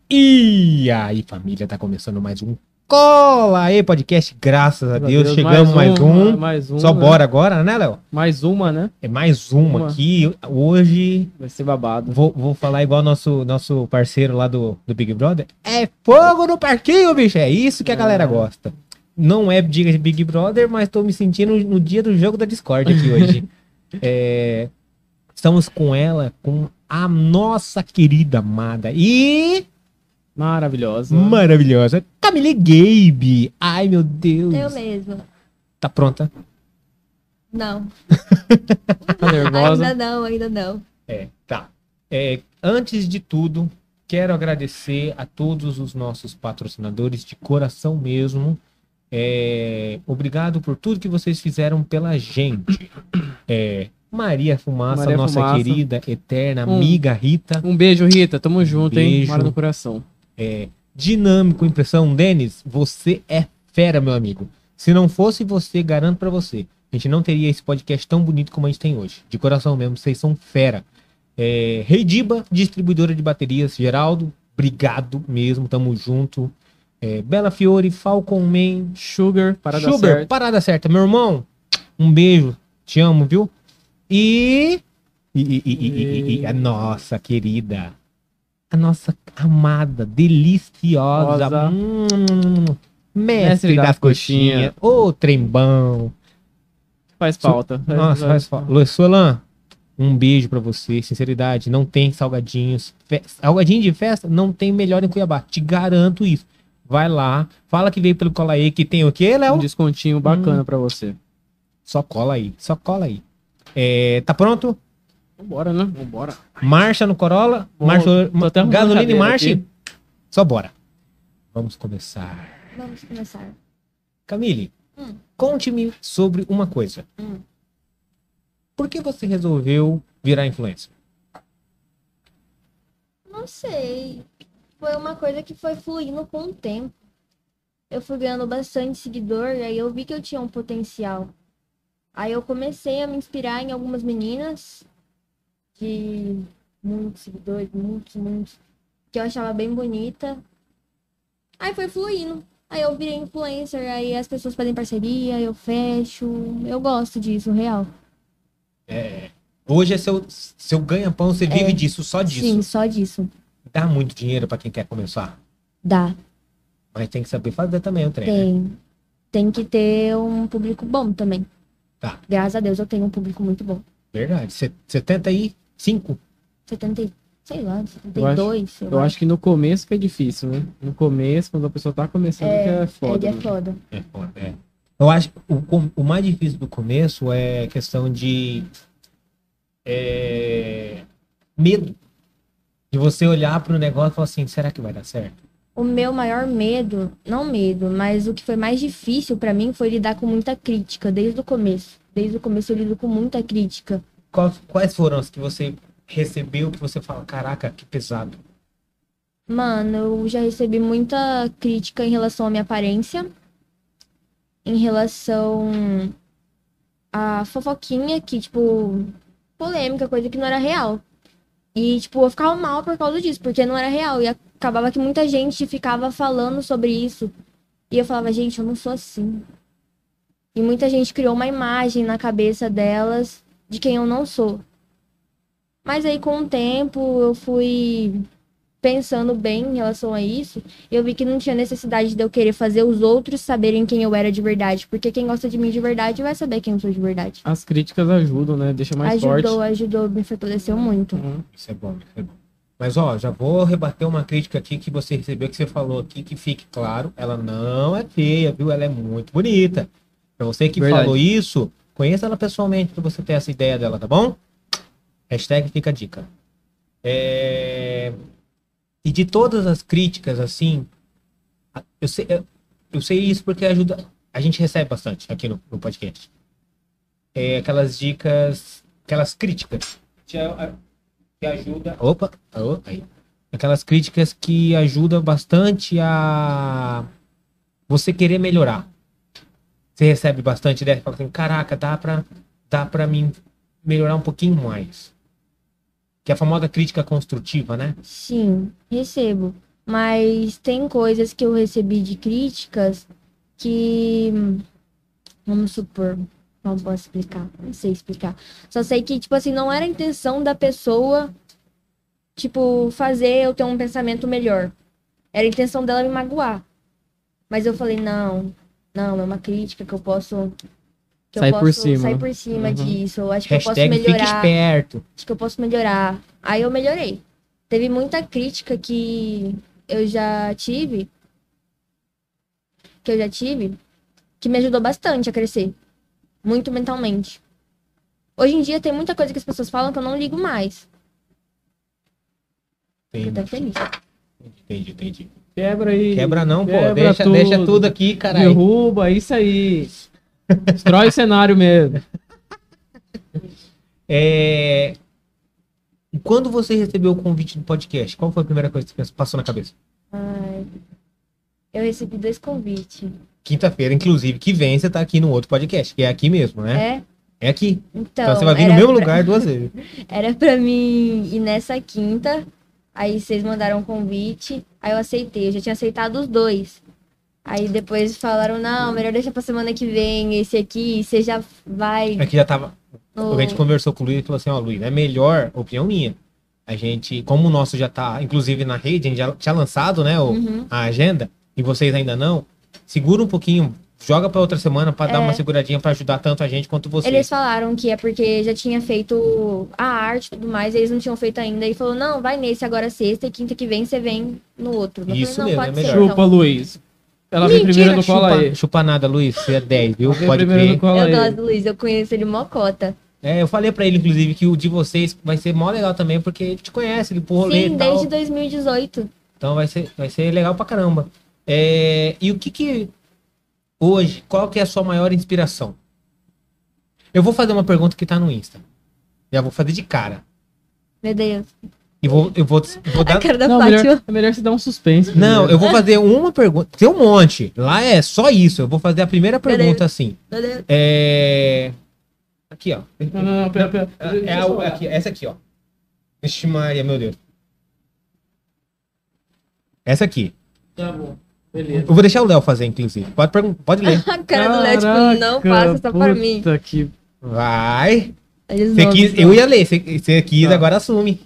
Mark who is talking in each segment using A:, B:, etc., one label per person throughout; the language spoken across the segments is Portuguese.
A: E aí, família, tá começando mais um Cola aí, podcast, graças a Deus. Chegamos
B: mais um,
A: Só
B: né?
A: bora agora, né, Léo?
B: Mais uma, né?
A: É mais uma aqui. Hoje
B: Vai ser babado.
A: vou falar igual nosso parceiro lá do Big Brother. É fogo no parquinho, bicho. É isso que a galera gosta. Não é diga de Big Brother, mas tô me sentindo no dia do jogo da Discord aqui hoje. Estamos com ela, com a nossa querida amada e maravilhosa Camille Gabe. Ai, meu Deus.
C: Eu mesma.
A: Tá pronta?
C: Não.
B: Tá nervosa?
C: Ainda não.
A: Tá. Antes de tudo, quero agradecer a todos os nossos patrocinadores de coração mesmo. Obrigado por tudo que vocês fizeram pela gente. Maria Fumaça, nossa querida, eterna amiga Rita.
B: Um beijo, Rita. Tamo junto, hein?
A: Beijo.
B: Mora no coração.
A: Dinâmico Impressão, Denis, você é fera, meu amigo. Se não fosse você, garanto pra você, a gente não teria esse podcast tão bonito como a gente tem hoje. De coração mesmo, vocês são fera. Rei Diba, distribuidora de baterias. Geraldo, obrigado mesmo, tamo junto. Bela Fiore, Falcon Man,
B: Sugar, parada certa.
A: Meu irmão, um beijo, te amo, viu? E a nossa querida, a nossa amada, deliciosa, mestre das coxinhas, ô trembão.
B: Faz falta.
A: Nossa, faz falta. Luiz Solan, um beijo pra você, sinceridade, não tem salgadinhos. Salgadinho de festa não tem melhor em Cuiabá, te garanto isso. Vai lá, fala que veio pelo Cola aí, que tem o quê, Léo?
B: Um descontinho bacana pra você.
A: Só cola aí. Tá pronto?
B: Vambora, né? Vambora.
A: Marcha no Corolla, gasolina e marcha.
B: Aqui.
A: Só bora. Vamos começar. Camille, conte-me sobre uma coisa. Por que você resolveu virar influencer?
C: Não sei. Foi uma coisa que foi fluindo com o tempo. Eu fui ganhando bastante seguidor e aí eu vi que eu tinha um potencial. Aí eu comecei a me inspirar em algumas meninas de muitos seguidores, muitos, que eu achava bem bonita. Aí foi fluindo. Aí eu virei influencer, aí as pessoas pedem parceria, eu fecho. Eu gosto disso, real.
A: Hoje é seu ganha-pão, você vive disso, só disso.
C: Sim, só disso.
A: Dá muito dinheiro pra quem quer começar?
C: Dá.
A: Mas tem que saber fazer também o treino. Né?
C: Tem que ter um público bom também.
A: Tá.
C: Graças a Deus eu tenho um público muito bom.
A: Verdade. 75?
C: 70, sei lá, 72.
B: Eu acho que no começo que é difícil, né? No começo, quando a pessoa tá começando, que é foda.
C: É foda.
A: É foda, Eu acho que o mais difícil do começo é questão de medo. De você olhar pro negócio e falar assim, será que vai dar certo?
C: O meu maior medo, não medo, mas o que foi mais difícil pra mim foi lidar com muita crítica, desde o começo. Desde o começo eu lido com muita crítica.
A: Quais foram as que você recebeu que você fala, caraca, que pesado?
C: Mano, eu já recebi muita crítica em relação à minha aparência, em relação à fofoquinha, que, tipo, polêmica, coisa que não era real. E, tipo, eu ficava mal por causa disso, porque não era real. E acabava que muita gente ficava falando sobre isso. E eu falava, gente, eu não sou assim. E muita gente criou uma imagem na cabeça delas de quem eu não sou. Mas aí, com o tempo, eu fui pensando bem em relação a isso. Eu vi que não tinha necessidade de eu querer fazer os outros saberem quem eu era de verdade. Porque quem gosta de mim de verdade vai saber quem eu sou de verdade.
B: As críticas ajudam, né? Deixa mais forte.
C: Ajudou, me fortaleceu muito.
A: Isso é bom. Mas, ó, já vou rebater uma crítica aqui que você recebeu, que você falou aqui, que fique claro, ela não é feia, viu? Ela é muito bonita. Pra você que falou isso, conheça ela pessoalmente pra você ter essa ideia dela, tá bom? Hashtag fica a dica. E de todas as críticas, assim, eu sei isso porque ajuda. A gente recebe bastante aqui no podcast. Aquelas dicas, aquelas críticas que ajuda. Aí. Aquelas críticas que ajudam bastante a você querer melhorar. Você recebe bastante ideia, fala assim, caraca, dá pra mim melhorar um pouquinho mais. Que é a famosa crítica construtiva, né?
C: Sim, recebo. Mas tem coisas que eu recebi de críticas que, vamos supor, não posso explicar, não sei explicar. Só sei que, tipo assim, não era a intenção da pessoa, tipo, fazer eu ter um pensamento melhor. Era a intenção dela me magoar. Mas eu falei, não, é uma crítica que eu posso... Que
B: Sair
C: eu
B: por
C: posso
B: cima.
C: sair por cima
B: Uhum.
C: disso. Eu acho que eu posso
A: Hashtag fique
C: melhorar.
A: esperto.
C: Acho que eu posso melhorar. Aí eu melhorei. Teve muita crítica que eu já tive, que me ajudou bastante a crescer. Muito mentalmente. Hoje em dia tem muita coisa que as pessoas falam que eu não ligo mais. Tô até feliz.
A: Entendi.
B: Quebra aí.
A: Quebra não, pô.
B: Quebra
A: Deixa tudo aqui, caralho.
B: Derruba, isso aí. Destrói o cenário mesmo.
A: E quando você recebeu o convite do podcast, qual foi a primeira coisa que você passou na cabeça?
C: Ai, eu recebi 2 convites.
A: Quinta-feira, inclusive, que vem, você tá aqui no outro podcast, que é aqui mesmo, né?
C: É?
A: É aqui.
C: Então,
A: Então você vai vir no mesmo lugar 2 vezes.
C: Era pra mim ir nessa quinta. Aí vocês mandaram um convite. Aí eu aceitei. Eu já tinha aceitado os 2. Aí depois falaram, não, melhor deixar pra semana que vem. Esse aqui, você já vai...
A: Aqui já tava...
C: no-
A: A gente conversou com o Luiz e falou assim, ó, Luiz, é melhor, opinião minha. A gente, como o nosso já tá, inclusive na rede, a gente já tinha lançado, né, a agenda, e vocês ainda não, segura um pouquinho, joga pra outra semana pra dar uma seguradinha pra ajudar tanto a gente quanto vocês.
C: Eles falaram que é porque já tinha feito a arte e tudo mais, e eles não tinham feito ainda. E falou, não, vai nesse agora sexta e quinta que vem você vem no outro. Eu
A: Isso
C: falei, não,
A: mesmo,
C: pode
A: é
C: ser,
A: melhor.
B: Chupa,
C: então.
B: Luiz. Ela vem primeiro no Cola
A: chupa,
B: aí.
A: chupa nada, Luiz, você é 10, viu?
B: Ela vem
A: Pode
B: primeiro
A: crer.
B: no Cola
C: Eu
B: aí.
C: gosto do Luiz, eu conheço ele mocota.
A: Eu falei pra ele, inclusive, que o de vocês vai ser mó legal também, porque ele te conhece, ele pro rolê
C: Sim,
A: e tal.
C: desde 2018.
A: Então vai ser legal pra caramba. E o que hoje, qual que é a sua maior inspiração? Eu vou fazer uma pergunta que tá no Insta. Já vou fazer de cara.
C: Meu Deus.
A: E eu vou dar...
C: A cara da
B: Não,
C: Fátima.
B: é melhor você dar um suspense.
A: Não,
B: primeiro.
A: eu vou fazer uma pergunta. Tem um monte. Lá é só isso. Eu vou fazer a primeira pergunta assim.
C: Meu Deus.
A: Aqui, ó.
B: Não, pera.
A: Essa aqui, ó. Vixe Maria, meu Deus. Essa aqui.
B: Tá bom. Beleza.
A: Eu vou deixar o Léo fazer, inclusive. Pode ler.
C: A cara do Léo, tipo, não passa essa pra mim.
B: Puta que...
A: Vai.
C: Eles
A: Você
C: vão,
A: quis, eu ia ler. Você quis,
B: Tá.
A: agora assume.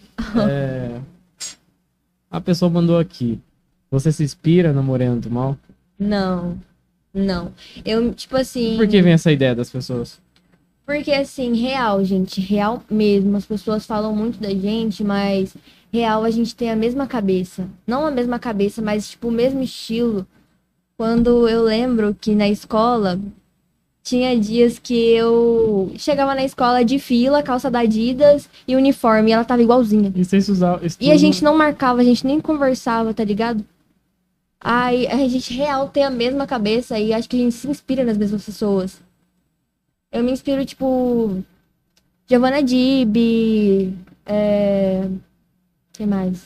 B: A pessoa mandou aqui. Você se inspira na Morena do Mal?
C: Não. Eu, tipo assim...
B: Por que vem essa ideia das pessoas?
C: Porque, assim, real, gente, real mesmo. As pessoas falam muito da gente, mas real a gente tem a mesma cabeça. Não a mesma cabeça, mas, tipo, o mesmo estilo. Quando eu lembro que na escola, tinha dias que eu chegava na escola de fila, calça da Adidas e uniforme, e ela tava igualzinha.
B: E vocês usavam...
C: E a gente não marcava, a gente nem conversava, tá ligado? Aí a gente real tem a mesma cabeça e acho que a gente se inspira nas mesmas pessoas. Eu me inspiro, tipo, Giovanna Dib, quem mais?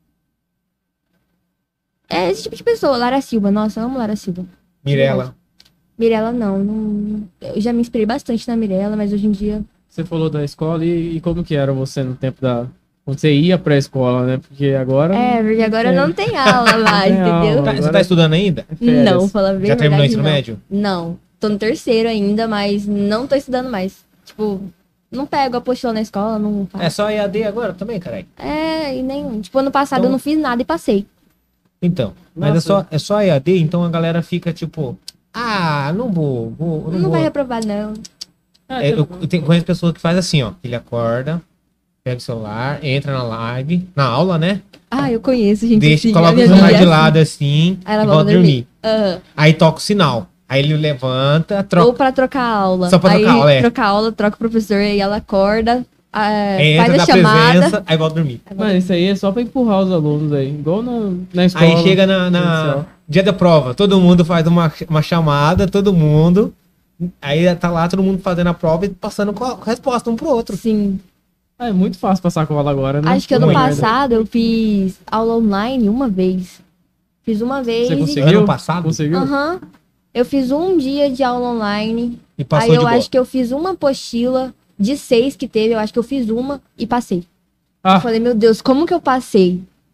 C: Esse tipo de pessoa, Lara Silva, nossa, eu amo Lara Silva.
A: Mirella.
C: Mirella não, eu já me inspirei bastante na Mirella, mas hoje em dia...
B: Você falou da escola e como que era você no tempo da... Quando você ia pra escola, né? Porque agora...
C: porque agora não tem aula mais,
B: Não tem aula.
C: entendeu?
A: Você tá estudando ainda?
B: é férias.
C: Não, fala bem
A: Já terminou o
C: verdade,
A: ensino
C: não.
A: médio?
C: Não, tô no 3º ainda, mas não tô estudando mais. Tipo, não pego a apostila na escola, não faço.
A: É só EAD agora também, caralho?
C: E nem... Tipo, ano passado
A: Então-
C: eu não fiz nada e passei.
A: Então, mas
B: Nossa.
A: é só EAD, então a galera fica tipo... não vou.
C: Não
A: vou.
C: vai reprovar, não.
A: Eu conheço pessoas que faz assim, ó. Ele acorda, pega o celular, entra na live, na aula, né?
C: Eu conheço, gente.
A: Deixa,
C: assim,
A: coloca
C: a
A: o
C: minha
A: celular
C: amiga
A: de
C: é
A: lado assim
C: Aí ela
A: e
C: volta
A: volta
C: a
A: a dormir.
C: Aham.
A: Aí toca o sinal. Aí ele levanta,
C: Ou
A: troca.
C: pra trocar a aula.
A: Só pra
C: aí,
A: trocar a aula, é.
C: trocar a aula, troca o professor, aí ela acorda,
A: Entra,
C: faz
A: dá
C: a chamada.
A: presença, aí volta a dormir.
B: Mas isso aí é só pra empurrar os alunos aí. Igual na escola.
A: Aí chega na
B: presencial.
A: dia da prova, todo mundo faz uma chamada, todo mundo. Aí tá lá todo mundo fazendo a prova e passando com a resposta um pro outro.
C: Sim.
B: É muito fácil passar cola agora, né?
C: Acho que ano
B: Puta merda.
C: passado eu fiz aula online uma vez. Fiz uma vez
B: Você
C: e...
B: conseguiu?
A: Ano passado?
B: Conseguiu?
C: Aham. Eu fiz um dia de aula online.
A: E passou
C: Aí
A: de
C: eu
A: boa.
C: acho que eu fiz uma apostila de 6 que teve. Eu acho que eu fiz uma e passei.
B: Ah,
C: Eu falei, meu Deus, como que eu passei?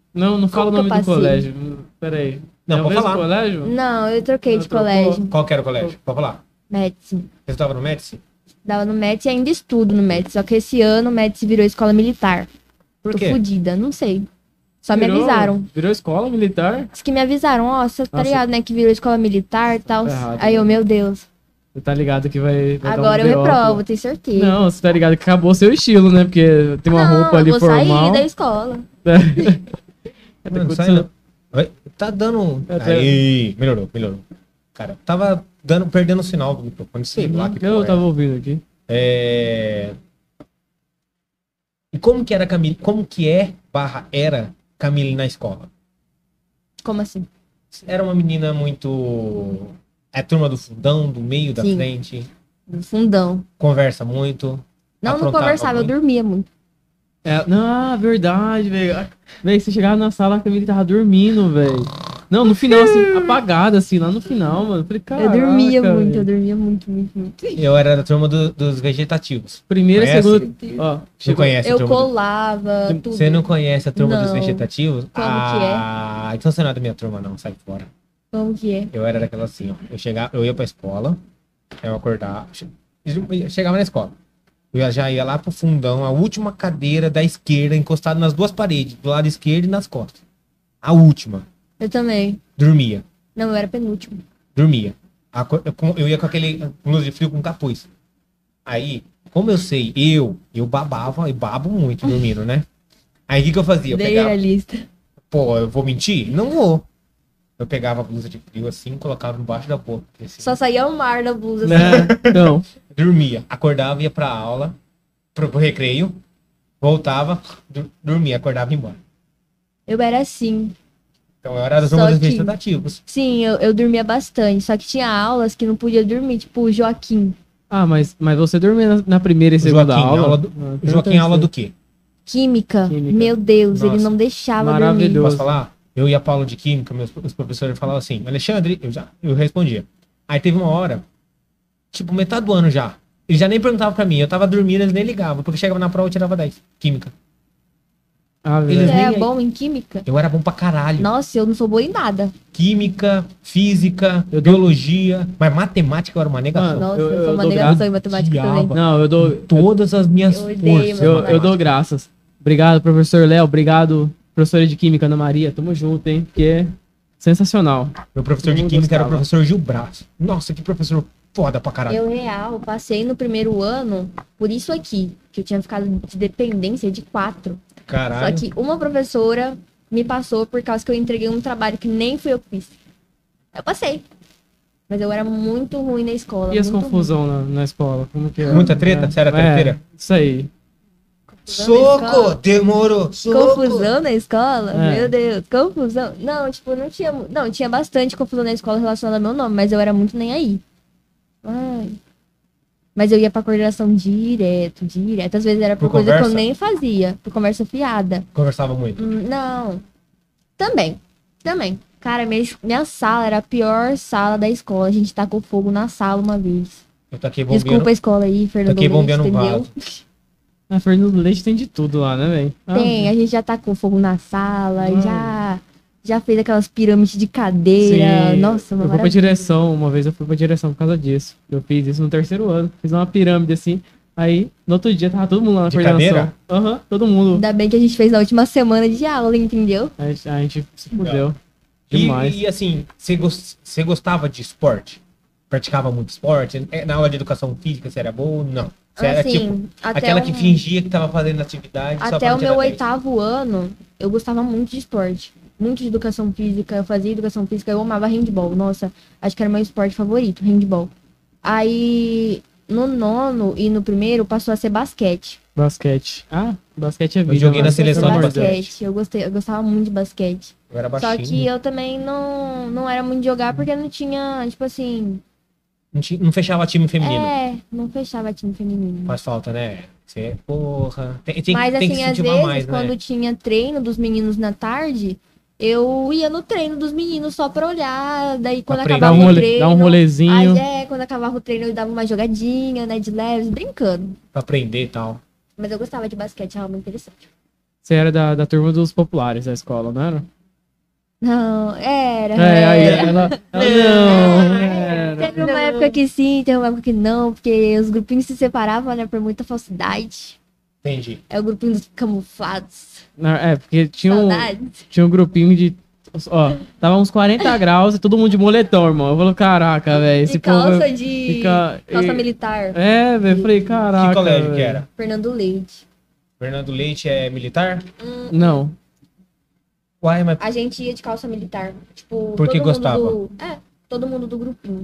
B: Não fala o
C: Como
B: nome
C: que eu
B: do
C: passei?
B: colégio. Pera aí.
A: Não,
B: É o
A: pode
B: mesmo
A: falar.
B: colégio?
C: Não, eu troquei de
B: Trocou.
C: colégio.
A: Qual que era o colégio? Pode falar.
C: Médici.
A: Você estava no Médici?
C: Dava no Médici e ainda estudo no Médici. Só que esse ano o Médici virou escola militar.
A: Por
C: Tô
A: quê?
C: fudida, não sei. Só me
B: Virou-
C: avisaram.
B: Virou escola militar?
C: Diz que me avisaram, ó, você tá
B: Nossa.
C: ligado, né? Que virou escola militar e tal.
B: Tá errado,
C: Aí eu,
B: né?
C: meu Deus.
B: Você tá ligado que vai dar
C: Agora
B: um
C: eu
B: BO,
C: reprovo, tenho certeza.
B: Não, você tá ligado que acabou seu estilo, né? Porque tem uma
C: Não,
B: roupa ali
C: eu vou
B: formal.
C: sair da escola.
A: Não sai não. Oi? Tá dando. Aí, melhorou. Cara, tava perdendo o sinal do microfone, sei lá que
B: Eu
A: porra é.
B: tava ouvindo aqui.
A: E como que era Camille? Como que era Camille na escola?
C: Como assim?
A: Era uma menina muito. É turma do fundão, do meio, da
C: Sim.
A: frente.
C: No fundão.
A: Conversa muito.
C: Não
A: aprontava
C: conversava, eu
A: muito.
C: dormia muito.
B: Não, verdade, velho. Velho, você chegava na sala, a Camille tava dormindo, velho. Não, no final, assim, apagada, assim, lá no final, mano. Falei, cara.
C: Eu dormia muito, eu dormia muito.
A: Eu era da turma dos vegetativos.
B: Primeira,
A: Conhece?
B: segunda. Ó,
A: Você conhece a
C: Eu
A: turma
C: colava, tudo.
A: Você não conhece a turma dos
C: Não.
A: vegetativos?
C: Como que
A: Então você não é da minha turma, não. Sai fora.
C: Como que é?
A: Eu era daquela assim, ó. Eu ia pra escola, eu acordava, chegava na escola. Eu já ia lá pro fundão, a última cadeira da esquerda, encostada nas duas paredes, do lado esquerdo e nas costas. A última.
C: Eu também.
A: Dormia.
C: Não, eu era penúltimo.
A: Dormia. Eu ia com aquele blusa de frio com capuz. Aí, como eu sei, eu babava e babo muito dormindo, né? Aí o que eu fazia? Eu
C: Dei
A: pegava,
C: a lista.
A: pô, eu vou mentir? Não vou. Eu pegava a blusa de frio assim, colocava embaixo da boca. Assim.
C: Só saía o mar da blusa. Assim.
B: né? Não.
A: Dormia. Acordava, ia pra aula, pro recreio, voltava, dormia, acordava e ia embora.
C: Eu era assim.
A: Então eu era da
C: Só
A: turma dos
C: que-
A: vegetativos.
C: Sim, eu dormia bastante. Só que tinha aulas que não podia dormir, tipo o Joaquim.
B: Ah, mas você dormia na primeira e segunda
A: Joaquim,
B: aula?
A: aula do- Joaquim, aula do quê?
C: Química.
B: Química.
C: Meu Deus,
A: Nossa,
C: ele não deixava dormir.
B: maravilhoso.
A: Posso falar? Eu ia pra aula de química, os professores falavam assim, Alexandre, eu respondia. Aí teve uma hora, tipo, metade do ano já. Ele já nem perguntava pra mim, eu tava dormindo, eles nem ligavam, porque chegava na prova eu tirava 10. Química.
B: Ah,
A: Eles
C: Você
A: nem
C: é
A: aí.
C: bom em química?
A: Eu era bom pra caralho.
C: Nossa, eu não sou boa em nada.
A: Química, física,
B: Eu dou-
A: biologia, mas matemática eu era uma negação.
B: Mano,
C: Nossa,
B: eu
C: eu sou uma
B: dou
C: negação em matemática
A: Diabo.
C: também.
B: Não, eu dou.
A: Todas as minhas
C: Eu odeio
A: forças.
B: Eu dou graças. Obrigado, professor Léo. Obrigado, professora de Química, Ana Maria. Tamo junto, hein? Porque é sensacional.
A: Meu professor de
B: Eu
A: química era o
B: gostava.
A: professor Gil Braz. Nossa, que professor foda pra caralho.
C: Eu, real, passei no primeiro ano por isso aqui, que eu tinha ficado de dependência de 4. Só
A: Caralho.
C: que uma professora me passou por causa que eu entreguei um trabalho que nem fui eu que fiz. Eu passei. Mas eu era muito ruim na escola.
B: E as
C: muito
B: confusão na escola? Como que é?
A: Muita treta? Você era treteira?
B: Isso aí.
A: Soco! Demorou!
C: ruim.
A: Soco!
C: Confusão na escola?
B: É.
C: Meu Deus, confusão. Não, tipo, não tinha. Não, tinha bastante confusão na escola relacionada ao meu nome, mas eu era muito nem aí. Ai. Mas eu ia pra coordenação direto. Às vezes era por
A: Por
C: coisa que eu
A: conversa?
C: nem fazia, por conversa fiada.
A: Conversava muito.
C: Não. Também. Cara, minha sala era a pior sala da escola. A gente tacou fogo na sala uma vez.
A: Eu taquei bombeando.
C: Desculpa a escola aí, Fernando
A: Taquei
C: Leite,
A: bombeando um
C: entendeu?
A: vaso.
B: A Fernando Leite tem de tudo lá, né, velho?
C: Tem, a gente já tacou fogo na sala, já fez aquelas pirâmides de cadeira. Nossa, uma
B: eu fui pra
C: maravilha.
B: direção, uma vez eu fui pra direção por causa disso. Eu fiz isso no terceiro ano. Fiz uma pirâmide assim. Aí, no outro dia, tava todo mundo lá na
A: De
B: coordenação.
A: cadeira?
B: Aham, todo mundo.
C: Ainda bem que a gente fez na última semana de aula, entendeu?
B: A gente se fudeu. Demais.
A: E assim, você gostava de esporte? Praticava muito esporte? Na aula de educação física você era boa ou não? Você era tipo
C: Assim, até
A: aquela que fingia que tava fazendo atividade só
C: Até
A: pra
C: o
A: tirar
C: meu
A: 10.
C: 8º ano, eu gostava muito de esporte. Muito de educação física. Eu fazia educação física, eu amava handball. Nossa, acho que era meu esporte favorito, handball. Aí, no 9º e no primeiro, passou a ser basquete.
B: Basquete. Ah, basquete é vida.
A: joguei na
B: mas-
A: seleção
B: pelo
A: de
B: amor de Deus.
A: basquete.
C: Eu gostava muito de basquete.
A: Eu era
C: Só
A: baixinho.
C: que eu também não era muito de jogar porque não tinha, tipo assim.
A: Não fechava time feminino.
C: Não fechava time feminino.
A: Faz falta, né? Você, porra. Tem
C: Mas
A: que
C: assim,
A: se
C: às
A: incentivar
C: vezes,
A: mais,
C: quando
A: né?
C: tinha treino dos meninos na tarde, eu ia no treino dos meninos só pra olhar. Daí quando
A: Aprender.
C: acabava o treino.
B: Dá um rolezinho.
C: Aí, quando acabava o treino, eu dava uma jogadinha, né, de leves, brincando.
A: Pra aprender e tal.
C: Mas eu gostava de basquete, era muito interessante.
B: Você era da turma dos populares da escola, não era?
C: Não, era.
B: Aí
C: era.
B: ela não, era.
C: Teve uma época que sim, teve uma época que não, porque os grupinhos se separavam, né, por muita falsidade.
A: Entendi.
C: É o grupinho dos camuflados.
B: Porque tinha
C: Saudades.
B: tinha um grupinho de... Ó, tava uns 40 graus e todo mundo de moletom, irmão. Eu falo, caraca, velho, esse
C: De
B: povo...
C: calça de... Calça militar.
B: Velho, eu falei, caraca,
A: Que colégio que
B: velho.
A: era?
C: Fernando Leite.
A: Fernando Leite é militar?
B: Não.
A: Uai, mas
C: A gente ia de calça militar. Tipo,
A: Por que
C: todo mundo
A: gostava?
C: todo mundo do grupinho.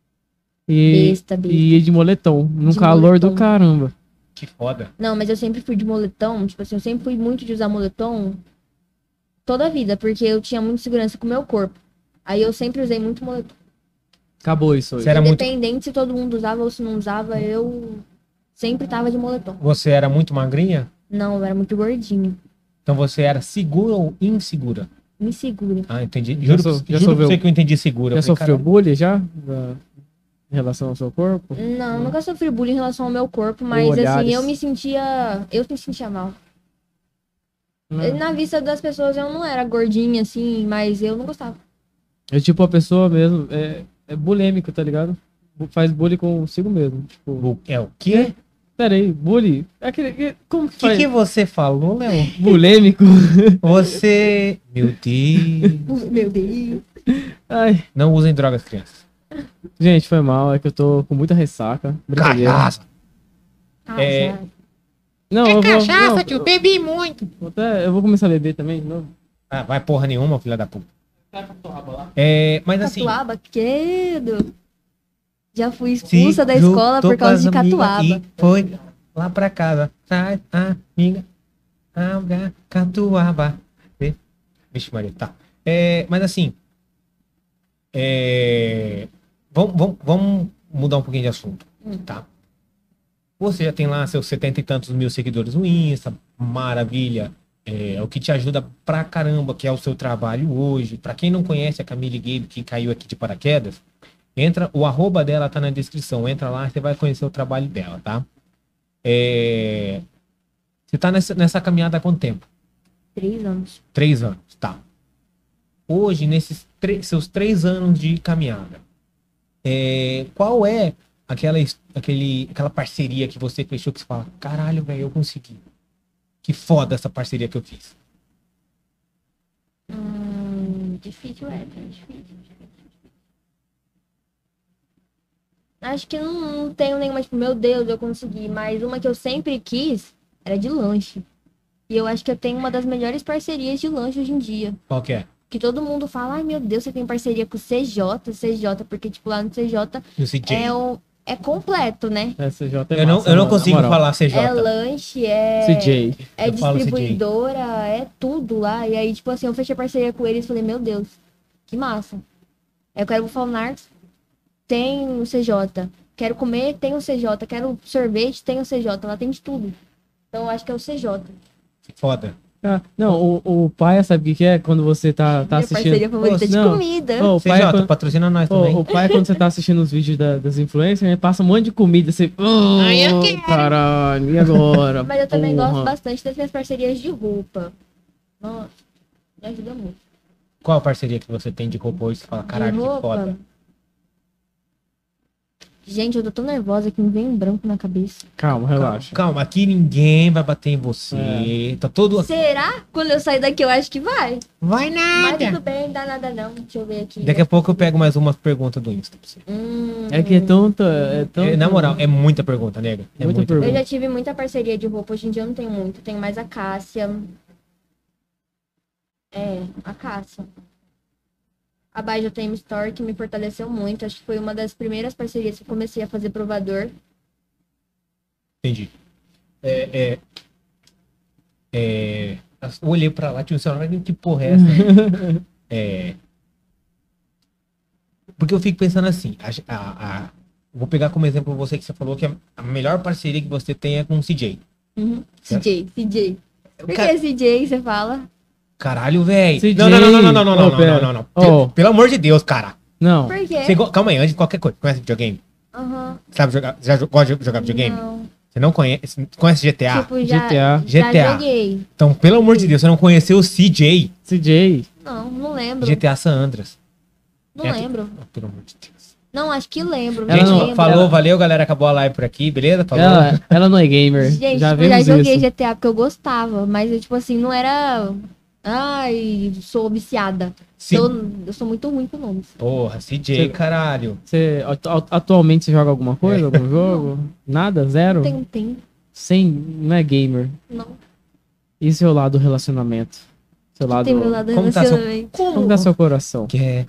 B: E
C: Besta.
B: e ia de moletom, no
C: De
B: calor do
C: moletom.
B: caramba.
A: que foda.
C: Não, mas eu sempre fui de moletom. Tipo assim, eu sempre fui muito de usar moletom toda a vida, porque eu tinha muita segurança com o meu corpo. Aí eu sempre usei muito moletom.
B: Acabou isso aí.
A: Você era muito,
C: Independente se todo mundo usava ou se não usava, eu sempre tava de moletom.
A: você era muito magrinha?
C: Não, eu era muito gordinho.
A: Então você era segura ou insegura?
C: Me segura.
A: Ah, entendi.
B: Já
A: Juro,
B: sou- já
A: juro pra
B: sofreu-
A: você que eu entendi segura.
B: Já
A: Eu falei,
B: sofreu
A: caralho.
B: bullying já? Em relação ao seu corpo?
C: Não, eu nunca sofri bullying em relação ao meu corpo, mas
B: olhares.
C: assim, eu me sentia mal.
B: Não.
C: Na vista das pessoas eu não era gordinha assim, mas eu não gostava.
B: É tipo a pessoa mesmo, é bulêmico, tá ligado? Faz bullying consigo mesmo. Tipo,
A: É o quê?
B: pera aí, bullying? Como que
A: O
B: faz?
A: que você falou, Léo?
B: Bulêmico?
A: Você... Meu Deus.
C: Meu Deus.
B: Ai,
A: Não usem drogas, crianças.
B: gente, foi mal, é que eu tô com muita ressaca. Brincadeira.
A: Cachaça.
C: É...
A: É.
B: Não, eu vou,
D: Cachaça,
B: não,
D: tio, bebi muito.
B: eu vou começar a beber também de novo.
A: Ah, vai porra nenhuma, filha da puta. É, mas assim...
C: Catuaba, querido. Já fui expulsa da escola por causa de catuaba.
A: E foi lá pra casa. Sai, amiga. Abra catuaba. Vixe, Maria, tá. Mas assim... Vamos mudar um pouquinho de assunto, tá? Você já tem lá seus 70 e tantos mil seguidores no Insta, maravilha. É o que te ajuda pra caramba, que é o seu trabalho hoje. Pra quem não conhece a Camille Gabe, que caiu aqui de paraquedas, o arroba dela tá na descrição. Entra lá e você vai conhecer o trabalho dela, tá? Você tá nessa caminhada há quanto tempo?
C: 3 anos.
A: 3 anos, tá. Hoje, nesses seus 3 anos de caminhada, qual é aquela parceria que você fechou que você fala, caralho, velho, eu consegui. Que foda essa parceria que eu fiz.
C: Difícil, difícil. Acho que não tenho nenhuma, tipo, meu Deus, eu consegui. Mas uma que eu sempre quis era de lanche. E eu acho que eu tenho uma das melhores parcerias de lanche hoje em dia.
A: Qual que é?
C: Que todo mundo fala, ai meu Deus, você tem parceria com o CJ, porque, tipo, lá no CJ
A: No CJ.
C: é completo, né?
B: CJ é
A: Eu não
B: massa,
A: consigo
B: na moral.
A: falar CJ.
C: É lanche,
B: CJ.
C: é
A: Eu falo
C: distribuidora, é tudo lá. E aí, tipo assim, eu fechei parceria com eles e falei, meu Deus, que massa. Eu quero Bufalnarts, tem o CJ. Quero comer, tem o CJ. Quero sorvete, tem o CJ. Lá tem de tudo. Então eu acho que é o CJ.
A: Foda.
B: Ah, não, o pai, sabe o que é? Quando você tá
C: Minha
B: assistindo...
C: parceria favorita de
B: não.
C: comida.
B: Ô, o pai,
A: CJ,
B: quando...
A: patrocina nós também.
B: O pai, quando você tá assistindo os vídeos das influencers, ele passa um monte de comida, você...
D: Ai, eu quero.
B: Caralho, e agora?
C: Mas eu também
B: Porra.
C: gosto bastante das minhas parcerias de roupa. Nossa, me ajuda muito.
A: Qual a parceria que você tem de roupa hoje? Você fala, caralho,
C: De
A: que
C: roupa.
A: foda.
C: Gente, eu tô tão nervosa que me vem um branco na cabeça.
B: Calma, relaxa.
A: Calma, aqui ninguém vai bater em você. Tá todo...
C: Será? Quando eu sair daqui, eu acho que vai.
D: Vai
C: Mas
D: nada.
C: tudo bem, não dá nada não. Deixa eu ver aqui.
A: Daqui a pouco eu pego mais umas perguntas do Insta pra você.
B: É que é tanto... É tanto...
A: Na moral, é muita pergunta, nega. É
B: Muita
A: muita
B: pergunta.
C: Eu já tive muita parceria de roupa, hoje em dia eu não tenho muito. Eu tenho mais a Cássia. A Cássia. A ByJM Store, que me fortaleceu muito. Acho que foi uma das primeiras parcerias que eu comecei a fazer provador.
A: Entendi. Eu olhei pra lá, tinha um celular, que porra é essa? Porque eu fico pensando assim, vou pegar como exemplo você que você falou que a melhor parceria que você tem é com o CJ.
C: CJ. Por
A: Cara-
C: que CJ, você fala?
A: Caralho, velho.
B: CJ.
A: Não.
B: Oh.
A: Pelo amor de Deus, cara.
B: Não.
C: Por quê?
A: Calma aí, antes de qualquer coisa. Conhece videogame?
C: Aham.
A: Sabe jogar? Já gosta de jogar videogame?
C: Não.
A: Você não conhece? Conhece GTA?
C: Tipo, já
A: GTA.
C: joguei.
A: Então, pelo amor de Deus, você não conheceu o CJ?
B: CJ.
C: Não lembro.
A: GTA San Andreas.
C: Não lembro.
A: Pelo amor de Deus.
C: Não, acho que lembro.
B: Ela
A: Gente,
C: não
B: não-
C: lembro.
A: falou, valeu, galera. Acabou a live por aqui, beleza? Falou.
B: Ela não é gamer.
C: Gente,
B: já
C: tipo, eu já
B: vimos
C: joguei
B: isso.
C: GTA porque eu gostava, mas eu, tipo assim, não era. Ai, sou viciada.
A: Sim.
C: Eu sou muito ruim com nomes.
A: Porra, CJ,
B: Você-
A: caralho.
B: Atualmente você joga alguma coisa? Algum jogo? Nada? Zero?
C: Tem.
B: Sem, não é gamer.
C: Não.
B: E seu lado do relacionamento? Seu lado.
C: Tem meu lado
A: Como tá seu-
C: relacionamento.
B: Como tá seu coração?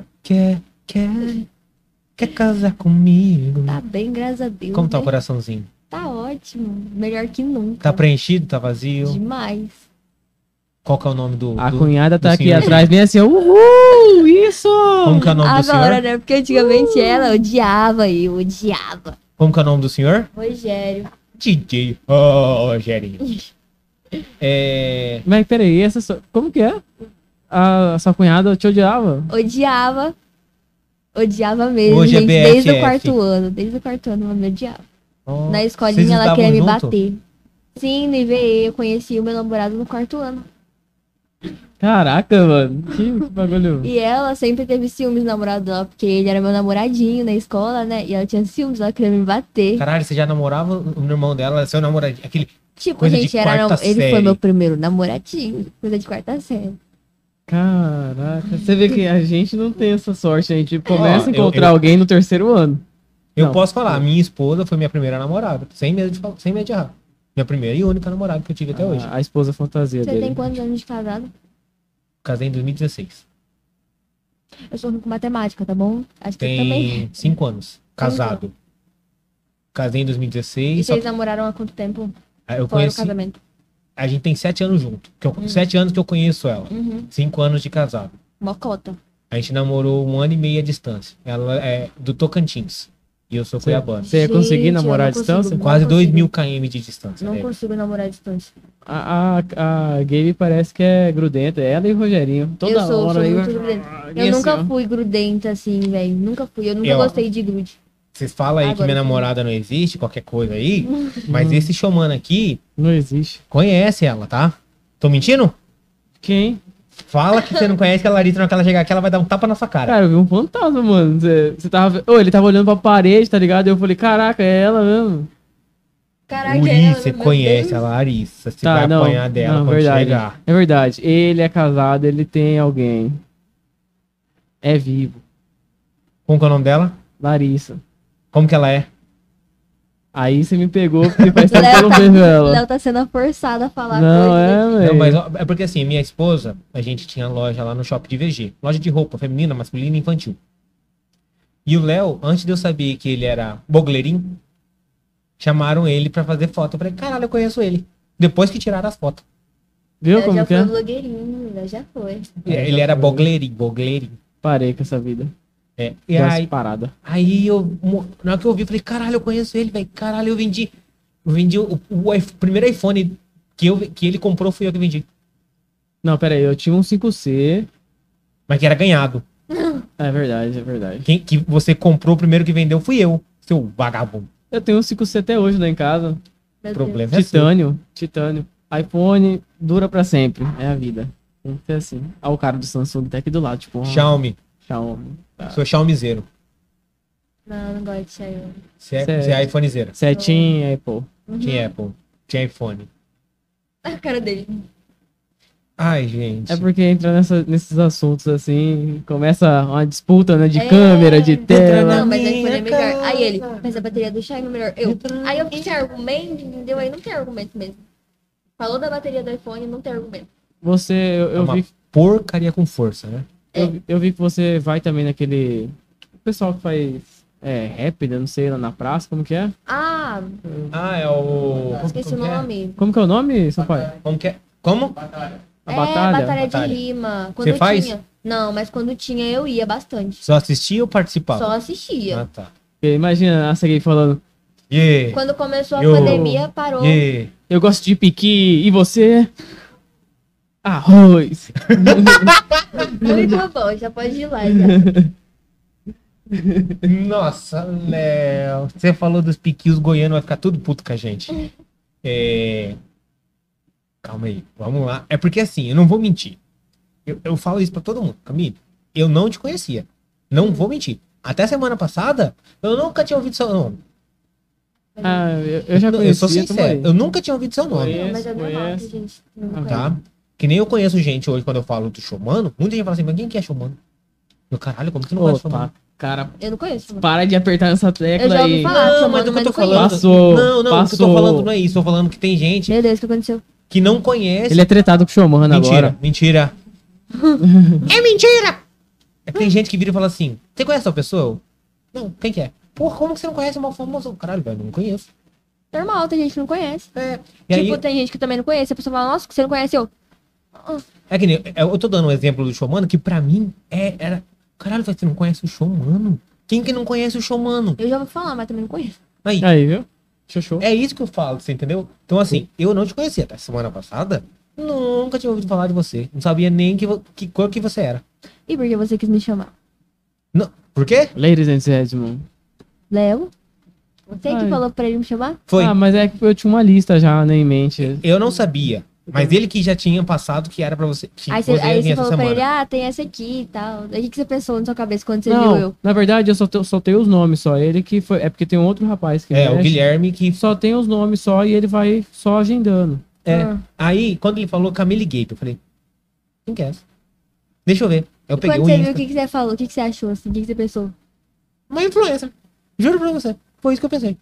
A: Quer casar comigo?
C: Tá bem, graças a Deus.
A: Como tá o
C: né?
A: coraçãozinho?
C: Tá ótimo. Melhor que nunca.
A: Tá preenchido? Tá vazio?
C: Demais.
A: Qual que é o nome do...
B: A
A: do-
B: cunhada tá
A: do
B: aqui
A: senhor?
B: atrás, bem assim, uhul, isso!
A: Como que é o nome do senhor?
C: Agora, né? Porque antigamente ela odiava eu, odiava.
A: Como que é o nome do senhor?
C: Rogério.
A: DJ. Oh, Rogerinho. É...
B: Mas peraí, como que é? A sua cunhada te odiava?
C: Odiava. Odiava mesmo,
A: Hoje é
C: gente. Desde o
A: BFF.
C: quarto ano. Desde o quarto ano ela me odiava.
A: Oh,
C: Na
A: vocês
C: escolinha ela
A: estudavam
C: queria me
A: junto?
C: bater. Sim, no IVE eu conheci o meu namorado no quarto ano.
B: Caraca, mano. Que bagulho.
C: E ela sempre teve ciúmes do namorado dela, porque ele era meu namoradinho na escola, né? E ela tinha ciúmes, ela queria me bater.
A: Caralho, você já namorava o irmão dela, seu namoradinho, aquele...
C: Tipo,
A: coisa de
C: gente, era
A: quarta
C: ele
A: série.
C: foi meu primeiro namoradinho, coisa de quarta série.
B: Caraca. Você vê que a gente não tem essa sorte. A gente começa a
A: eu-
B: encontrar alguém no terceiro ano.
A: Eu
B: Não.
A: posso falar, minha esposa foi minha primeira namorada, sem medo de errar. Minha primeira e única namorada que eu tive até hoje.
B: A esposa fantasia
C: Você
B: dele.
C: tem quantos anos de casado?
A: Casei em 2016.
C: Eu sou ruim com matemática, tá bom? Acho que eu também.
A: Tem 5 anos. Casado. Casei em
C: E
A: 2016.
C: vocês namoraram há quanto tempo?
A: Eu
C: Fora o
A: conheci.
C: casamento.
A: A gente tem 7 anos junto. 7 anos que eu conheço ela.
C: Uhum.
A: 5 anos de casado.
C: Mocota.
A: A gente namorou 1 ano e meio à distância. Ela é do Tocantins. E eu sou cuiabano.
B: Você ia conseguir
C: Gente,
B: namorar à
C: eu não consigo.
B: distância?
C: Não
A: Quase
C: consigo.
A: 2.000 km de distância.
C: Não
A: né?
C: consigo namorar à distância.
B: A Gabe parece que é grudenta. Ela e o Rogerinho. Toda
C: eu sou
B: hora. aí-
C: muito grudenta.
B: E
C: Eu nunca
B: assim, ó.
C: fui grudenta assim, velho. Nunca fui. Eu nunca
A: Eu-
C: gostei de grude.
A: Vocês falam aí que
C: Agora
A: minha
C: sim.
A: namorada não existe, qualquer coisa aí. Mas esse showman aqui
B: Não existe.
A: conhece ela, tá? Tô mentindo?
B: Quem?
A: Fala que você não conhece que a Larissa, na hora que ela chegar aqui, ela vai dar um tapa na sua cara.
B: Cara, eu vi um fantasma, mano. Você tava. Ô, ele tava olhando pra parede, tá ligado? Eu falei, caraca, é ela mesmo.
C: Caraca,
A: Uri,
C: ela,
A: você
C: meu
A: conhece
C: Deus.
A: a Larissa. Você
B: Tá,
A: vai
B: não,
A: apanhar dela
B: não,
A: quando
B: verdade.
A: chegar.
B: É verdade. Ele é casado, ele tem alguém. É vivo.
A: Como que é o nome dela?
B: Larissa.
A: Como que ela é?
B: Aí você me pegou porque faz tempo que eu não vejo ela.
C: Léo tá sendo forçado a falar
B: Não,
C: coisas aqui.
B: é, velho.
A: Não, mas ó, é porque assim, minha esposa, a gente tinha loja lá no shopping de VG. Loja de roupa feminina, masculina e infantil. E o Léo, antes de eu saber que ele era bogleirinho, chamaram ele pra fazer foto. Eu falei, caralho, eu conheço ele. Depois que tiraram as fotos.
B: Viu
C: Léo
B: como
C: já
B: que
C: foi
B: é?
C: blogueirinho, Léo já foi.
A: Ele era bogleirinho.
B: Parei com essa vida.
A: É. E
B: Dessa
A: aí,
B: parada.
A: na hora que eu vi, eu falei, caralho, eu conheço ele, velho. Caralho, eu vendi o primeiro iPhone que ele comprou, fui eu que vendi.
B: Não, pera aí, eu tinha um 5C.
A: Mas que era ganhado.
B: É verdade, é verdade.
A: Quem que você comprou o primeiro que vendeu fui eu, seu vagabundo.
B: Eu tenho um 5C até hoje lá em casa.
C: Meu
A: O problema é seu.
B: Titânio. iPhone dura pra sempre. É a vida. Tem que ser assim. Ah, o cara do Samsung tá aqui do lado, tipo.
A: Xiaomi.
B: Xiaomi. Tá.
A: Sou Xiaomizeiro.
C: Deus. Não, não gosto de Xiaomi.
A: Você é iPhonezeiro.
B: Setinha, Apple.
A: Tinha Apple. Tinha iPhone.
C: A cara dele.
A: Ai, gente.
B: É porque entra nesses assuntos assim, começa uma disputa, né, de
C: É.
B: câmera, de
C: Não,
B: tela.
C: mas iPhone é
A: minha
C: melhor.
A: casa.
C: Aí ele, mas a bateria do Xiaomi é melhor. Aí eu fiz argumento, entendeu? Aí não tem argumento mesmo. Falou da bateria do iPhone, não tem argumento.
B: Você,
A: É
B: eu
A: uma
B: vi,
A: porcaria com força, né?
B: eu vi que você vai também naquele. O pessoal que faz rap, né, não sei, lá na praça, como que é?
C: Ah,
A: Ah, é o...
C: esqueci o
A: como que é?
C: nome.
B: Como que é o nome, seu pai?
A: Como que é? Como?
B: A batalha?
C: Batalha
A: Batalha.
C: de rima. Quando
A: Você faz?
C: tinha. Não, mas quando tinha eu ia bastante.
A: Só assistia ou participava?
C: Só assistia.
A: Ah, tá.
B: Porque imagina a Segui falando,
A: Yeah.
C: Quando começou a
A: Eu-
C: pandemia, parou.
A: Yeah.
B: eu gosto de piqui, e você? Arroz.
C: Muito bom, já pode ir lá já.
A: Nossa, Léo. Você falou dos piquinhos goianos, vai ficar tudo puto com a gente. Calma aí, vamos lá. É porque assim, eu não vou mentir. Eu falo isso pra todo mundo. Camille, eu não te conhecia. Não vou mentir. Até semana passada, eu nunca tinha ouvido seu nome.
B: Ah, eu já conhecia.
A: Eu sou sincero,
B: também.
A: eu nunca tinha ouvido seu nome.
B: Conheço,
C: Mas é normal que a
B: conheço.
C: gente não
B: Ah,
C: conhece.
A: Tá? Que nem eu conheço gente hoje quando eu falo do Showmano. Muita gente fala assim, mas quem que é Showmano? Meu caralho, como que tu não conhece
B: Opa,
A: Showmano?
B: cara,
C: Eu não conheço. Mano.
B: para de apertar nessa
C: Eu
B: tecla
C: já ouvi
B: aí.
C: falar.
A: Não,
C: Showmano,
A: mas o que eu
C: mas
A: tô
C: não conheço.
A: falando.
B: Passou,
A: Não, o que eu tô
B: passou.
A: falando não é isso. Tô falando que tem gente
C: Meu Deus, o que aconteceu?
A: que não conhece.
B: Ele é tretado com o Showman
A: Mentira,
B: agora.
A: mentira. É mentira! É que tem gente que vira e fala assim: você conhece essa pessoa? Eu, não, quem que é? Porra, como que você não conhece o mal famoso? Caralho, velho, eu não conheço.
C: Normal, tem gente que não conhece.
A: E
C: Tipo,
A: aí,
C: tem gente que também não conhece. A pessoa fala, nossa, que você não conhece eu.
A: é que nem, eu tô dando um exemplo do Showmano que pra mim era. Caralho, velho, você não conhece o Showmano? Quem que não conhece o Showmano?
C: Eu já ouvi falar, mas também não conheço.
A: Aí,
B: Aí, viu? Xoxô.
A: é isso que eu falo, você entendeu? Então, assim, eu não te conhecia até semana passada. Nunca tinha ouvido falar de você. Não sabia nem que cor que você era.
C: E por que você quis me chamar?
A: Não, por quê?
B: Ladies and gentlemen.
C: Léo? Você que
B: Ai.
C: falou pra ele me chamar?
A: Foi.
B: Ah, mas é que eu tinha uma lista já, né, em mente.
A: Eu não sabia. Mas ele que já tinha passado que era pra você. Que
C: Aí
A: você
C: você,
A: ia vir essa
C: falou pra
A: semana.
C: ele, ah, tem essa aqui e tal. Aí o que você pensou na sua cabeça quando você
B: Não,
C: viu eu?
B: na verdade eu soltei os nomes só. Ele que foi. É porque tem um outro rapaz que
A: É, o
B: mexe,
A: Guilherme que.
B: só tem os nomes só e ele vai só agendando.
A: É.
C: Ah.
A: Aí, quando ele falou Camille Gape, eu falei, quem que é essa? Deixa eu ver. Eu
C: E
A: peguei
C: quando
A: o
C: você viu,
A: Insta.
C: o que você falou? O que você achou, assim? O que você pensou?
A: Uma influencer. Juro pra você. Foi isso que eu pensei.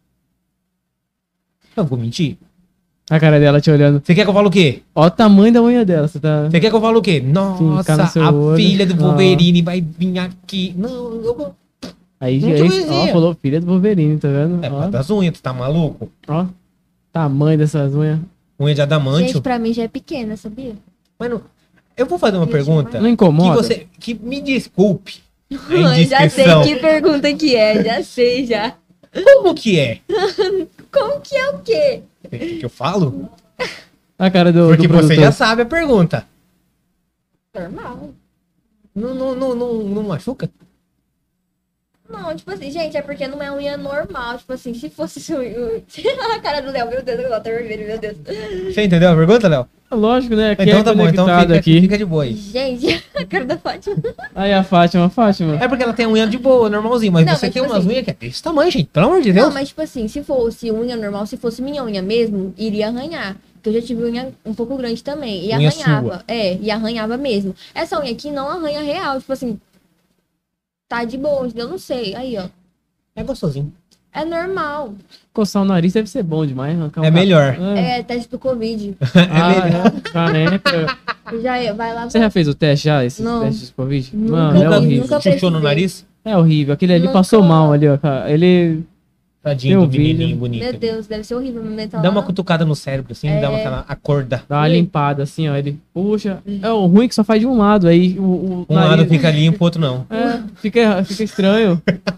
A: Eu vou mentir.
B: A cara dela te olhando.
A: Você quer que eu fale o quê?
B: Ó o tamanho da unha dela. Você tá.
A: Você quer que eu fale o quê? Nossa,
B: no seu
A: a
B: olho.
A: filha do
B: Ah.
A: Wolverine vai vir aqui. Não, eu vou.
B: Aí,
A: Não te
B: aí
A: conhecia.
B: ó, falou filha do Wolverine, tá vendo?
A: É por
B: Ó,
A: causa das unhas, tu tá maluco?
B: ó. Tamanho dessas unhas.
A: Unha de adamantio.
C: Gente, pra mim já é pequena, sabia?
A: Mano, eu vou fazer uma
C: Deixa
A: pergunta.
B: Não incomoda?
A: Que me desculpe. A
C: Já sei
A: indiscrição.
C: que pergunta que é, já sei, já.
A: Como que é?
C: Como que é o quê?
A: Que eu falo?
B: A cara do,
A: Porque
B: do
A: você
B: produtor.
A: já sabe a pergunta.
C: Normal.
A: Não machuca?
C: Não, tipo assim, gente, é porque não é unha normal. Tipo assim, se fosse a cara do Léo, meu Deus, eu tô vermelho, meu Deus.
A: Você entendeu a pergunta, Léo?
B: Lógico, né? Aqui
A: Então
B: é
A: tá bom, então
B: conectado aqui.
A: fica de boa aí.
C: Gente, a cara da Fátima.
B: Aí a Fátima.
A: É porque ela tem a unha de boa, normalzinho, mas
C: Não,
A: você
C: mas
A: tem
C: tipo
A: umas
C: assim-
A: unhas que é desse tamanho, gente. Pelo amor de Deus.
C: Não, mas tipo assim, se fosse unha normal, se fosse minha unha mesmo, iria arranhar. Porque eu já tive unha um pouco grande também. E
A: Unha
C: arranhava.
A: sua.
C: E arranhava mesmo. Essa unha aqui não arranha real. Tipo assim, tá de boa, eu não sei. Aí, ó.
A: É gostosinho.
C: É normal.
B: Coçar o nariz deve ser bom demais. Arrancar um
A: É melhor.
C: É teste do Covid.
B: Caneca.
C: Vai lá.
B: Você já fez o teste já? Esses
C: Não.
B: testes de Covid?
C: Nunca-
B: Mano, é
A: Nunca
B: horrível.
C: nunca
A: chuchou no
C: precisei.
A: nariz?
B: É horrível. Aquele ali
C: Nunca-
B: passou mal ali, ó. Cara. Ele.
A: Tadinho
B: Tem
A: do
B: um vídeo.
A: menininho bonito.
C: Meu Deus, deve ser horrível me meter
A: Dá
C: lá.
A: uma cutucada no cérebro, assim, dá uma aquela acorda.
B: Dá uma limpada assim, ó. Ele puxa. É o ruim que só faz de um lado. Aí o
A: Um
B: nariz-
A: lado fica limpo, o outro não.
B: fica estranho.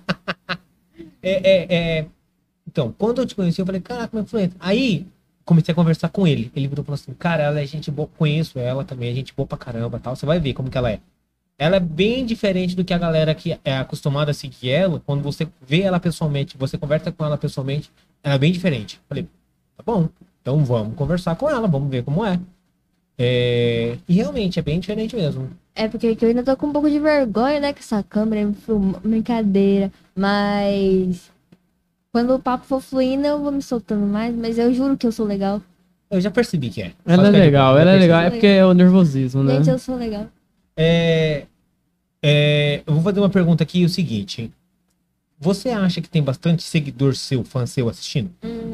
A: Então, quando eu te conheci, eu falei, caraca, como é que foi? Aí, comecei a conversar com ele. Ele virou e falou assim, cara, ela é gente boa, conheço ela também, é gente boa pra caramba, tal. Você vai ver como que ela é. Ela é bem diferente do que a galera que é acostumada a seguir ela. Quando você vê ela pessoalmente, você conversa com ela pessoalmente, ela é bem diferente. Falei, tá bom, então vamos conversar com ela, vamos ver como é. E realmente é bem diferente mesmo.
C: É porque eu ainda tô com um pouco de vergonha, né? Com essa câmera me filma, brincadeira. Mas quando o papo for fluindo, eu vou me soltando mais. Mas eu juro que eu sou legal.
A: Eu já percebi que é.
B: Ela
A: Pode
B: é
A: ficar de
B: legal,
A: boa,
B: ela
A: já
B: é legal.
A: percebi.
B: É porque é o nervosismo, né?
C: Gente, eu sou legal.
A: Eu vou fazer uma pergunta aqui, o seguinte. Você acha que tem bastante seguidor seu, fã seu assistindo?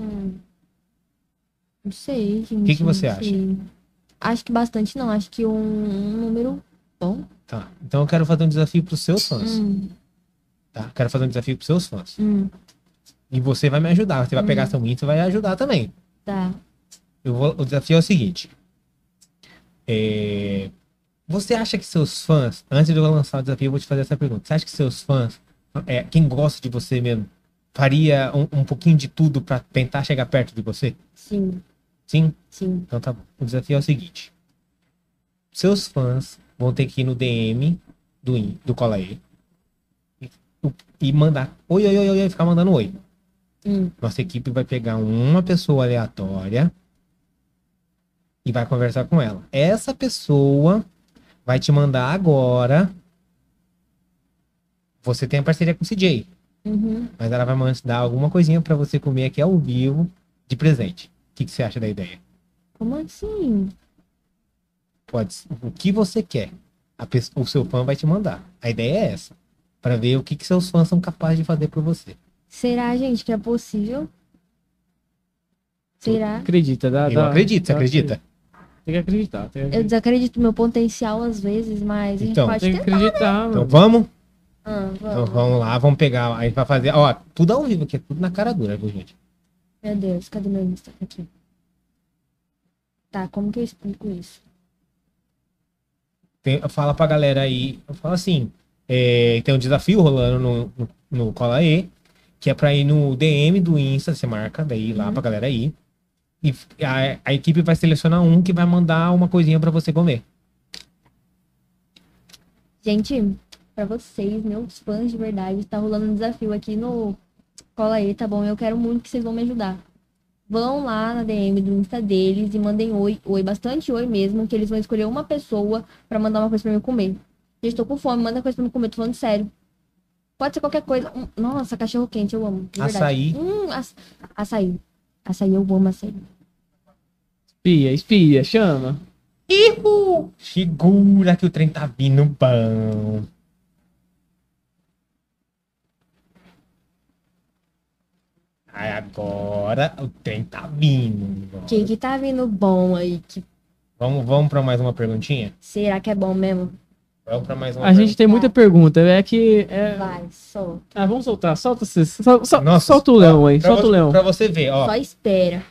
C: Não sei, gente.
A: O que você
C: não
A: acha?
C: sei. Acho que bastante não. Acho que um número bom.
A: Tá. Então eu quero fazer um desafio pros seus fãs. Tá? Quero fazer um desafio pros seus fãs. E você vai me ajudar. Você vai pegar seu Insta e vai ajudar também.
C: Tá.
A: O desafio é o seguinte. Você acha que seus fãs, antes de eu lançar o desafio, eu vou te fazer essa pergunta. Você acha que seus fãs, quem gosta de você mesmo, faria um pouquinho de tudo pra tentar chegar perto de você?
C: Sim,
A: Sim?
C: sim.
A: Então tá bom. O desafio é o seguinte. Seus fãs vão ter que ir no DM do Cola aí. e mandar oi, oi, oi, oi, ficar mandando oi.
C: Hum.
A: Nossa equipe vai pegar uma pessoa aleatória e vai conversar com ela. Essa pessoa vai te mandar agora. Você tem a parceria com o CJ,
C: Uhum.
A: mas ela vai mandar alguma coisinha pra você comer aqui ao vivo de presente. O que você acha da ideia?
C: Como assim?
A: Pode ser o que você quer. O seu fã vai te mandar. A ideia é essa. Pra ver o que seus fãs são capazes de fazer por você.
C: Será, gente, que é possível? Será?
B: Acredita, dá.
A: Eu acredito, você acredita?
B: Tem que acreditar.
C: Eu desacredito no meu potencial às vezes, mas a
A: Então,
C: gente pode
B: Tem que
C: tentar.
B: acreditar,
A: Então
B: mano.
A: vamos?
C: Ah,
A: Então
C: vamos.
A: vamos lá, vamos pegar. A gente vai fazer. Ó, tudo ao vivo aqui, tudo na cara dura, viu, gente?
C: Meu Deus, cadê meu Insta? Aqui. Tá, como que eu explico isso?
A: Fala pra galera aí. Fala assim. Tem um desafio rolando no Cola E, que é pra ir no DM do Insta, você marca daí lá pra galera ir. E a equipe vai selecionar um que vai mandar uma coisinha pra você comer.
C: Gente, pra vocês, meus fãs de verdade, tá rolando um desafio aqui no Cola aí, tá bom? Eu quero muito que vocês vão me ajudar. Vão lá na DM do Insta deles e mandem oi, bastante oi mesmo, que eles vão escolher uma pessoa pra mandar uma coisa pra mim comer. Gente, tô com fome, manda coisa pra mim comer, tô falando sério. Pode ser qualquer coisa. Nossa, cachorro quente, eu amo. De verdade.
A: Açaí.
C: Açaí. Açaí, eu amo açaí.
B: Espia, chama.
A: Segura que o trem tá vindo bom. Aí agora o trem tá vindo.
C: O que tá vindo bom aí?
A: Vamos pra mais uma perguntinha?
C: Será que é bom mesmo?
A: Vamos pra mais uma
B: A gente tem muita pergunta. É que.
C: Vai, solta.
B: Ah, vamos soltar. Solta
A: Nossa,
B: solta o leão aí.
A: pra
B: Solta o
A: você-
B: leão.
A: Pra você ver, ó.
C: Só espera.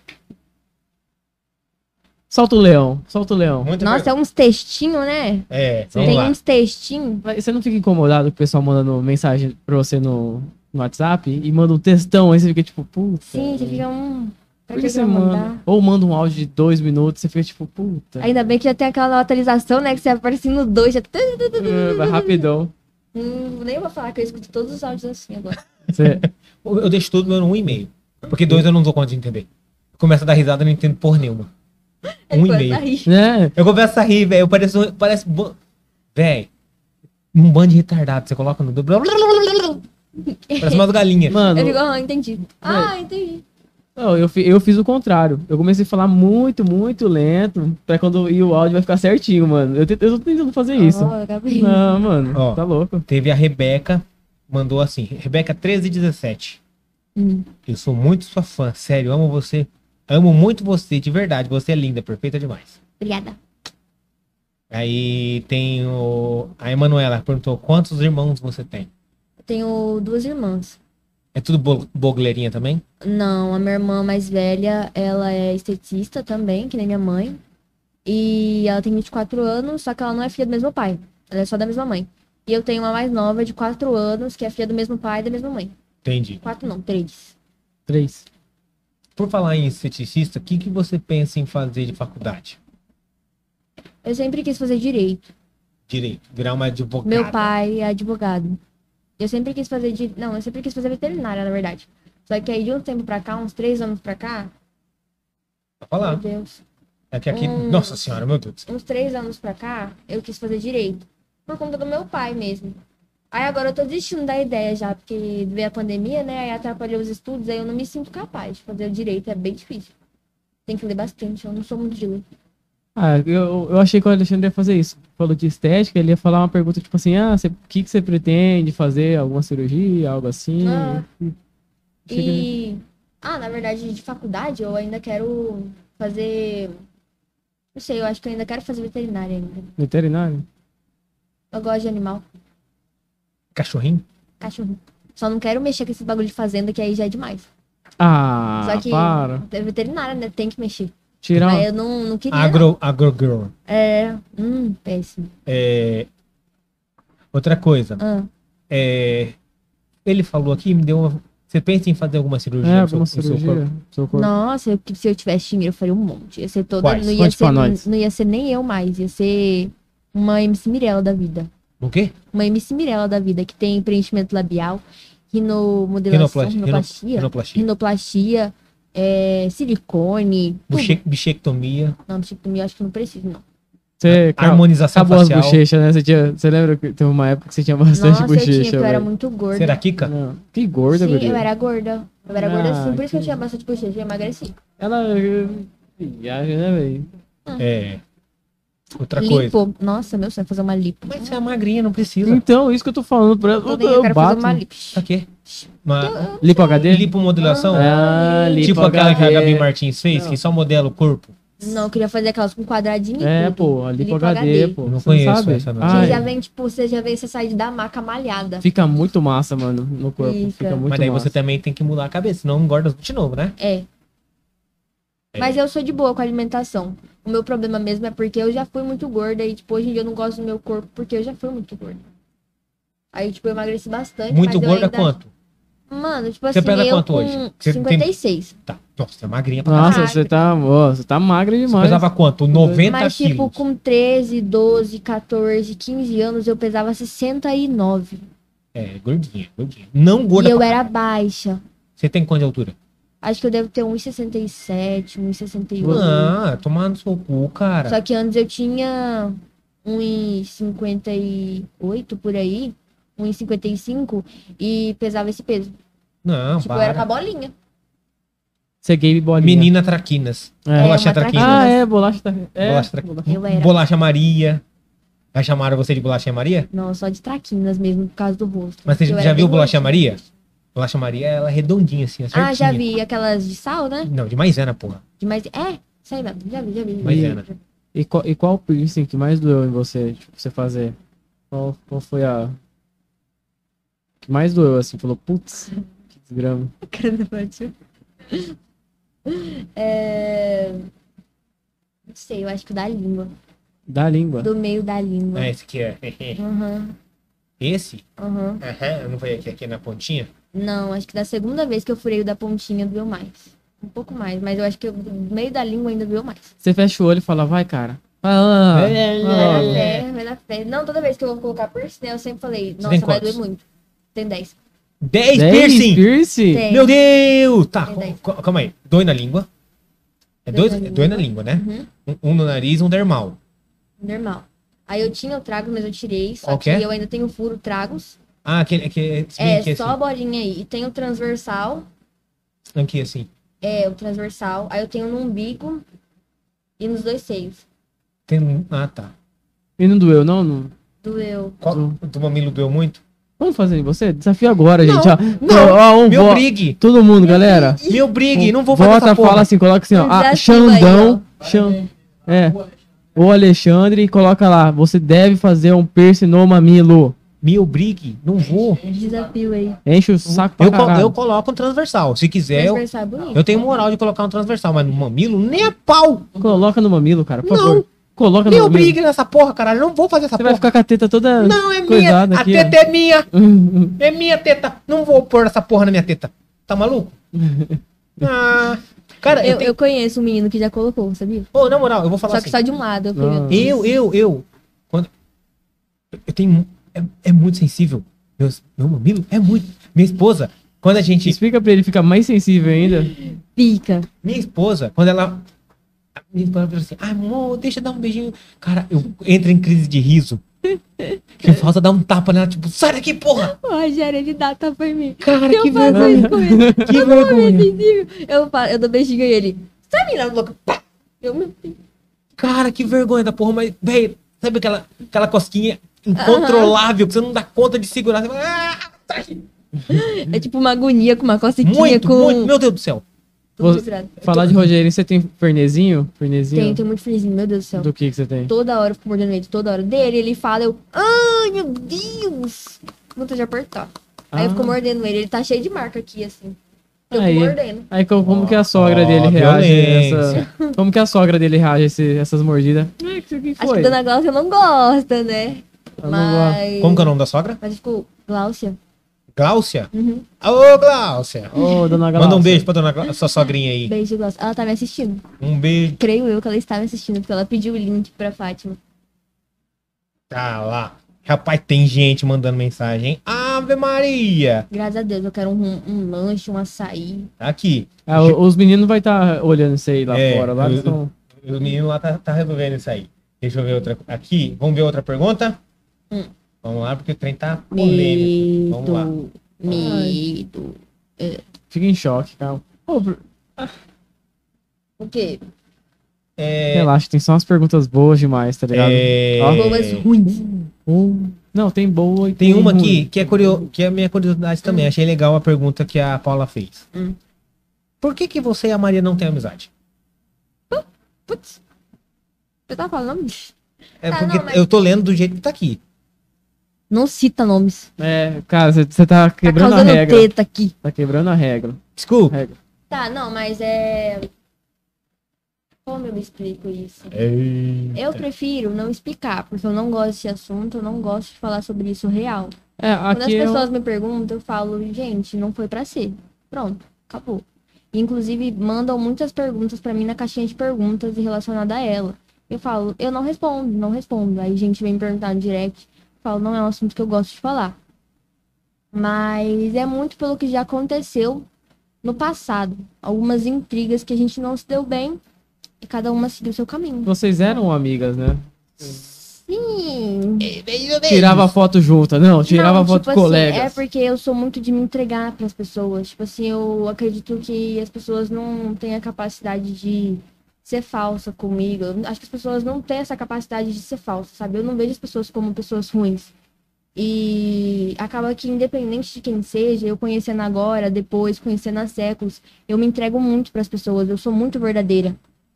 B: Solta o leão. Solta o leão.
A: Muita
C: Nossa, é uns textinhos, né?
A: vamos
C: Tem
A: lá.
C: uns textinhos.
B: Você não fica incomodado com o pessoal mandando mensagem pra você no WhatsApp e manda um textão, aí você fica tipo, puta.
C: Sim, você fica um. Pra
B: Por que
C: que
B: você
C: eu vou
B: manda?
C: mandar?
B: Ou manda um áudio de 2 minutos, você fica tipo, puta.
C: Ainda bem que já tem aquela nova atualização, né? Que você aparece no 2, já.
B: Vai rapidão.
C: Nem vou falar que eu escuto todos os áudios assim agora.
B: Você-
A: Eu deixo tudo no 1,5. Porque 2 eu não dou conta de entender. Começa a dar risada, eu não entendo por nenhuma.
C: Ele começa a
A: 1,5.
C: rir.
B: né?
A: Eu começo a rir, velho. Parece. Velho. Um bando de retardado. Você coloca no. Parece umas galinhas.
B: Mano,
C: Eu digo, entendi. Entendi.
B: não, eu fiz o contrário. Eu comecei a falar muito, muito lento, pra quando ir o áudio vai ficar certinho, mano. Eu tô tentando fazer isso.
C: Ó, acabei.
B: Não, mano,
A: Ó.
B: tá louco.
A: Teve a Rebeca. Mandou assim. Rebeca 1317. Eu sou muito sua fã. Sério, amo você. Amo muito você, de verdade. Você é linda, perfeita demais.
C: Obrigada.
A: Aí tem a Emanuela perguntou quantos irmãos você tem?
C: Eu tenho 2 irmãs.
A: É tudo bogleirinha também?
C: Não, a minha irmã mais velha, ela é esteticista também, que nem minha mãe. E ela tem 24 anos, só que ela não é filha do mesmo pai. Ela é só da mesma mãe. E eu tenho uma mais nova de 4 anos, que é filha do mesmo pai e da mesma mãe.
A: Entendi.
C: 4 não, 3.
B: 3.
A: Por falar em esteticista, o que você pensa em fazer de faculdade?
C: Eu sempre quis fazer direito.
A: Direito, virar uma advogada.
C: Meu pai é advogado. Eu sempre quis fazer Não, eu sempre quis fazer veterinária, na verdade. Só que aí de um tempo pra cá, uns 3 anos pra cá,
A: Pode falar.
C: meu Deus.
A: É que aqui, nossa senhora, meu Deus.
C: Uns 3 anos pra cá, eu quis fazer direito. Por conta do meu pai mesmo. Aí agora eu tô desistindo da ideia já, porque veio a pandemia, né? Aí atrapalhou os estudos, aí eu não me sinto capaz de fazer o direito, é bem difícil. Tem que ler bastante, eu não sou muito de ler.
B: Ah, eu achei que o Alexandre ia fazer isso. Falou de estética, ele ia falar uma pergunta tipo assim, o que você pretende fazer? Alguma cirurgia, algo assim?
C: Ah.
B: Achei que ele-
C: E... na verdade, de faculdade, eu ainda quero fazer... Não sei, eu acho que eu ainda quero fazer veterinária ainda.
B: Veterinário?
C: Eu gosto de animal,
A: Cachorrinho?
C: cachorro. Só não quero mexer com esse bagulho de fazenda, que aí já é demais.
B: Ah,
C: Só que
B: para.
C: é veterinária, né? Tem que mexer.
B: Tirar
C: Aí eu não queria.
A: Agro girl.
C: Péssimo.
A: Outra coisa.
C: Ah,
A: Ele falou aqui, me deu uma... Você pensa em fazer alguma cirurgia no
B: alguma
A: seu
B: cirurgia?
A: corpo?
B: Seu corpo.
C: nossa, se eu tivesse dinheiro, eu faria um monte. Ia ser toda.
A: Quais?
C: Não ia
B: Conte pra
C: ser,
B: nós.
C: não ia ser nem eu mais. Ia ser uma MC Mirella da vida.
A: O quê?
C: Uma MC Mirella da vida, que tem preenchimento labial,
A: Rinoplastia.
C: Rinoplastia, silicone, tudo.
A: Bichectomia.
C: Não, bichectomia eu acho que não precisa, não.
B: Você
A: Harmonização
B: acabou
A: facial.
B: as bochechas, né? Você lembra que teve uma época que você tinha bastante
C: Nossa, eu tinha,
B: bochecha,
C: porque eu era
B: velho?
C: muito gorda.
A: Será Kika?
B: Não. Que gorda,
C: Sim,
B: guria.
C: eu era gorda. Eu era gorda
B: Ah,
C: sim, por isso que eu
B: que-
C: tinha bastante bochecha, eu emagreci.
B: Ela... Viagem, né, velho?
A: É. Outra coisa.
C: Lipo. Nossa, meu sonho é fazer uma lipo.
A: Mas você é magrinha, não precisa.
B: Então, isso que eu tô falando pra ela.
C: Eu quero fazer uma lipo.
A: Pra quê? Uma
B: Lipo HD?
A: lipomodulação?
B: Ah, lipo
A: Tipo aquela que a
B: HD.
A: Gabi Martins fez,
B: Não.
A: que só modela o corpo.
C: Não, eu queria fazer aquelas com quadradinho e
B: É,
C: tudo.
B: pô, a Lipo
C: Lipo
B: HD,
C: HD.
B: pô.
A: Não
B: Você
A: conheço
B: sabe?
A: essa, não.
B: Ai,
C: Você já vem, tipo, você sair da maca malhada.
B: fica muito massa, mano, no corpo.
C: Fica.
B: Fica muito
A: Mas daí
B: massa.
A: você também tem que mudar a cabeça, senão engorda de novo, né?
C: É. Mas eu sou de boa com a alimentação. O meu problema mesmo é porque eu já fui muito gorda e, tipo, hoje em dia eu não gosto do meu corpo porque eu já fui muito gorda. Aí, tipo, eu emagreci bastante.
A: Muito
C: mas eu
A: gorda
C: ainda...
A: quanto?
C: Mano, tipo
A: Você
C: assim,
A: pesa
C: eu
A: quanto
C: com
A: hoje? Você tem-
C: 56.
A: Tá. Nossa, você é magrinha pra
B: Nossa,
A: caralho.
B: você tá magra
A: Você
B: demais.
A: pesava quanto? 90
C: Mas, tipo,
A: quilos.
C: com 13, 12, 14, 15 anos, eu pesava 69.
A: É, gordinha, gordinha. Não gorda
C: E eu
A: pra
C: era
A: caralho.
C: baixa.
A: Você tem quanto de altura?
C: Acho que eu devo ter 1,67, 1,68.
A: Ah, tomar no seu cu, cara.
C: Só que antes eu tinha 1,58 por aí, 1,55 e pesava esse peso.
A: Não,
C: Tipo, eu era com a
A: para.
C: bolinha.
B: Você é gay bolinha.
A: Menina traquinas.
B: É.
A: Bolacha
C: uma
A: traquinas.
B: Ah, é, bolacha tá...
A: Bolacha traquinas.
C: Eu era.
A: Bolacha Maria. Já chamaram você de Bolacha Maria?
C: Não, só de traquinas mesmo, por causa do rosto.
A: Mas você
C: Eu
A: já
C: era
A: viu
C: bem
A: Bolacha
C: gordinha.
A: Maria? Bolacha Maria, ela é redondinha assim, certinha.
C: Ah, já vi aquelas de sal, né?
A: Não, de maisena, porra.
C: De mais... isso aí mesmo. Já vi.
A: Maisena.
B: E qual piercing que mais doeu em você, tipo, você fazer? Qual foi a... que mais doeu, assim? Falou, putz, que desgrama.
C: Cara da Paty. Não sei, eu acho que o da língua.
B: Da língua.
C: Do meio da língua.
A: Ah, esse aqui é.
C: Aham,
A: Esse?
C: aham.
A: Aham, não foi aqui na pontinha?
C: Não, acho que da segunda vez que eu furei o da pontinha doeu mais. Um pouco mais, mas eu acho que o do meio da língua ainda doeu mais.
B: Você fecha o olho e fala, vai, cara. Vai lá.
C: Vai
B: Ah,
C: dar fé, vai dar fé. Não, toda vez que eu vou colocar piercing, né, eu sempre falei,
A: tem
C: nossa, vai
A: quantos?
C: doer muito. Tem 10.
A: 10
B: 10
A: piercing!
B: piercing?
C: Tem.
A: Meu Deus! Tá,
C: Tem 10.
A: calma aí. Dói na língua. É
C: Dói
A: dois,
C: na
A: dói na
C: língua.
A: língua, né?
C: Uhum,
A: Um no nariz, um dermal.
C: normal. Aí eu tinha o trago, mas eu tirei, só
A: Qual que
C: que
A: é?
C: eu ainda tenho furo tragos.
A: Ah, aquele que
C: É,
A: é
C: só a
A: assim.
C: bolinha aí. E tem o transversal.
A: Aqui assim.
C: É, o transversal. Aí eu tenho no umbigo e nos dois seios.
A: Ah, tá.
B: E não doeu, não? Não.
C: Doeu.
A: Qual, do mamilo doeu muito?
B: Vamos fazer em você? Desafio agora, gente. Ó,
A: não.
B: Ó,
A: Meu brigue!
B: Todo mundo, galera.
A: Meu brigue! Não vou fazer
B: Bota,
A: essa porra.
B: fala assim, coloca assim, ó.
C: Desafio
B: Xandão.
C: aí,
B: É. O Alexandre, coloca lá. Você deve fazer um piercing no mamilo.
A: Meu brigue! Não vou.
C: Desafio aí.
B: Enche o saco pra
A: Eu
B: caralho.
A: coloco um transversal. Se quiser,
C: Transversal é bonito.
A: eu tenho moral de colocar um transversal, mas no mamilo, nem a pau!
B: Coloca no mamilo, cara, por
A: Não.
B: favor. Coloca no
A: Meu
B: mamilo.
A: brigue nessa porra, caralho. Eu não vou fazer essa
B: Você vai
A: porra.
B: ficar com a teta toda
A: Não, é minha.
B: coisada
A: A
B: aqui,
A: teta
B: ó.
A: é minha. É minha teta. Não vou pôr essa porra na minha teta. Tá maluco? Ah, cara, eu tenho...
C: Eu conheço um menino que já colocou, sabia?
A: Ô, na moral, eu vou falar
C: Só
A: assim.
C: que só de um lado. Eu fui,
B: Ah.
C: meu Deus.
A: Eu. Quando... Eu tenho... É muito sensível. Meu mamilo é muito... Minha esposa, quando a gente...
B: Explica pra ele ficar mais sensível ainda.
C: Pica.
A: Minha esposa, quando ela... Minha esposa falou assim, ai, amor, deixa eu dar um beijinho. Cara, eu entro em crise de riso. Que falta dar um tapa nela, tipo, sai daqui, porra!
C: O Rogério, ele dá tapa em mim.
A: Cara,
C: Eu
A: que
C: faço
A: vergonha.
C: isso com ele.
A: Que
C: É
A: vergonha.
C: sensível. Eu dou beijinho e ele. Sai, menina louca. Pá! Meu filho.
A: Cara, que vergonha da porra, mas, velho, sabe aquela cosquinha incontrolável que você não dá conta de segurar? Você fala, ah, sai.
C: É tipo uma agonia com uma cocequinha
A: Muito,
C: com...
A: muito, meu Deus do céu.
C: tudo
B: Vou
C: misturado.
B: falar de Rogerinho, você tem fernezinho? Fernezinho?
C: Tem muito frisinho, meu Deus do céu.
B: Do que você tem?
C: Toda hora eu fico mordendo ele, toda hora. Dele, ele fala, eu... Ai, meu Deus! Vontade de apertar. Aí eu fico mordendo ele tá cheio de marca aqui, assim. Eu
B: Aí.
C: fico mordendo.
B: Aí como que a sogra
A: Ó,
B: dele reage
A: violência.
B: Como que a sogra dele reage a essas mordidas? Que
C: Acho que Dona Glaucia não gosta, né?
B: Ela não gosta.
C: Mas...
A: Como que é o nome da sogra?
C: Mas ficou Glaucia.
A: Gláucia?
C: Uhum.
A: Ô, Gláucia.
B: Ô, dona Glaucia.
A: Manda um beijo pra sua sogrinha aí.
C: Beijo, Glaucia. Ela tá me assistindo.
A: Um beijo.
C: Creio eu que ela está me assistindo, porque ela pediu o link pra Fátima.
A: Tá lá. Rapaz, tem gente mandando mensagem, hein? Ave Maria.
C: Graças a Deus, eu quero um lanche, um açaí.
A: Tá aqui.
B: Ah, os meninos vão estar olhando isso aí lá
A: É,
B: fora. Lá eles tão...
A: O menino lá tá resolvendo isso aí. Deixa eu ver outra. Aqui, vamos ver outra pergunta? Vamos lá, porque o trem tá polêmico. Vamos lá.
C: Medo.
B: Fica em choque, calma. Ô,
C: O quê?
B: relaxa, tem só umas perguntas boas demais, tá ligado? Ó.
C: Boas ruins.
B: Não, tem boa e
A: Tem uma
B: ruim.
A: aqui que é a minha curiosidade também. Achei legal a pergunta que a Paula fez. Por que você e a Maria não têm amizade?
C: Putz. Você tá falando?
A: É
C: Ah,
A: porque
C: não, mas-
A: eu tô lendo do jeito que tá aqui.
C: Não cita nomes.
B: É, cara, você tá
C: Tá
B: quebrando a
C: causando
B: regra.
C: treta aqui.
B: Tá quebrando a regra.
A: Desculpa.
B: Regra.
C: Tá, não, mas é... Como eu me explico isso? Eu prefiro não explicar, porque eu não gosto desse assunto, eu não gosto de falar sobre isso real.
B: É,
C: Quando as
B: aqui eu...
C: pessoas me perguntam, eu falo, gente, não foi pra ser. Pronto, acabou. Inclusive, mandam muitas perguntas pra mim na caixinha de perguntas relacionada a ela. Eu falo, eu não respondo. Aí gente vem me perguntar no direct, eu falo, não é um assunto que eu gosto de falar. Mas é muito pelo que já aconteceu no passado. Algumas intrigas que a gente não se deu bem e cada uma seguiu seu caminho.
B: Vocês eram amigas, né?
C: Sim.
B: Tirava foto junta, não? Tirava
C: Não,
B: foto
C: tipo
B: com
C: assim,
B: colegas.
C: é porque eu sou muito de me entregar pras pessoas. Tipo assim, eu acredito que as pessoas não têm a capacidade de ser falsa comigo. Eu acho que as pessoas não têm essa capacidade de ser falsa, sabe? Eu não vejo as pessoas como pessoas ruins. E acaba que, independente de quem seja, eu conhecendo agora, depois, conhecendo há séculos, eu me entrego muito pras pessoas. Eu sou muito verdadeira.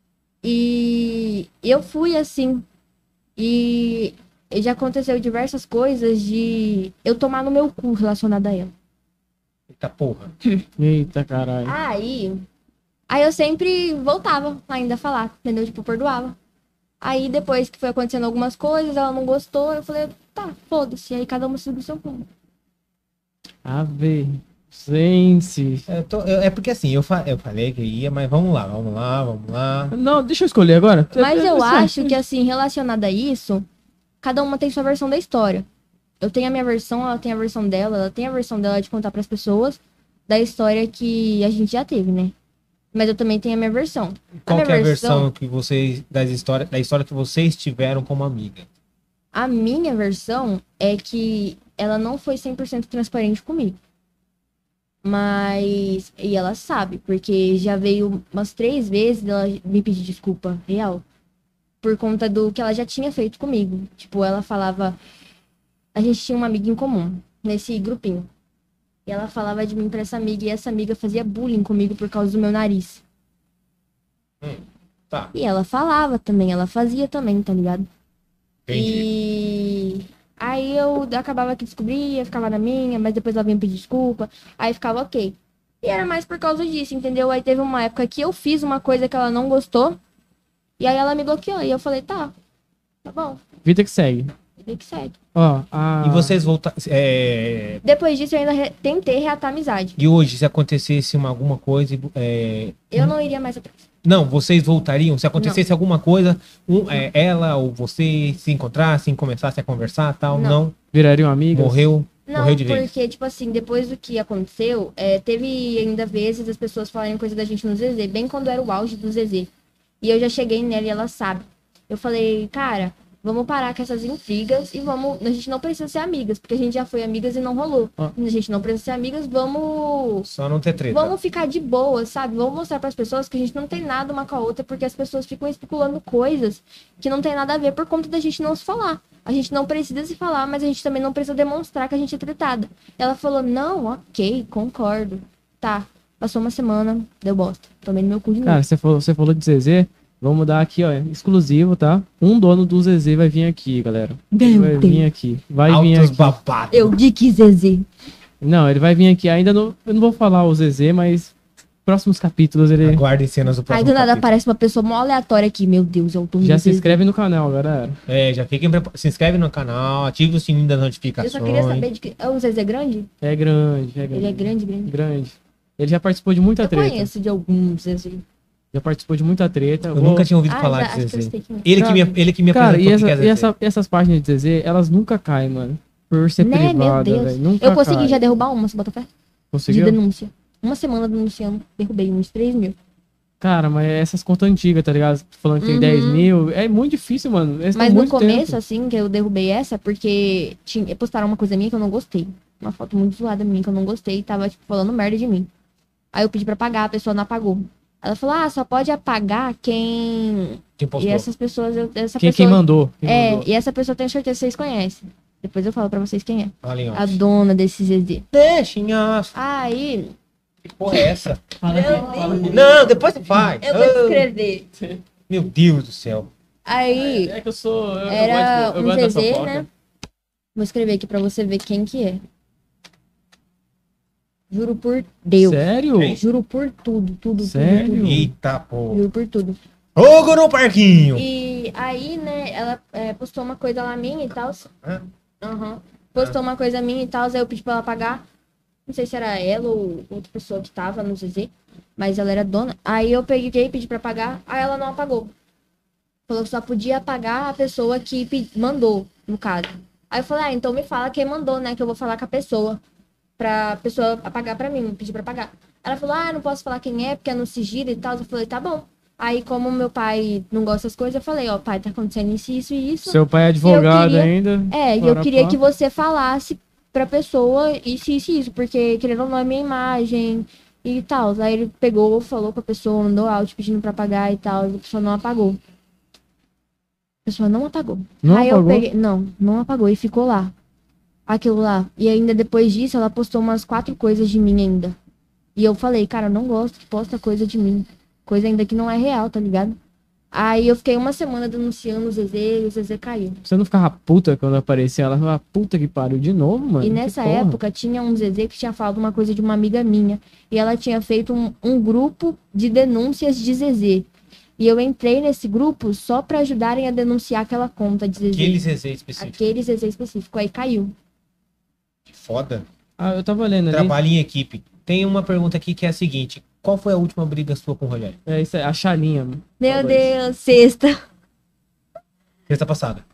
C: E eu fui assim. E já aconteceu diversas coisas de eu tomar no meu cu relacionada a ela.
A: Eita porra.
B: Eita, caralho.
C: Aí eu sempre voltava ainda a falar, entendeu? Tipo, perdoava. Aí depois que foi acontecendo algumas coisas, ela não gostou, eu falei, tá, foda-se. Aí cada uma seguiu o seu rumo.
B: Ave. Gente.
A: É porque assim, eu falei que ia, mas vamos lá.
B: Não, deixa eu escolher agora.
C: Mas eu acho que, assim, relacionada a isso, cada uma tem sua versão da história. Eu tenho a minha versão, ela tem a versão dela, ela tem a versão dela de contar pras pessoas da história que a gente já teve, né? Mas eu também tenho a minha versão.
A: Qual
C: minha
A: que é a versão que vocês, da história que vocês tiveram como amiga?
C: A minha versão é que ela não foi 100% transparente comigo. Mas... E ela sabe, porque já veio umas 3 vezes ela me pedir desculpa real. Por conta do que ela já tinha feito comigo. Tipo, ela falava... A gente tinha uma amiga em comum, nesse grupinho. E ela falava de mim pra essa amiga, e essa amiga fazia bullying comigo por causa do meu nariz.
A: Tá.
C: E ela falava também, ela fazia também, tá ligado?
A: Entendi.
C: E aí eu acabava que descobria, ficava na minha, mas depois ela vinha pedir desculpa, aí ficava ok. E era mais por causa disso, entendeu? Aí teve uma época que eu fiz uma coisa que ela não gostou, e aí ela me bloqueou, e eu falei, tá bom,
B: Vida que segue.
C: vida que segue.
B: Ó,
A: E vocês voltaram.
C: Depois disso eu ainda tentei reatar a amizade.
A: E hoje, se acontecesse alguma coisa.
C: Eu não iria mais atrás.
A: Não, vocês voltariam? Se acontecesse alguma coisa, ela ou você se encontrassem, começassem a conversar tal,
C: Não.
B: virariam amigas?
A: Morreu
C: Não,
A: de vez.
C: porque, tipo assim, depois do que aconteceu, teve ainda vezes as pessoas falarem coisa da gente no ZZ, bem quando era o auge do ZZ. E eu já cheguei nela e ela sabe. Eu falei, cara, vamos parar com essas intrigas e vamos... A gente não precisa ser amigas, porque a gente já foi amigas e não rolou.
B: Ah.
C: A gente não precisa ser amigas, vamos...
A: Só não ter treta.
C: Vamos ficar de boa, sabe? Vamos mostrar para as pessoas que a gente não tem nada uma com a outra, porque as pessoas ficam especulando coisas que não tem nada a ver por conta da gente não se falar. A gente não precisa se falar, mas a gente também não precisa demonstrar que a gente é tretada. Ela falou, não, ok, concordo. Tá, passou uma semana, deu bosta. Tomei no meu cu de novo.
B: Cara, você falou de ZZ, vamos dar aqui, ó, exclusivo, tá? Um dono do ZZ vai vir aqui, galera. Ele vai vir aqui. Vai vir
A: Altos
B: aqui.
A: babados.
C: Eu digo ZZ.
B: Não, ele vai vir aqui. Ainda não, eu não vou falar o ZZ, mas próximos capítulos ele
A: Aguardem cenas do
C: Aí
A: próximo
C: do nada
A: capítulo.
C: aparece uma pessoa mó aleatória aqui. Meu Deus, eu tô
B: já se inscreve no canal, galera.
A: Já fiquem se inscreve no canal, ative o sininho das
C: Eu
A: notificações.
C: só queria saber de que... O ZZ é grande?
B: É grande,
C: Ele é grande.
B: grande. Ele já participou de muita
C: Eu
B: treta.
C: conheço de alguns ZZ.
B: Já participou de muita treta.
A: Eu nunca tinha ouvido falar
C: já, acho
A: de
C: que eu
A: ZZ.
C: sei quem é.
A: Ele que me
B: Cara,
A: apresentou o que é ZZ.
B: essas páginas de ZZ, elas nunca caem, mano. Por ser
C: Né, meu
B: privada,
C: Deus.
B: velho. Nunca
C: Eu consegui
B: cai.
C: já derrubar uma, você bota fé? De
B: Conseguiu?
C: denúncia. Uma semana denunciando, derrubei uns 3 mil.
B: Cara, mas essas contas antigas, tá ligado? Falando que tem
C: Uhum.
B: 10 mil. É muito difícil, mano. Eles
C: Mas
B: tão
C: no
B: muito
C: começo,
B: tempo.
C: assim, que eu derrubei essa, porque postaram uma coisa minha que eu não gostei. Uma foto muito zoada minha que eu não gostei. Tava, tipo, falando merda de mim. Aí eu pedi pra apagar, a pessoa não apagou. Ela falou, só pode apagar quem...
A: Quem
C: E
A: postou?
C: essas pessoas, essa
B: Quem
C: pessoa...
B: mandou? Quem mandou?
C: E essa pessoa eu tenho certeza que vocês conhecem. Depois eu falo pra vocês quem é.
A: Fala em
C: A
A: off.
C: dona desse ZZ.
A: Deixa em off.
C: Aí,
A: Que porra é essa?
B: Fala aqui.
A: Não, depois você faz.
C: eu vou escrever.
A: Meu Deus do céu.
C: Aí,
B: É que eu sou.
C: era
B: eu
C: um
B: gosto da
C: ZZ,
B: fofoca.
C: né? Vou escrever aqui pra você ver quem que é. Juro por Deus.
B: Sério?
A: Quem?
C: Juro por tudo, tudo,
B: Sério?
C: tudo.
A: Eita porra.
C: Juro por tudo.
A: Fogo no parquinho.
C: E aí, né, ela postou uma coisa lá minha e tal.
A: Hã?
C: Aham. Postou uma coisa minha e tal, aí eu pedi pra ela pagar. Não sei se era ela ou outra pessoa que tava no ZZ, mas ela era dona. Aí eu peguei e pedi pra pagar, aí ela não apagou. Falou que só podia pagar a pessoa que mandou, no caso. Aí eu falei, então me fala quem mandou, né, que eu vou falar com a pessoa. Pra pessoa apagar pra mim, pedir pra pagar. Ela falou, eu não posso falar quem é, porque é no sigilo e tal. Eu falei, tá bom. Aí, como meu pai não gosta das coisas, eu falei, pai, tá acontecendo isso e isso.
B: Seu pai é advogado
C: queria-
B: ainda.
C: E eu queria que você falasse pra pessoa isso e isso, porque querendo ou não é minha imagem e tal. Aí ele pegou, falou com a pessoa, mandou áudio pedindo pra pagar e tal, e a pessoa não apagou. A pessoa não apagou.
B: Não
C: Aí
B: apagou?
C: eu peguei, não apagou e ficou lá. Aquilo lá. E ainda depois disso, ela postou umas 4 coisas de mim ainda. E eu falei, cara, eu não gosto que posta coisa de mim. Coisa ainda que não é real, tá ligado? Aí eu fiquei uma semana denunciando o ZZ e o ZZ caiu.
B: Você não ficava puta quando aparecia? Ela falava, puta que pariu de novo, mano.
C: E
B: Que
C: nessa
B: porra.
C: época tinha um ZZ que tinha falado uma coisa de uma amiga minha. E ela tinha feito um grupo de denúncias de ZZ. E eu entrei nesse grupo só pra ajudarem a denunciar aquela conta de ZZ.
A: Aquele ZZ específico.
C: Aquele ZZ específico. Aí caiu.
A: Que foda.
B: Eu tava lendo ali.
A: Trabalho em equipe. Tem uma pergunta aqui que é a seguinte. Qual foi a última briga sua com o Rogério?
B: É isso aí, a chalinha, mano.
C: Meu
B: Falou isso.
C: Deus, sexta.
A: Sexta passada.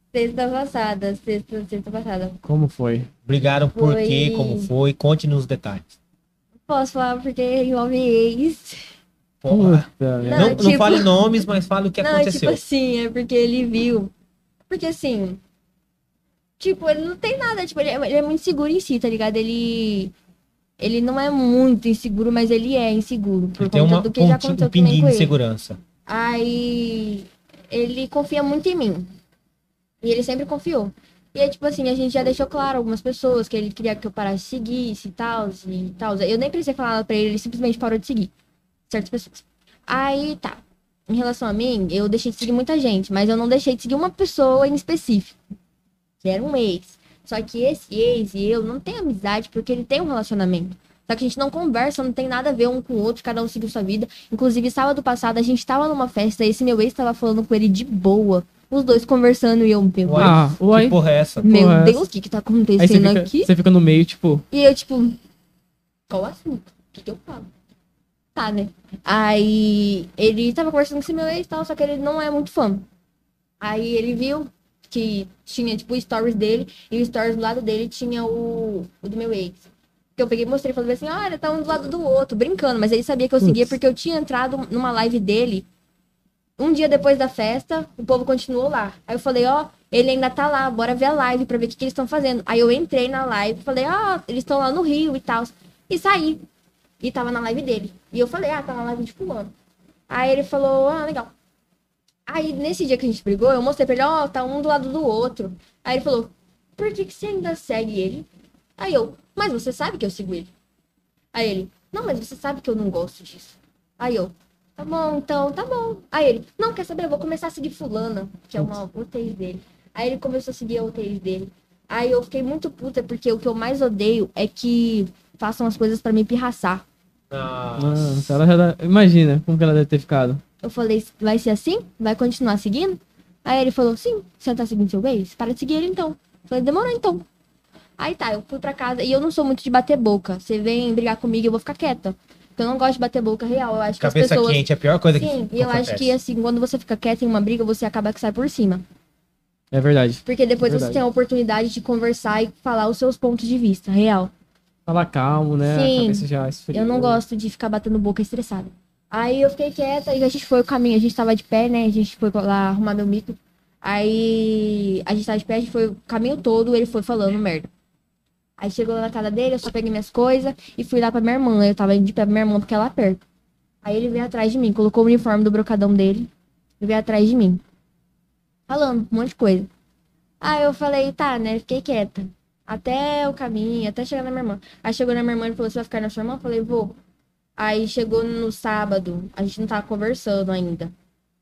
C: Sexta passada.
B: Como foi?
A: Brigaram por
C: Foi-
A: quê? Como foi? Conte nos detalhes.
C: Posso falar porque envolve ex.
A: Porra.
B: Puta,
C: Não,
B: merda.
A: Não, não
C: tipo-
A: fale nomes, mas fale o que
C: Não,
A: aconteceu.
C: tipo assim, é porque ele viu. Porque assim. Tipo, ele não tem nada. Tipo, ele é muito seguro em si, tá ligado? Ele não é muito inseguro, mas ele é inseguro. Por
A: Ele tem
C: conta do que já aconteceu
A: um
C: também
A: pinguinho
C: com
A: de
C: ele.
A: segurança.
C: Aí ele confia muito em mim. E ele sempre confiou. E aí, tipo assim, a gente já deixou claro algumas pessoas que ele queria que eu parasse de seguir, e tal, e tal. Eu nem precisei falar nada pra ele, ele simplesmente parou de seguir certas pessoas. Aí, tá. Em relação a mim, eu deixei de seguir muita gente, mas eu não deixei de seguir uma pessoa em específico, que era um ex. Só que esse ex e eu não tem amizade porque ele tem um relacionamento. Só que a gente não conversa, não tem nada a ver um com o outro, cada um seguiu sua vida. Inclusive, sábado passado, a gente tava numa festa e esse meu ex tava falando com ele de boa. Os dois conversando e eu, meu,
A: Uai,
B: uai.
A: Que porra é essa?
C: meu
B: porra é
C: Deus, o que tá
B: Aí
C: acontecendo aqui?
B: você fica no meio, tipo,
C: E eu, tipo, qual o assunto? O que eu falo? Tá, né? Aí ele tava conversando com esse meu ex e tal, só que ele não é muito fã. Aí ele viu que tinha, tipo, o stories dele, e o stories do lado dele tinha o do meu ex. Que eu peguei e mostrei, falei assim, olha, tá um do lado do outro, brincando, mas ele sabia que eu seguia
B: Putz.
C: porque eu tinha entrado numa live dele um dia depois da festa, o povo continuou lá. Aí eu falei, ele ainda tá lá, bora ver a live pra ver o que eles estão fazendo. Aí eu entrei na live, falei, eles estão lá no Rio e tal. E saí. E tava na live dele. E eu falei, tá na live de fulano. Aí ele falou, legal. Aí nesse dia que a gente brigou, eu mostrei pra ele, tá um do lado do outro. Aí ele falou, por que você ainda segue ele? Aí eu, mas você sabe que eu sigo ele. Aí ele, não, mas você sabe que eu não gosto disso. Aí eu, tá bom, então, tá bom. Aí ele, não, quer saber, eu vou começar a seguir fulana, que é uma outra ex dele. Aí ele começou a seguir a outra ex dele. Aí eu fiquei muito puta, porque o que eu mais odeio é que façam as coisas pra me pirraçar.
B: nossa, ela já imagina como que ela deve ter ficado.
C: Eu falei, vai ser assim? Vai continuar seguindo? Aí ele falou, sim, você não tá seguindo seu ex? Para de seguir ele então. Eu falei, demorou então. Aí tá, eu fui pra casa e eu não sou muito de bater boca. Você vem brigar comigo, eu vou ficar quieta. Porque eu não gosto de bater boca real. Eu acho que
A: Cabeça
C: as pessoas...
A: quente é a pior coisa que
C: Sim, e eu acho
A: acontece.
C: que assim, quando você fica quieta em uma briga, você acaba que sai por cima.
B: É verdade.
C: Porque depois
B: Verdade.
C: você tem a oportunidade de conversar e falar os seus pontos de vista, real.
B: Fala calmo, né?
C: Sim.
B: A cabeça já esfriou.
C: Eu não gosto de ficar batendo boca estressada. Aí eu fiquei quieta e a gente foi o caminho. A gente tava de pé, né? A gente foi lá arrumar meu mico. Aí a gente tava de pé, a gente foi o caminho todo, ele foi falando merda. Aí chegou lá na casa dele, eu só peguei minhas coisas e fui lá pra minha irmã. Eu tava indo de pé pra minha irmã porque é lá perto. Aí ele veio atrás de mim, colocou o uniforme do brocadão dele e veio atrás de mim. Falando um monte de coisa. Aí eu falei, tá, né? Fiquei quieta. Até o caminho, até chegar na minha irmã. Aí chegou na minha irmã e falou, você vai ficar na sua irmã? Eu falei, vou. Aí chegou no sábado, a gente não tava conversando ainda.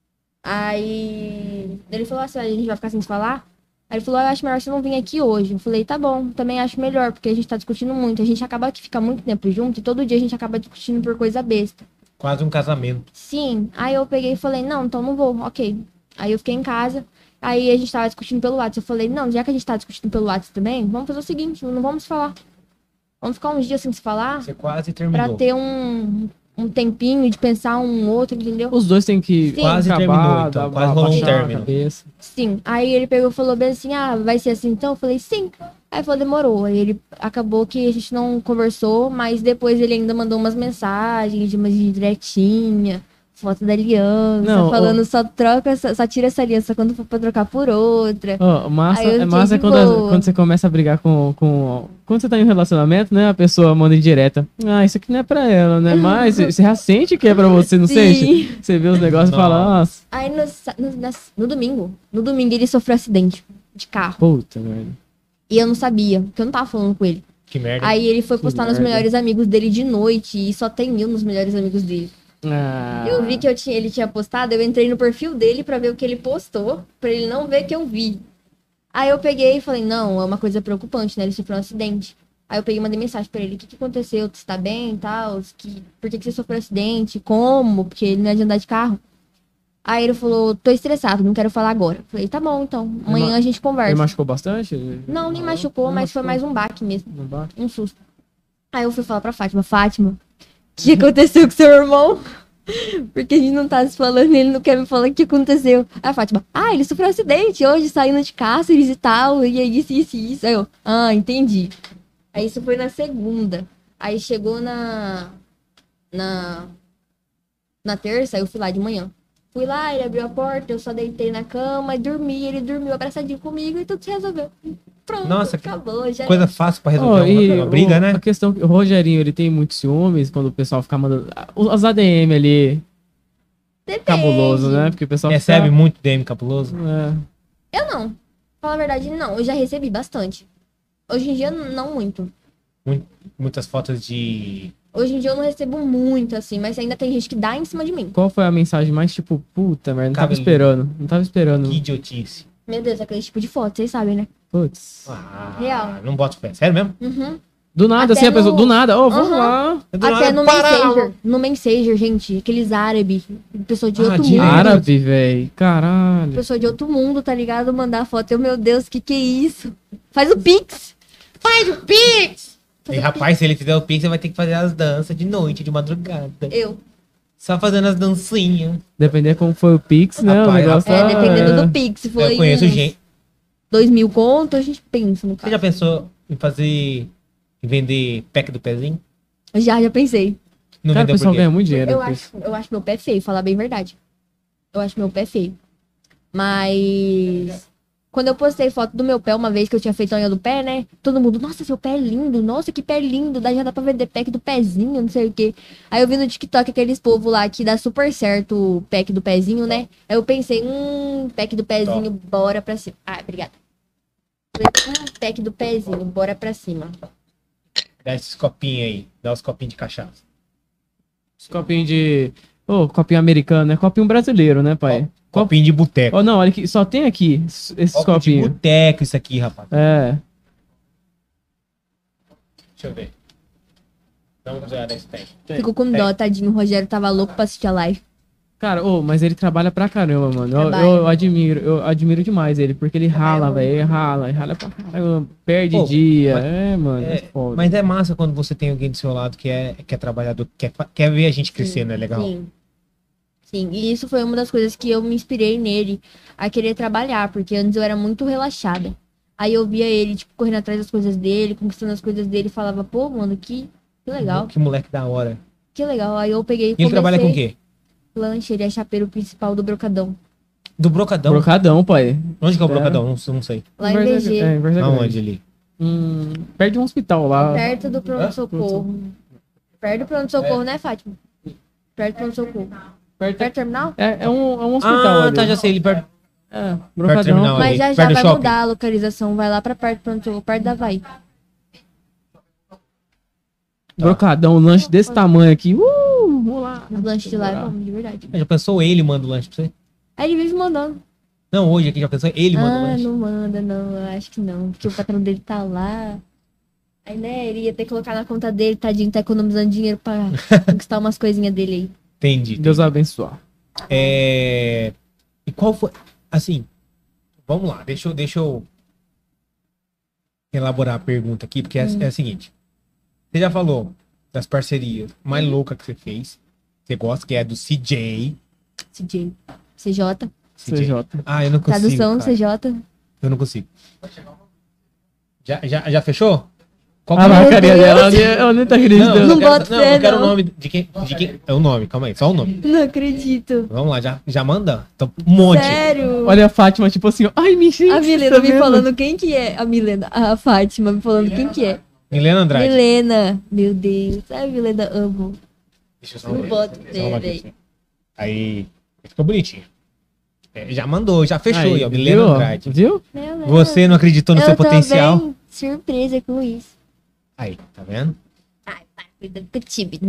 C: Aí ele falou assim, a gente vai ficar sem se falar? Aí ele falou, eu acho melhor você não vir aqui hoje. Eu falei, tá bom, também acho melhor, porque a gente tá discutindo muito. A gente acaba que fica muito tempo junto e todo dia a gente acaba discutindo por coisa besta.
A: Quase um casamento.
C: Sim, aí eu peguei e falei, não, então não vou, ok. Aí eu fiquei em casa, aí a gente tava discutindo pelo WhatsApp. Eu falei, não, já que a gente tá discutindo pelo WhatsApp também, vamos fazer o seguinte, não vamos se falar. Vamos ficar uns dias sem se falar,
A: Você quase
C: pra
A: terminou.
C: ter um tempinho de pensar um outro, entendeu?
B: Os dois têm que
C: Sim.
A: Quase terminou, então. Quase rolou um
B: baixar a
A: término.
B: cabeça.
C: Sim, aí ele pegou e falou bem assim, ah, vai ser assim então? Eu falei, sim. Aí falou, demorou. Aí ele acabou que a gente não conversou, mas depois ele ainda mandou umas mensagens, umas diretinha, foto da aliança,
B: Não,
C: falando só tira essa aliança quando for pra trocar por outra.
B: Ó, massa,
C: Aí eu
B: é
C: fiquei
B: massa
C: de
B: quando,
C: boa.
B: quando você começa a brigar com. Quando você tá em um relacionamento, né? A pessoa manda em direta. Ah, isso aqui não é pra ela, né? Mas você já sente que é pra você, não
C: Sim.
B: sente? Você vê os negócios e fala, nossa,
C: Aí no domingo ele sofreu acidente de carro.
B: puta, velho.
C: E eu não sabia, porque eu não tava falando com ele.
A: Que merda.
C: Aí ele foi postar nos
B: merda.
C: melhores amigos dele de noite e só tem eu nos melhores amigos dele.
B: Ah,
C: Eu vi que ele tinha postado, eu entrei no perfil dele pra ver o que ele postou, pra ele não ver que eu vi. Aí eu peguei e falei, não, é uma coisa preocupante, né? Ele sofreu um acidente. Aí eu peguei e mandei mensagem pra ele, o que aconteceu? Você tá bem e tal? Por que você sofreu um acidente? Como? Porque ele não é de andar de carro. Aí ele falou, tô estressado, não quero falar agora. Eu falei, tá bom, então, amanhã a gente
B: ele
C: conversa.
B: machucou bastante?
C: Não, nem machucou, mas foi mais um baque mesmo,
B: Não bate?
C: um susto. Aí eu fui falar pra Fátima, o que aconteceu com seu irmão? Porque a gente não tá se falando e ele não quer me falar o que aconteceu. Aí a Fátima, ele sofreu um acidente hoje, saindo de Cáceres e tal, e aí isso. Aí eu, entendi. Aí isso foi na segunda. Aí chegou na terça, eu fui lá de manhã. Fui lá, ele abriu a porta, eu só deitei na cama e dormi. Ele dormiu abraçadinho comigo e tudo se resolveu. Pronto,
A: Nossa, que
C: acabou. Já
A: Coisa fácil pra resolver
B: Ó, e
A: uma briga, né?
B: A questão que o Rogerinho, ele tem muitos ciúmes quando o pessoal fica mandando. Os ADM ali,
C: Depende.
B: cabuloso, né? Porque o pessoal
A: Recebe
B: fica,
A: muito DM cabuloso.
B: é,
C: Eu não. Fala a verdade, não. Eu já recebi bastante. Hoje em dia, não muito.
A: Muitas fotos de...
C: Hoje em dia eu não recebo muito, assim, mas ainda tem gente que dá em cima de mim.
B: Qual foi a mensagem mais tipo, puta, merda, não tava
A: Cabelo.
B: esperando. Não tava esperando.
A: Que idiotice.
C: Meu Deus, aquele tipo de foto, vocês sabem, né?
B: Putz.
C: Real.
A: Não boto fé. Sério mesmo?
C: Uhum.
B: Do nada,
C: Até
B: assim, a pessoa,
C: no-
B: do nada, ó, vamos
C: Aham.
B: lá.
A: Do
C: Até
A: nada,
C: no
A: para!
C: Messenger. No Messenger, gente. Aqueles árabes. Pessoa de outro
A: de
C: mundo.
B: Árabe, velho. Caralho.
C: Pessoa de outro mundo, tá ligado? Mandar foto. Eu, meu Deus, que é isso? Faz o Pix.
D: Faz o Pix!
A: E rapaz, se ele fizer o pix, você vai ter que fazer as danças de noite, de madrugada.
C: Eu.
A: Só fazendo as dancinhas.
B: Depender como foi o Pix, né? O
A: Rapaz,
B: negócio
C: É,
B: tá-
C: dependendo do Pix. Se for
A: Eu conheço
C: uns
A: gente.
C: 2.000 conto, a gente pensa no
A: Você
C: caso.
A: já pensou em fazer... Em vender pack do pezinho?
C: Já pensei.
A: Não
B: Cara, o
A: vendeu
B: pessoal
A: por quê?
B: ganha muito dinheiro.
C: Eu
B: com isso.
C: acho meu pé feio, falar bem a verdade. Eu acho meu pé feio. Mas quando eu postei foto do meu pé uma vez que eu tinha feito a unha do pé, né? Todo mundo, nossa, seu pé é lindo, nossa, que pé lindo, já dá pra vender pack do pezinho, não sei o quê. Aí eu vi no TikTok aqueles povo lá que dá super certo o pack do pezinho, né? Aí eu pensei, pack do pezinho, bora pra cima. Ah, obrigada. Falei, pack do pezinho, bora pra cima.
A: Dá esses copinhos aí. Dá os copinhos de cachaça.
B: Os copinhos de. Ô, copinho americano, né? Copinho brasileiro, né, pai?
A: Copinho de boteco.
B: Ó, não, olha aqui, só tem aqui esses
A: Copo de
B: copinhos.
A: boteco isso aqui, rapaz.
B: É.
A: Deixa eu ver. Vamos olhar esse pack.
C: Fico com dó, tadinho. O Rogério tava louco pra assistir a live.
B: Cara, mas ele trabalha pra caramba, mano.
C: Trabalha.
B: Eu admiro demais ele, porque ele rala, velho. Ele rala pra caramba. Perde
A: Pô,
B: dia.
A: mas-
B: Mano.
A: É,
B: foda.
A: mas é massa quando você tem alguém do seu lado que é trabalhador, quer ver a gente crescer, não é legal?
C: Sim. Sim, e isso foi uma das coisas que eu me inspirei nele a querer trabalhar, porque antes eu era muito relaxada. Aí eu via ele, tipo, correndo atrás das coisas dele, conquistando as coisas dele, e falava, pô, mano, que legal,
A: Que moleque da hora.
C: que legal. Aí eu peguei e
A: E ele trabalha com o quê?
C: lanche, ele é chapeiro principal do Brocadão.
A: Do Brocadão?
B: Brocadão, pai.
A: Onde que é o
B: É.
A: Brocadão? Não sei.
C: Lá em BG,
B: É, em Varza Grande.
A: Aonde ali?
B: Perto de um hospital lá.
C: perto do pronto-socorro. Perto do pronto-socorro, né, Fátima? Perto do pronto-socorro. Perto do terminal?
B: É um hospital
A: Ah,
B: ali.
A: tá, já sei. Ele perto.
B: É,
A: Perto do
B: Brocadão.
A: terminal.
C: Mas
A: ali,
C: já
A: perto do
C: vai
A: shopping.
C: mudar a localização, vai lá pra perto do pronto-socorro, perto da Vai.
B: Brocadão, um lanche desse tamanho aqui. Vamos lá.
C: Os lanches de lá é bom, de verdade.
A: Já pensou ele manda o lanche pra você?
C: Aí ele vive mandando.
A: Não, hoje aqui já pensou ele manda o lanche?
C: Não manda, não. Eu acho que não. Porque o patrão dele tá lá. Aí, né, ele ia ter que colocar na conta dele, tadinho, tá economizando dinheiro pra conquistar umas coisinhas dele aí.
A: Entendi.
B: Deus abençoe.
A: E qual foi... Assim, vamos lá. Deixa eu elaborar a pergunta aqui, porque é a seguinte. Você já falou das parcerias mais loucas que você fez. Você gosta, que é do CJ.
C: CJ. CJ.
B: CJ.
A: Ah, eu não consigo,
C: Tradução,
A: cara.
C: CJ.
A: Eu não consigo. Já fechou? Qual
B: Ah,
A: que
B: lá,
A: é?
B: a carinha dela, ela nem tá acreditando.
C: Não
A: eu quero,
C: boto
A: não,
C: fé,
A: eu quero o
C: não.
A: nome de quem... É o nome, calma aí, só o nome.
C: Não acredito.
A: Vamos lá, já manda? Então, um monte.
C: Sério?
B: Olha a Fátima, tipo assim, ó, ai, me gente,
C: A Milena
B: tá
C: me
B: vendo?
C: falando quem que é. A Milena, a Fátima me falando quem que é.
A: Milena Andrade.
C: Milena. Meu Deus. Ai, Milena, amo.
A: Deixa eu só
C: Não boto
A: só
C: fé,
A: uma
C: véi.
A: aqui. Aí, ficou bonitinho. Já mandou, já fechou aí, ó. Milena
B: viu?
A: Andrade.
B: Viu?
C: Milena.
A: Você não acreditou no
C: Eu
A: seu potencial?
C: também surpresa com isso.
A: Aí, tá vendo?
C: Ai, para, cuidado com o time.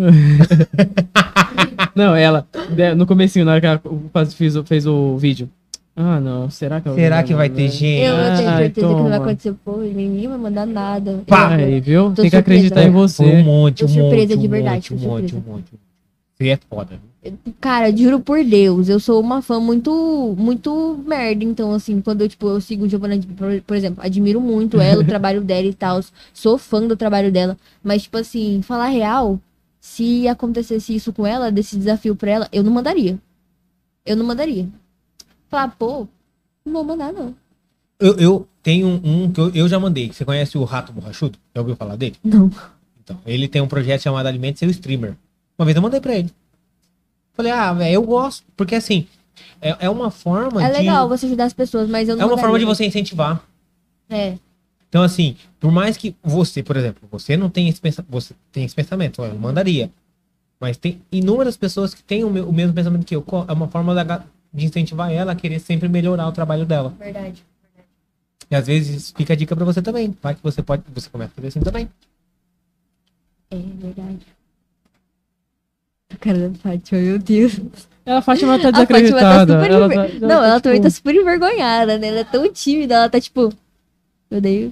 B: Não, ela, no comecinho, na hora que ela fez o vídeo. Ah, não, será que
A: Será que vai ter gente?
C: Eu tenho
B: Ai,
C: certeza que não vai
B: toma.
C: acontecer porra. Ninguém vai mandar nada.
A: Pá!
B: Aí, viu?
C: Tô
B: Tem que
C: surpresa.
B: acreditar em você.
A: Foi um monte,
C: Tô
A: um
C: surpresa
A: monte,
C: de
A: um
C: verdade,
A: monte,
C: tô
A: um monte,
C: surpresa.
A: um monte. Você é foda.
C: Cara, juro por Deus, eu sou uma fã muito, muito merda. Então, assim, quando eu sigo o Giovanna, por exemplo, admiro muito ela, o trabalho dela e tal. Sou fã do trabalho dela. Mas, tipo assim, falar real, se acontecesse isso com ela, desse desafio pra ela, eu não mandaria. Eu não mandaria. Falar, pô, não vou mandar, não.
A: Eu tenho um que eu já mandei. Você conhece o Rato Borrachudo? Já ouviu falar dele?
C: Não.
A: Então, ele tem um projeto chamado Alimente Seu Streamer. Uma vez eu mandei pra ele. Falei, velho, eu gosto. Porque assim, é uma forma
C: É
A: de...
C: legal você ajudar as pessoas, mas eu não
A: É uma forma de
C: mandaria.
A: você incentivar.
C: É.
A: Então, assim, por mais que você, por exemplo, você não tem esse pensamento, você tem esse pensamento, eu mandaria. Mas tem inúmeras pessoas que têm o mesmo pensamento que eu. É uma forma de incentivar ela a querer sempre melhorar o trabalho dela.
C: Verdade.
A: E às vezes fica a dica pra você também. Vai que você começa a fazer assim também.
C: É verdade. A cara da Fátima, meu Deus.
B: A Fátima tá
C: A Fátima tá
B: desacreditada.
C: super
B: ela
C: Não, ela também tá
B: tipo,
C: super envergonhada, né? Ela é tão tímida, ela tá tipo. Meu Deus.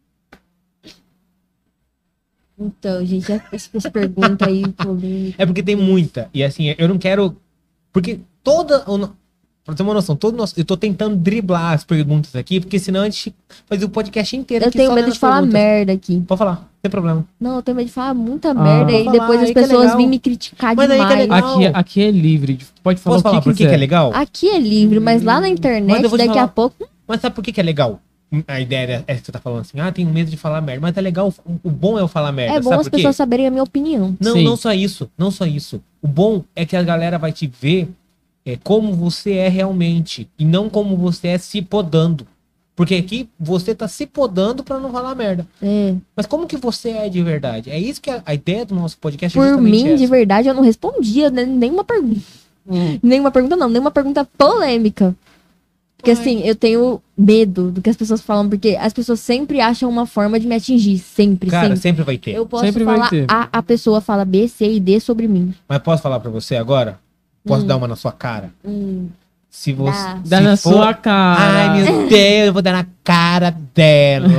C: Então, gente, já fez essa pergunta aí, polêmica.
A: É porque tem muita. E assim, eu não quero. Porque pra ter uma noção, eu tô tentando driblar as perguntas aqui, porque senão a gente faz o podcast inteiro.
C: Eu
A: aqui
C: tenho
A: só
C: medo
A: lendo
C: de
A: as
C: falar
A: perguntas.
C: merda aqui.
A: Pode falar, não tem problema.
C: Não, eu tenho medo de falar muita merda e
A: Vou
C: depois
A: falar,
C: as
A: aí que é
C: pessoas
A: legal.
C: virem me criticar
A: Mas aí que é
C: demais.
A: legal.
B: aqui é livre. Pode falar
A: Posso
B: o
A: falar
B: que
A: por que
B: quiser.
A: é legal?
C: Aqui é livre, mas lá na
A: Mas
C: internet,
A: eu vou te
C: daqui a
A: falar.
C: pouco.
A: Mas sabe por que é legal? A ideia é que você tá falando assim, tenho medo de falar merda. Mas é legal, o bom é eu falar merda.
C: É bom
A: sabe
C: as
A: por quê?
C: pessoas saberem a minha opinião.
A: Não,
B: Sim.
A: não só isso. Não só isso. O bom é que a galera vai te ver como você é realmente. E não como você é se podando. Porque aqui você tá se podando pra não falar merda.
C: É.
A: Mas como que você é de verdade? É isso que a ideia do nosso podcast é
C: Por
A: justamente
C: mim,
A: essa.
C: de verdade, eu não respondia nenhuma pergunta. Nenhuma pergunta, não. Nenhuma pergunta polêmica. Porque, assim, eu tenho medo do que as pessoas falam, porque as pessoas sempre acham uma forma de me atingir. Sempre,
A: Cara,
C: sempre.
A: sempre vai ter.
C: Eu posso
B: Sempre vai
C: falar
B: ter.
C: A pessoa fala B, C e D sobre mim.
A: Mas posso falar pra você agora? Posso dar uma na sua cara? Se você.
C: Dá.
B: Dá
A: se
B: na
A: for-
B: sua cara.
A: Ai, meu Deus, eu vou dar na cara dela.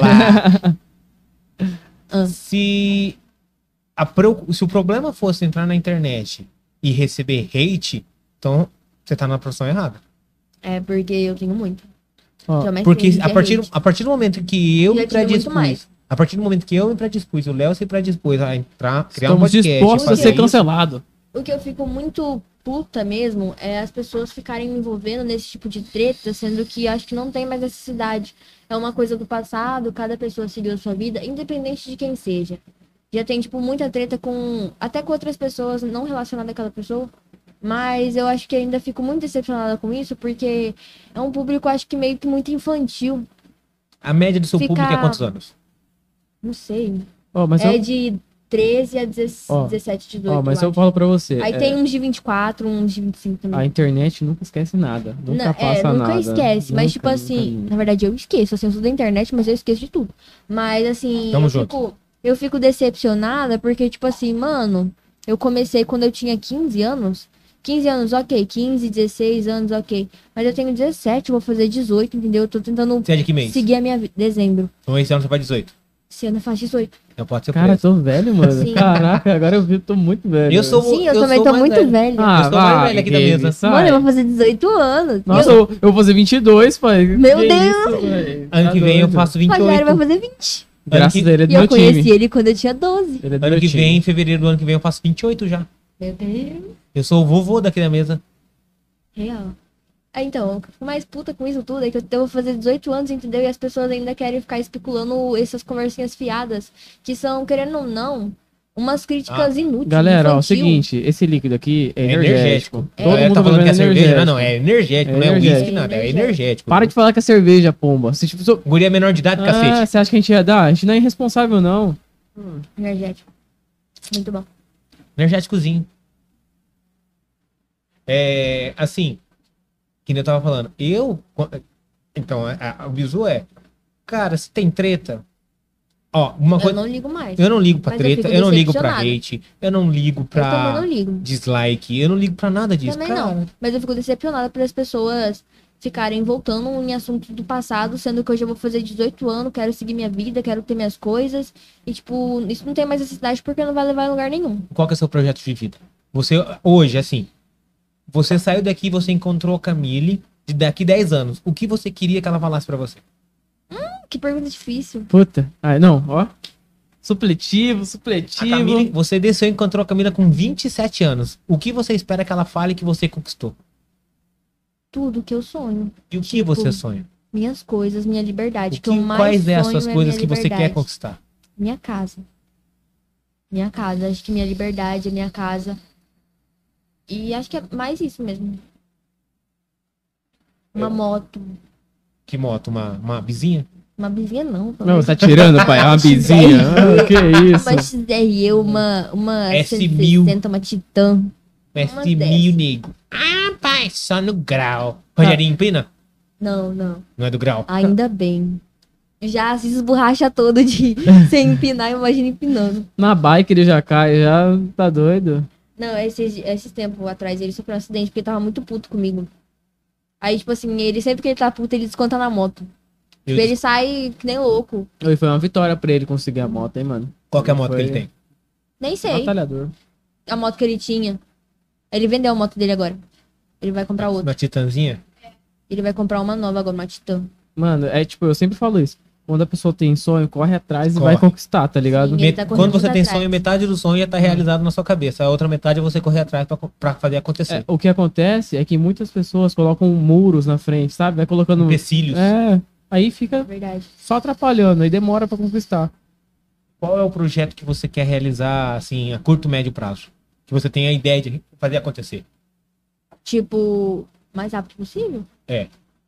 A: se o problema fosse entrar na internet e receber hate, então você tá na profissão errada.
C: É, porque eu tenho muito.
B: Ó,
C: Jamais
A: Porque
C: tenho
A: a partir,
C: hate.
A: a partir do momento que eu
C: Já
A: me
C: tive muito
A: predispus,
C: mais.
A: a partir do momento que eu me predispus, o Léo se predispôs a entrar, criar um
B: Estamos
A: podcast,
B: dispostos a
A: fazer
B: ser
A: isso,
B: cancelado.
C: O que eu fico muito puta mesmo é as pessoas ficarem me envolvendo nesse tipo de treta, sendo que acho que não tem mais necessidade. É uma coisa do passado, cada pessoa seguiu a sua vida, independente de quem seja. Já tem, tipo, muita treta até com outras pessoas não relacionadas àquela pessoa. Mas eu acho que ainda fico muito decepcionada com isso, porque é um público, acho que meio que muito infantil.
A: A média do seu
C: Fica-
A: público é quantos anos?
C: Não sei.
B: Ó, mas
C: É
B: eu,
C: de 13 a
B: Ó,
C: 17, 18.
B: ó, mas
C: eu
B: eu
C: acho.
B: falo pra você.
C: Aí tem uns de 24, uns de 25 também.
B: A internet nunca esquece nada. Nunca
C: Não,
B: passa
C: nunca
B: nada.
C: esquece. Mas,
B: Nunca,
C: tipo assim,
B: nunca.
C: na verdade eu esqueço. Assim, eu sou da internet, mas eu esqueço de tudo. Mas, assim,
A: Tamo
C: eu fico decepcionada porque, tipo assim, mano, eu comecei quando eu tinha 15 anos. 15 anos, ok. 15, 16 anos, ok. Mas eu tenho 17, vou fazer 18, entendeu? Eu tô tentando
A: Você é de que mês?
C: seguir a minha vida. Dezembro.
A: Então esse ano você faz 18.
C: Esse ano eu faço 18.
A: Então pode ser
B: Cara,
A: preso.
B: tô velho, mano.
C: Sim.
B: Caraca, agora eu vi, tô muito velho.
A: Eu sou-
C: Sim, eu
A: eu
C: também
A: sou
C: tô
A: mais
C: muito
A: velho.
C: velha.
B: Ah,
A: Eu sou mais
B: vai,
A: velho aqui da
B: Gabe,
A: mesa.
B: sai.
C: Mano, eu vou fazer 18 anos.
B: Nossa, eu vou fazer 22, pai.
C: Meu
B: Que
C: Deus!
B: isso, velho?
A: Ano
B: Tá
A: que vem eu
B: doido.
A: faço
C: O Rogério
A: 28.
C: vai fazer 20.
B: Graças
A: que-
B: a ele é do
C: E eu
B: meu
C: conheci
B: time.
C: ele quando eu tinha 12.
B: Ele é do
A: Ano
B: meu
A: que
B: time.
A: vem, em fevereiro do ano que vem, eu faço 28 já.
C: Meu Deus.
A: Eu sou o vovô daqui da mesa.
C: Real. Então, eu fico mais puta com isso tudo, é que eu vou fazer 18 anos, entendeu? E as pessoas ainda querem ficar especulando essas conversinhas fiadas, que são, querendo ou não, umas críticas inúteis.
B: Galera, ó, o
C: infantil.
B: seguinte, esse líquido aqui é
A: É
B: energético.
A: energético.
B: Todo
A: Galera
B: mundo
A: tá falando que é
B: bebendo
A: cerveja.
B: energético.
A: Não, é energético,
B: É
A: não é
B: energético.
A: whisky, nada. É energético.
B: Para de falar que é cerveja, pomba. Você, tipo,
A: Guri é menor de idade, cacete.
B: você acha que a gente ia dar? A gente não é irresponsável, não.
C: Energético. Muito bom.
A: Energéticozinho. É, assim, que nem eu tava falando. Então, o bizu é, cara, se tem treta, ó, uma
C: Eu
A: coisa,
C: não ligo mais.
A: eu não ligo pra
C: Mas eu
A: treta,
C: fico
A: eu não ligo pra
C: decepcionada.
A: hate, eu não ligo
C: Eu também
A: pra
C: não ligo.
A: dislike, eu não ligo pra nada disso,
C: Também
A: cara.
C: não. Mas eu fico decepcionada por as pessoas ficarem voltando em assuntos do passado, sendo que hoje eu vou fazer 18 anos, quero seguir minha vida, quero ter minhas coisas. E, tipo, isso não tem mais necessidade porque não vai levar em lugar nenhum.
A: Qual que é o seu projeto de vida? Você, hoje, assim, você saiu daqui, você encontrou a Camille, de daqui 10 anos, o que você queria que ela falasse pra você?
C: Que pergunta difícil.
B: Puta. Ai, não, ó. Supletivo.
A: A Camille, você desceu e encontrou a Camila com 27 anos. O que você espera que ela fale que você conquistou?
C: Tudo que eu sonho.
A: E o que
C: Tipo,
A: você sonha?
C: Minhas coisas, minha liberdade.
A: O
C: que eu mais
A: quais é as
C: sonho
A: suas
C: é
A: coisas
C: minha
A: que você quer
C: liberdade.
A: conquistar?
C: Minha casa. Minha casa. Acho que minha liberdade é minha casa. E acho que é mais isso mesmo. Uma moto.
A: Que moto? Uma vizinha?
C: Uma vizinha não.
B: Não, tá tirando, pai. É uma bizinha. Ah, que isso.
C: Uma XRE, uma
A: S1000.
C: 160, uma Titan.
A: Mestre
C: dessas.
A: mil nego. Ah, pai, só no grau. Rogerinho empina?
C: Não, não.
A: Não é do grau.
C: Ainda bem. Já se esborracha todo de sem empinar, imagina empinando.
B: Na bike ele já cai, já tá doido.
C: Não, esses tempos atrás ele sofreu um acidente porque ele tava muito puto comigo. Aí, tipo assim, ele sempre que ele tá puto, ele desconta na moto.
A: Eu
C: Tipo, ele sai que nem louco.
B: Oi, foi uma vitória pra ele conseguir a moto, hein, mano.
A: Qual que é a moto
B: Foi
A: que ele tem?
C: Nem sei
B: Batalhador.
C: a moto que ele tinha. Ele vendeu a moto dele agora. Ele vai comprar outra.
A: Uma titanzinha?
C: Ele vai comprar uma nova agora, uma Titan.
B: Mano, é tipo, eu sempre falo isso. Quando a pessoa tem sonho, corre atrás e
A: Corre.
B: vai conquistar, tá ligado?
C: Sim. Ele tá correndo
A: Quando você
C: muito
A: tem
C: atrás.
A: sonho, metade do sonho já tá realizado na sua cabeça. A outra metade é você correr atrás pra fazer acontecer.
B: É, o que acontece é que muitas pessoas colocam muros na frente, sabe? Vai colocando.
A: Empecilhos.
B: Aí
C: É
B: fica
C: verdade.
B: só atrapalhando, aí demora pra conquistar.
A: Qual é o projeto que você quer realizar, assim, a curto, médio prazo? Que você tem a ideia de fazer acontecer?
C: Tipo, mais rápido possível?
A: É.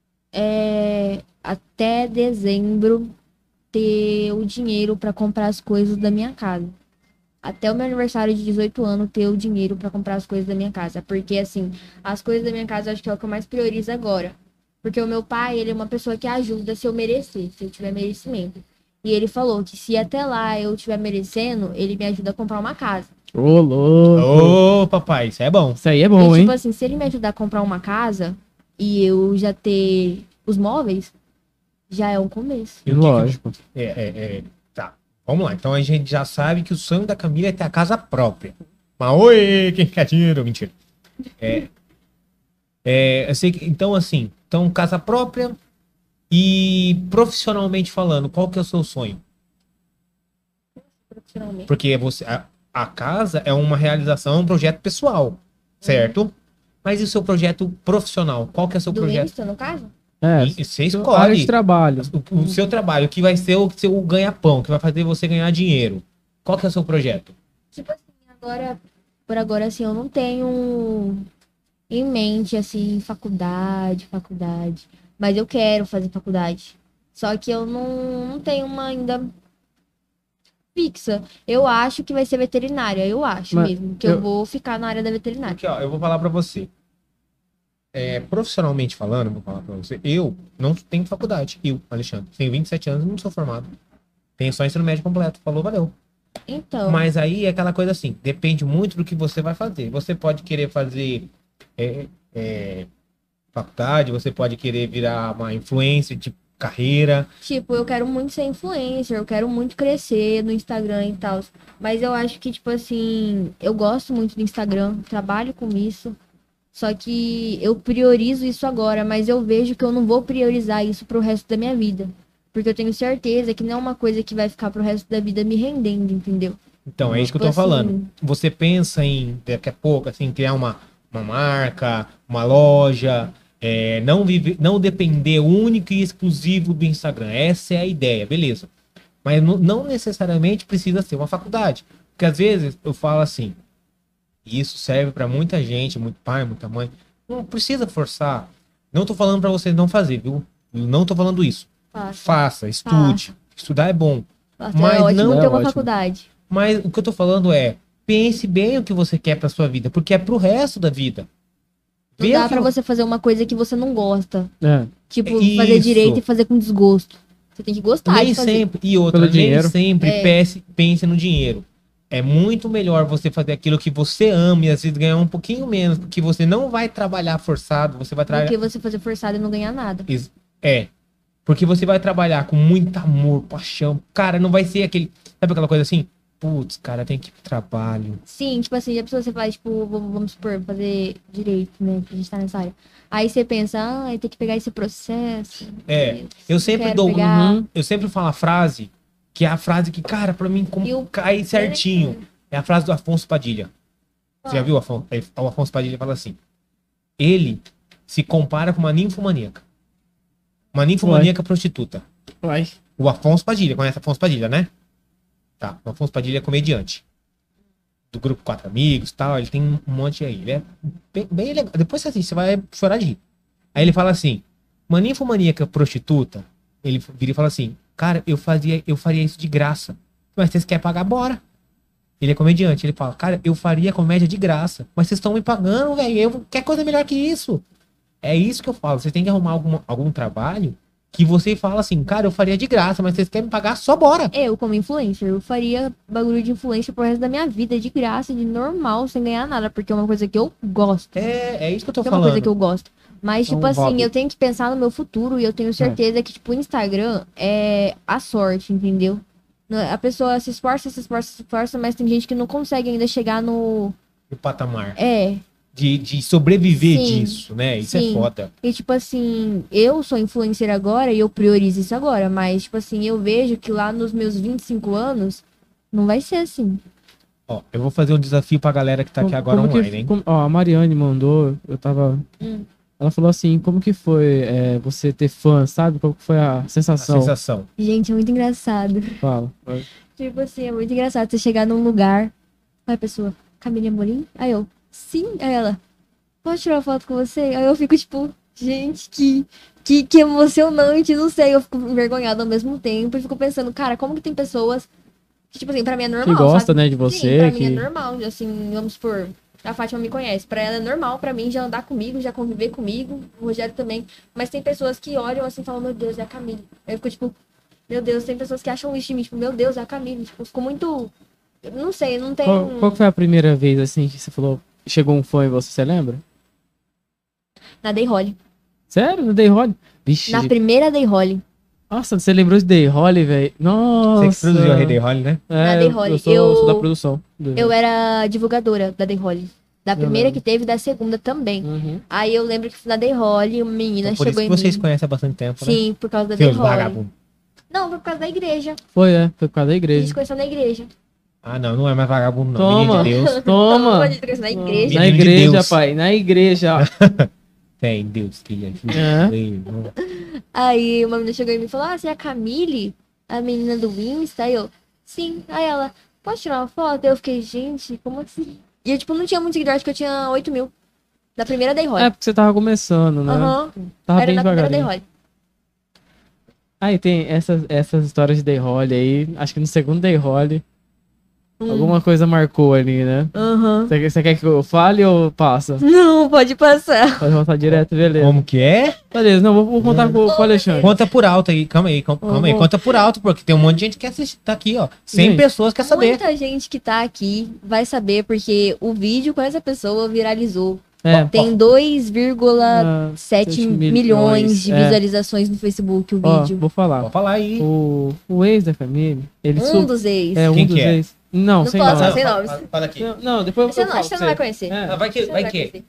C: Até dezembro ter o dinheiro pra comprar as coisas da minha casa. Até o meu aniversário de 18 anos ter o dinheiro pra comprar as coisas da minha casa. Porque, assim, as coisas da minha casa eu acho que é o que eu mais priorizo agora. Porque o meu pai, ele é uma pessoa que ajuda se eu merecer, se eu tiver merecimento. E ele falou que se até lá eu estiver merecendo, ele me ajuda a comprar uma casa.
B: Ô, louco.
A: Ô, papai, isso é bom.
B: Isso aí é bom,
C: e,
B: hein?
C: tipo assim, se ele me ajudar a comprar uma casa e eu já ter os móveis, já é um começo.
A: E o que que-
B: Lógico.
A: Tá, vamos lá. Então a gente já sabe que o sonho da Camila é ter a casa própria. Mas oi, quem quer dinheiro? Mentira. Eu sei que, então assim, casa própria e profissionalmente falando, qual que é o seu sonho?
C: Profissionalmente.
A: Porque você, a casa é uma realização, um projeto pessoal, certo? Mas e o seu projeto profissional? Qual que é o seu
C: Do
A: projeto?
C: Insta, no caso?
B: É,
A: E você
B: área
A: escolhe
B: de trabalho.
A: o seu trabalho, que vai ser o seu ganha-pão, que vai fazer você ganhar dinheiro. Qual que é o seu projeto?
C: Tipo assim, por agora, assim, eu não tenho em mente, assim, faculdade. Mas eu quero fazer faculdade. Só que eu não tenho uma ainda fixa. Eu acho que vai ser veterinária, eu acho
B: Mas
C: mesmo. Que eu
B: eu-
C: vou ficar na área da veterinária.
A: Porque, ó, eu vou falar pra você. Profissionalmente falando, eu vou falar pra você, eu não tenho faculdade. Eu, Alexandre, tenho 27 anos e não sou formado. Tenho só ensino médio completo. Falou, valeu.
C: Então,
A: Mas aí é aquela coisa assim, depende muito do que você vai fazer. Você pode querer fazer é, faculdade, você pode querer virar uma influencer de carreira.
C: tipo, eu quero muito ser influencer, eu quero muito crescer no Instagram e tal. Mas eu acho que, tipo assim, eu gosto muito do Instagram, trabalho com isso. Só que eu priorizo isso agora, mas eu vejo que eu não vou priorizar isso pro resto da minha vida. Porque eu tenho certeza que não é uma coisa que vai ficar pro resto da vida me rendendo, entendeu?
A: Então, é isso que eu tô
C: Tipo
A: falando.
C: assim,
A: Você pensa em, daqui a pouco, assim, criar uma marca, uma loja, não depender único e exclusivo do Instagram. Essa é a ideia, beleza. Mas não necessariamente precisa ser uma faculdade. Porque às vezes eu falo assim, e isso serve para muita gente, muito pai, muita mãe. Não precisa forçar. Não tô falando para você não fazer, viu? Eu não tô falando isso. Faça, estude. Estudar é bom.
C: nossa,
A: Mas
C: é ótimo
A: não-
C: ter
B: É
C: uma
B: ótimo.
C: faculdade.
A: Mas o que eu tô falando é, pense bem o que você quer pra sua vida, porque é pro resto da vida.
C: Não
A: Vê
C: dá
A: o que
C: pra você fazer uma coisa que você não gosta.
B: É,
C: Tipo,
A: Isso.
C: fazer direito e fazer com desgosto. Você tem que gostar
A: nem
C: de fazer.
A: sempre, e outra,
B: Pelo
A: nem
B: dinheiro.
A: sempre
C: É.
A: pense no dinheiro. É muito melhor você fazer aquilo que você ama e às vezes ganhar um pouquinho menos, porque você não vai trabalhar forçado, você vai
C: Do
A: trabalhar.
C: que você fazer forçado e não ganhar nada.
A: É. Porque você vai trabalhar com muito amor, paixão. Cara, não vai ser aquele. Sabe aquela coisa assim? Putz, cara, tem que ir pro trabalho.
C: Sim, tipo assim, a pessoa você faz, tipo, vamos supor, fazer direito, né? Que a gente tá nessa área. Aí você pensa, tem que pegar esse processo.
A: É,
C: Deus,
A: eu sempre
C: quero
A: dou.
C: pegar.
B: Uhum.
A: Eu sempre falo a frase, que é a frase que, cara, pra mim
C: E o-
A: cai certinho. É a frase do Afonso Padilha. Você já
C: Qual?
A: viu o Afonso Padilha fala assim: ele se compara com uma ninfomaníaca. Uma ninfomaníaca prostituta.
B: vai.
A: O Afonso Padilha, conhece o Afonso Padilha, né? Tá, o Afonso Padilha é comediante. Do grupo Quatro Amigos e tal, ele tem um monte aí. Ele é bem legal. Depois você assiste, você vai chorar de rir. Aí ele fala assim: uma ninfomaníaca prostituta, ele vira e fala assim: cara, eu faria isso de graça. Mas vocês querem pagar, bora. Ele é comediante, ele fala: cara, eu faria comédia de graça, mas vocês estão me pagando, velho. Quer coisa melhor que isso? É isso que eu falo. Você tem que arrumar algum trabalho que você fala assim: cara, eu faria de graça, mas vocês querem me pagar, só bora.
C: Eu, como influencer, eu faria bagulho de influencer pro resto da minha vida, de graça, de normal, sem ganhar nada, porque é uma coisa que eu gosto.
A: É isso que eu tô
C: É uma
A: falando.
C: coisa que eu gosto. Mas,
B: É um
C: tipo assim,
B: hobby.
C: eu tenho que pensar no meu futuro e eu tenho certeza que, tipo, o Instagram é a sorte, entendeu? A pessoa se esforça, mas tem gente que não consegue ainda chegar no.
A: O patamar.
C: É.
A: De sobreviver
C: Sim,
A: disso, né? Isso é
C: sim.
A: foda.
C: E, tipo assim, eu sou influencer agora e eu priorizo isso agora, mas, tipo assim, eu vejo que lá nos meus 25 anos não vai ser assim.
A: Ó, eu vou fazer um desafio pra galera que tá aqui agora online, hein?
B: Ó, a Mariane mandou, eu tava... Ela falou assim, como que foi você ter fã, sabe? Qual que foi a
A: A
B: sensação?
A: sensação.
C: Gente, é muito engraçado.
B: Fala.
C: Tipo assim, é muito engraçado você chegar num lugar. Aí a pessoa, Camille Amorim? Aí eu, sim. Aí ela, posso tirar uma foto com você? Aí eu fico tipo, gente, que emocionante, não sei. Eu fico envergonhada ao mesmo tempo e fico pensando, cara, como que tem pessoas que, tipo assim, pra mim é normal,
B: Que gosta,
C: sabe?
B: né, de
C: Sim,
B: você.
C: pra
B: que...
C: mim é normal, assim, vamos supor, a Fátima me conhece, pra ela é normal, pra mim já andar comigo, já conviver comigo, o Rogério também, mas tem pessoas que olham assim e falam, meu Deus, é a Camille. Aí eu fico tipo, meu Deus, tem pessoas que acham isso de mim, tipo, meu Deus, é a Camille, tipo, ficou muito, não sei, não tem...
B: Qual que foi a primeira vez, assim, que você falou, chegou um fã em você lembra?
C: Na Day Holly.
B: Sério? No Day Holly? Vixe.
C: Na primeira Day Holly.
B: Nossa, você lembrou de Day Holly, velho? Nossa.
A: Você que produziu a Rede Holly, né?
C: Na
B: É,
C: Day
B: eu,
C: Holly.
B: eu sou da produção.
C: Eu era divulgadora da Day Holly. Da primeira
B: lembro.
C: que teve e da segunda também.
B: Uhum.
C: Aí eu lembro que na Day Holly, uma menina
A: Então, por isso
C: chegou
A: que
C: em
A: vocês
C: mim.
A: conhecem há bastante tempo, né?
C: Sim, por causa da Day
A: Seus
C: Holly.
A: vagabundos.
C: Não, foi por causa da igreja.
B: Foi por causa da
C: A
B: igreja.
C: gente conheceu na igreja.
A: Ah, não, não é mais vagabundo, não.
B: Toma.
A: Menino de Deus.
B: Toma.
C: Pode crer, na igreja.
B: Na
A: Menino de
B: igreja,
A: Deus.
B: pai. Na igreja.
A: Tem, Deus, filha.
B: É.
C: Aí uma menina chegou em mim e falou: Ah, você é a Camille? A menina do Insta? Aí eu, sim. Aí ela, posso tirar uma foto? Eu fiquei, gente, como assim? E eu, tipo, não tinha muito seguidor, acho que eu tinha 8 mil. Da primeira Day Roll.
B: É porque você tava começando, né?
C: Aham.
B: Tava
C: Era
B: bem
C: na primeira Day
B: devagarinho.
C: Roll.
B: Aí tem essas histórias de Day Holly aí. Acho que no segundo Day Holly, alguma coisa marcou ali, né?
C: Aham.
B: Você quer que eu fale ou passa?
C: Não, pode passar.
B: Pode voltar direto, beleza.
A: Como que é?
B: Beleza, não, vou contar com o Alexandre.
A: Conta por alto aí, calma aí, calma aí.
B: Uhum.
A: Conta por alto, porque tem um monte de gente que quer assistir, tá aqui, ó. 100
B: Gente.
A: pessoas quer saber.
C: Muita gente que tá aqui vai saber, porque o vídeo com essa pessoa viralizou.
B: É,
C: Tem 2,7
B: 7
C: milhões de
B: é.
C: visualizações no Facebook, o
B: ó,
C: vídeo.
B: vou falar.
A: Pode falar aí.
B: O ex da família, ele
C: Um dos ex.
B: É, um
A: Quem
B: dos
A: que é?
B: ex. Não,
C: Não
B: sem
C: posso,
B: nome.
C: sem nome.
A: Fala aqui.
B: Não, depois
C: Você
B: eu
C: não,
B: falo
C: acho que
B: pra
C: você não vai conhecer.
B: É.
A: Ah, vai que,
C: Você não
A: vai
C: vai
A: que.
C: conhecer.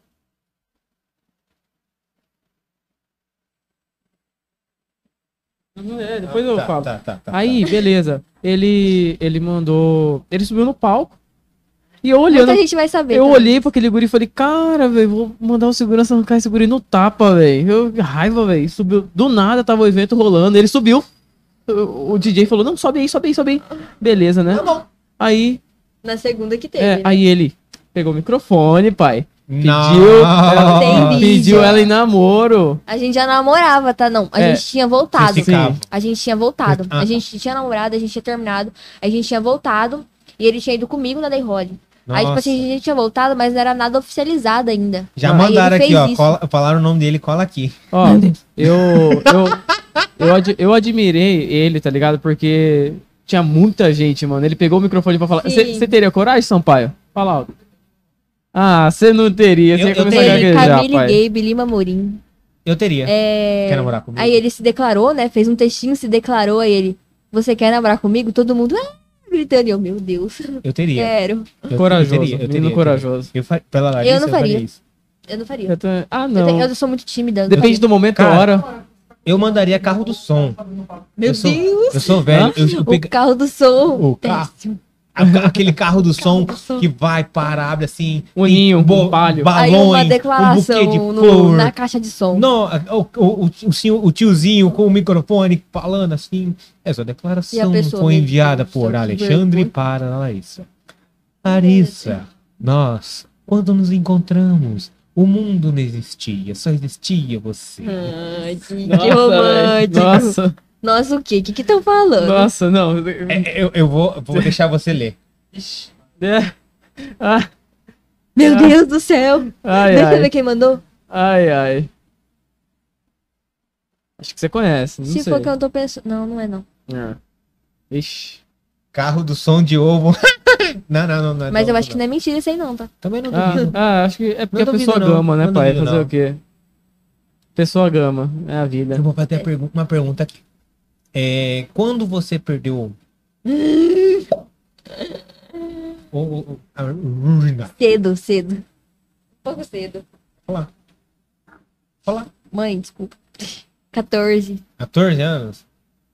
B: Depois eu
A: Tá,
B: falo.
A: Tá.
B: Aí, beleza. Ele mandou. Ele subiu no palco. E eu olhando.
C: Muita gente vai saber.
B: Eu
C: também.
B: olhei pra aquele guri e falei, cara, velho, vou mandar o segurança arrancar esse guri no tapa, velho. Eu, raiva, velho. Subiu. Do nada tava o evento rolando. Ele subiu. O DJ falou, não, sobe aí. Beleza, né?
A: Tá bom.
B: Aí,
C: Na segunda que teve. né?
B: aí ele pegou o microfone, pai.
A: Não.
C: Tem vídeo.
B: Pediu ela em namoro.
C: A gente já namorava, tá? Não, a
B: É.
C: gente tinha voltado.
A: Vocês ficavam.
C: A gente tinha voltado.
A: Ah,
C: A gente tinha namorado, a gente tinha terminado. A gente tinha voltado. E ele tinha ido comigo na Day Roll. Aí, tipo assim, a gente tinha voltado, mas não era nada oficializado ainda.
A: Já
C: Aí
A: mandaram
C: ele
A: aqui,
C: fez
A: ó.
C: isso.
A: Falaram o nome dele, cola aqui.
B: Ó, eu admirei ele, tá ligado? Porque tinha muita gente, mano. Ele pegou o microfone pra falar.
C: Sim.
B: Você teria coragem, Sampaio? Fala alto. Ah, você não teria. Você ia
A: Eu
B: começar a
A: teria.
B: gaguejar,
C: Camille
B: pai.
C: Gabe Lima Morim.
A: Eu teria. Quer namorar comigo?
C: Aí ele se declarou, né? Fez um textinho, se declarou. Aí ele, você quer namorar comigo? Todo mundo gritando. E eu, meu Deus.
A: Eu teria.
C: Quero.
B: Corajoso,
A: Eu teria.
B: menino corajoso.
A: Pela Larissa,
C: Eu não faria.
A: isso.
C: Eu não faria.
B: Ah, não.
C: Eu sou muito tímida.
B: Depende do momento, da
A: Cara,
B: hora.
A: Eu mandaria carro do som.
C: Meu
A: eu sou,
C: Deus.
A: Eu sou velho. Eu
C: O
A: pega-
C: carro do som.
A: O carro.
C: Péssimo.
A: Aquele carro do som que vai para, abre assim.
B: Um
A: tem
B: ninho, um palio.
C: Aí
A: balões,
C: uma
A: um
C: declaração
A: buquê de flor.
C: na caixa de som.
A: Não, o tiozinho com o microfone falando assim. Essa
C: E a
A: declaração
C: pessoa,
A: foi
C: meu
A: enviada
C: Deus,
A: por
C: que
A: Alexandre
C: vergonha.
A: para a Larissa. Larissa, nós, quando nos encontramos, o mundo não existia, só existia você.
C: Ai, que
B: Nossa,
C: romântico.
B: velho. Nossa,
C: Nossa, o quê? O que estão falando?
B: nossa, não.
A: Eu vou deixar você ler.
B: É. Ah,
C: Meu Deus do céu.
B: ai,
C: Deixa eu ver
B: ai.
C: quem mandou.
B: Ai. Acho que você conhece, não
C: Se
B: sei.
C: for que eu tô pensando. Não, não é não.
B: É. Ixi.
A: Carro do som de ovo. não.
C: Mas eu acho que não é mentira isso aí não, tá?
A: Também não duvido.
B: Acho que é porque
A: Não
B: a pessoa
A: duvido, não.
B: gama, né,
A: Não
B: pai?
A: duvido,
B: Fazer
A: não.
B: o quê? Pessoa gama, é a vida.
A: Eu vou fazer uma pergunta aqui. Quando você perdeu. a urna.
C: Cedo. Um pouco cedo.
A: Fala.
C: Mãe, desculpa. 14.
A: 14 anos.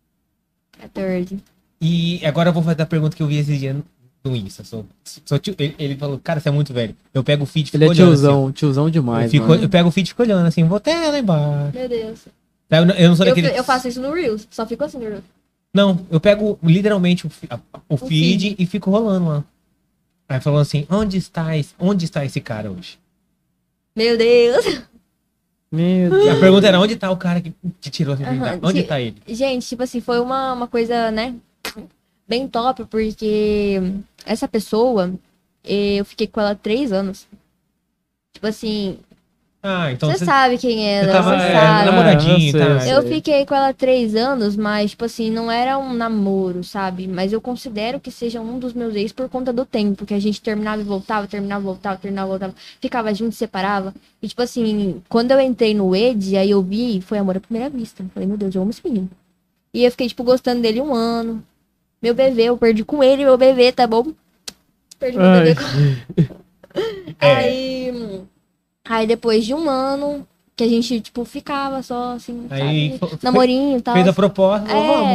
A: E agora eu vou fazer a pergunta que eu vi esse dia no Insta. Ele falou, cara, você é muito velho. Eu pego o feed e
B: Ele
A: fico
B: é
A: olhando. Assim.
B: tiozão demais,
A: Eu
B: mano.
A: pego o feed e fico olhando assim, vou até lá embaixo.
C: Meu Deus.
A: Eu não sou daquele.
C: Eu faço isso no Reels. Só fico assim no Reels.
A: Não, eu pego literalmente o feed
C: feed.
A: e fico rolando lá. Aí falando assim, onde está esse cara hoje?
C: Meu Deus.
B: Meu
A: E
B: Deus.
A: a pergunta era, onde tá o cara que tirou essa virgindade?
C: Aham,
A: Onde
C: sim.
A: tá ele?
C: Gente, tipo assim, foi uma coisa, né? Bem top, porque essa pessoa, eu fiquei com ela 3 anos. Tipo assim,
A: Ah, então
C: você sabe quem é
A: você
C: ela,
A: tava
C: você sabe.
A: namoradinho,
B: eu sei,
A: tá?
B: eu
C: Eu
B: sei.
C: fiquei com ela 3 anos, mas, tipo assim, não era um namoro, sabe? Mas eu considero que seja um dos meus ex por conta do tempo, que a gente terminava e voltava, ficava junto, separava. E, tipo assim, quando eu entrei no Ed, aí eu vi, foi amor à primeira vista. Falei, meu Deus, eu amo esse menino. E eu fiquei, tipo, gostando dele 1 ano. Meu bebê, eu perdi com ele, meu bebê, tá bom? Perdi meu
B: Ai.
C: bebê com... Aí depois de 1 ano, que a gente, tipo, ficava só, assim,
A: Aí
C: sabe? Namorinho e tal.
A: fez a proposta, falou, vamos.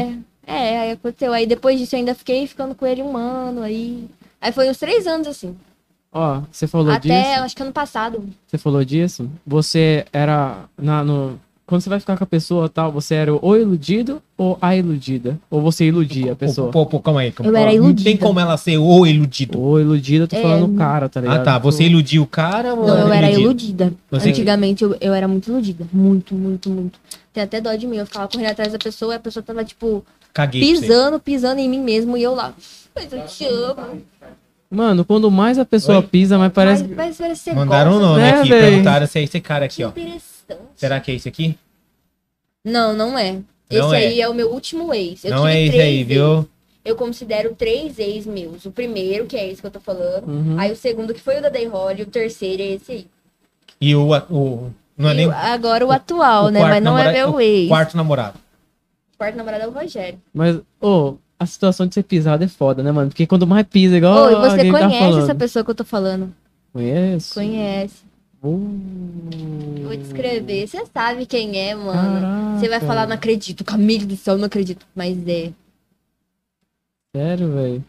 C: Aí aconteceu. Aí depois disso eu ainda fiquei ficando com ele um ano, aí foi uns 3 anos, assim.
B: Ó, você falou
C: Até,
B: disso?
C: acho que ano passado.
B: Você falou disso? Você era quando você vai ficar com a pessoa tal, você era o iludido ou a iludida? Ou você iludia a pessoa?
A: Pô, calma aí.
C: Eu era
A: Não
C: iludida.
A: tem como ela ser o iludido.
B: O iludido, eu tô falando o cara, tá ligado?
A: Ah, tá. Você iludiu o cara ou
C: Não, eu era
A: iludido?
C: iludida.
A: Você-
C: Antigamente eu era muito iludida. Muito, muito, muito. Tem até dó de mim. Eu ficava correndo atrás da pessoa e a pessoa tava, tipo,
A: Caguei pra você.
C: pisando em mim mesmo. E eu lá, mas eu te amo.
B: Mano, quando mais a pessoa
A: Oi?
B: pisa, mais parece...
C: Mas parece ser
A: Mandaram um
C: gosta.
A: nome
B: É,
A: aqui.
B: véi.
A: Perguntaram se é esse cara aqui,
C: Que
A: ó.
C: interessante.
A: Será que é esse aqui?
C: Não, não é. Esse
A: Não é.
C: aí é o meu último ex. Eu
A: Não
C: tive
A: é esse
C: 3
A: aí,
C: ex.
A: viu?
C: Eu considero 3 ex meus. O primeiro, que é esse que eu tô falando.
B: Uhum.
C: Aí o segundo, que foi o da Day Holly. E o terceiro é esse aí.
A: E o não é
C: E
A: nem
C: agora o atual,
A: o
C: né?
A: quarto
C: Mas não é
A: namorado-
C: meu ex.
A: o quarto namorado.
C: O quarto namorado é o Rogério.
B: Mas, a situação de ser pisado é foda, né, mano? Porque quando mais pisa, igual
C: Ô, e você
B: alguém tá
C: conhece
B: falando.
C: essa pessoa que eu tô falando?
B: Conheço?
C: Conhece. Eu vou descrever. Você sabe quem é, mano.
B: Caraca.
C: Você vai falar, não acredito. Camille do céu, não acredito. Mas é.
B: Sério, velho?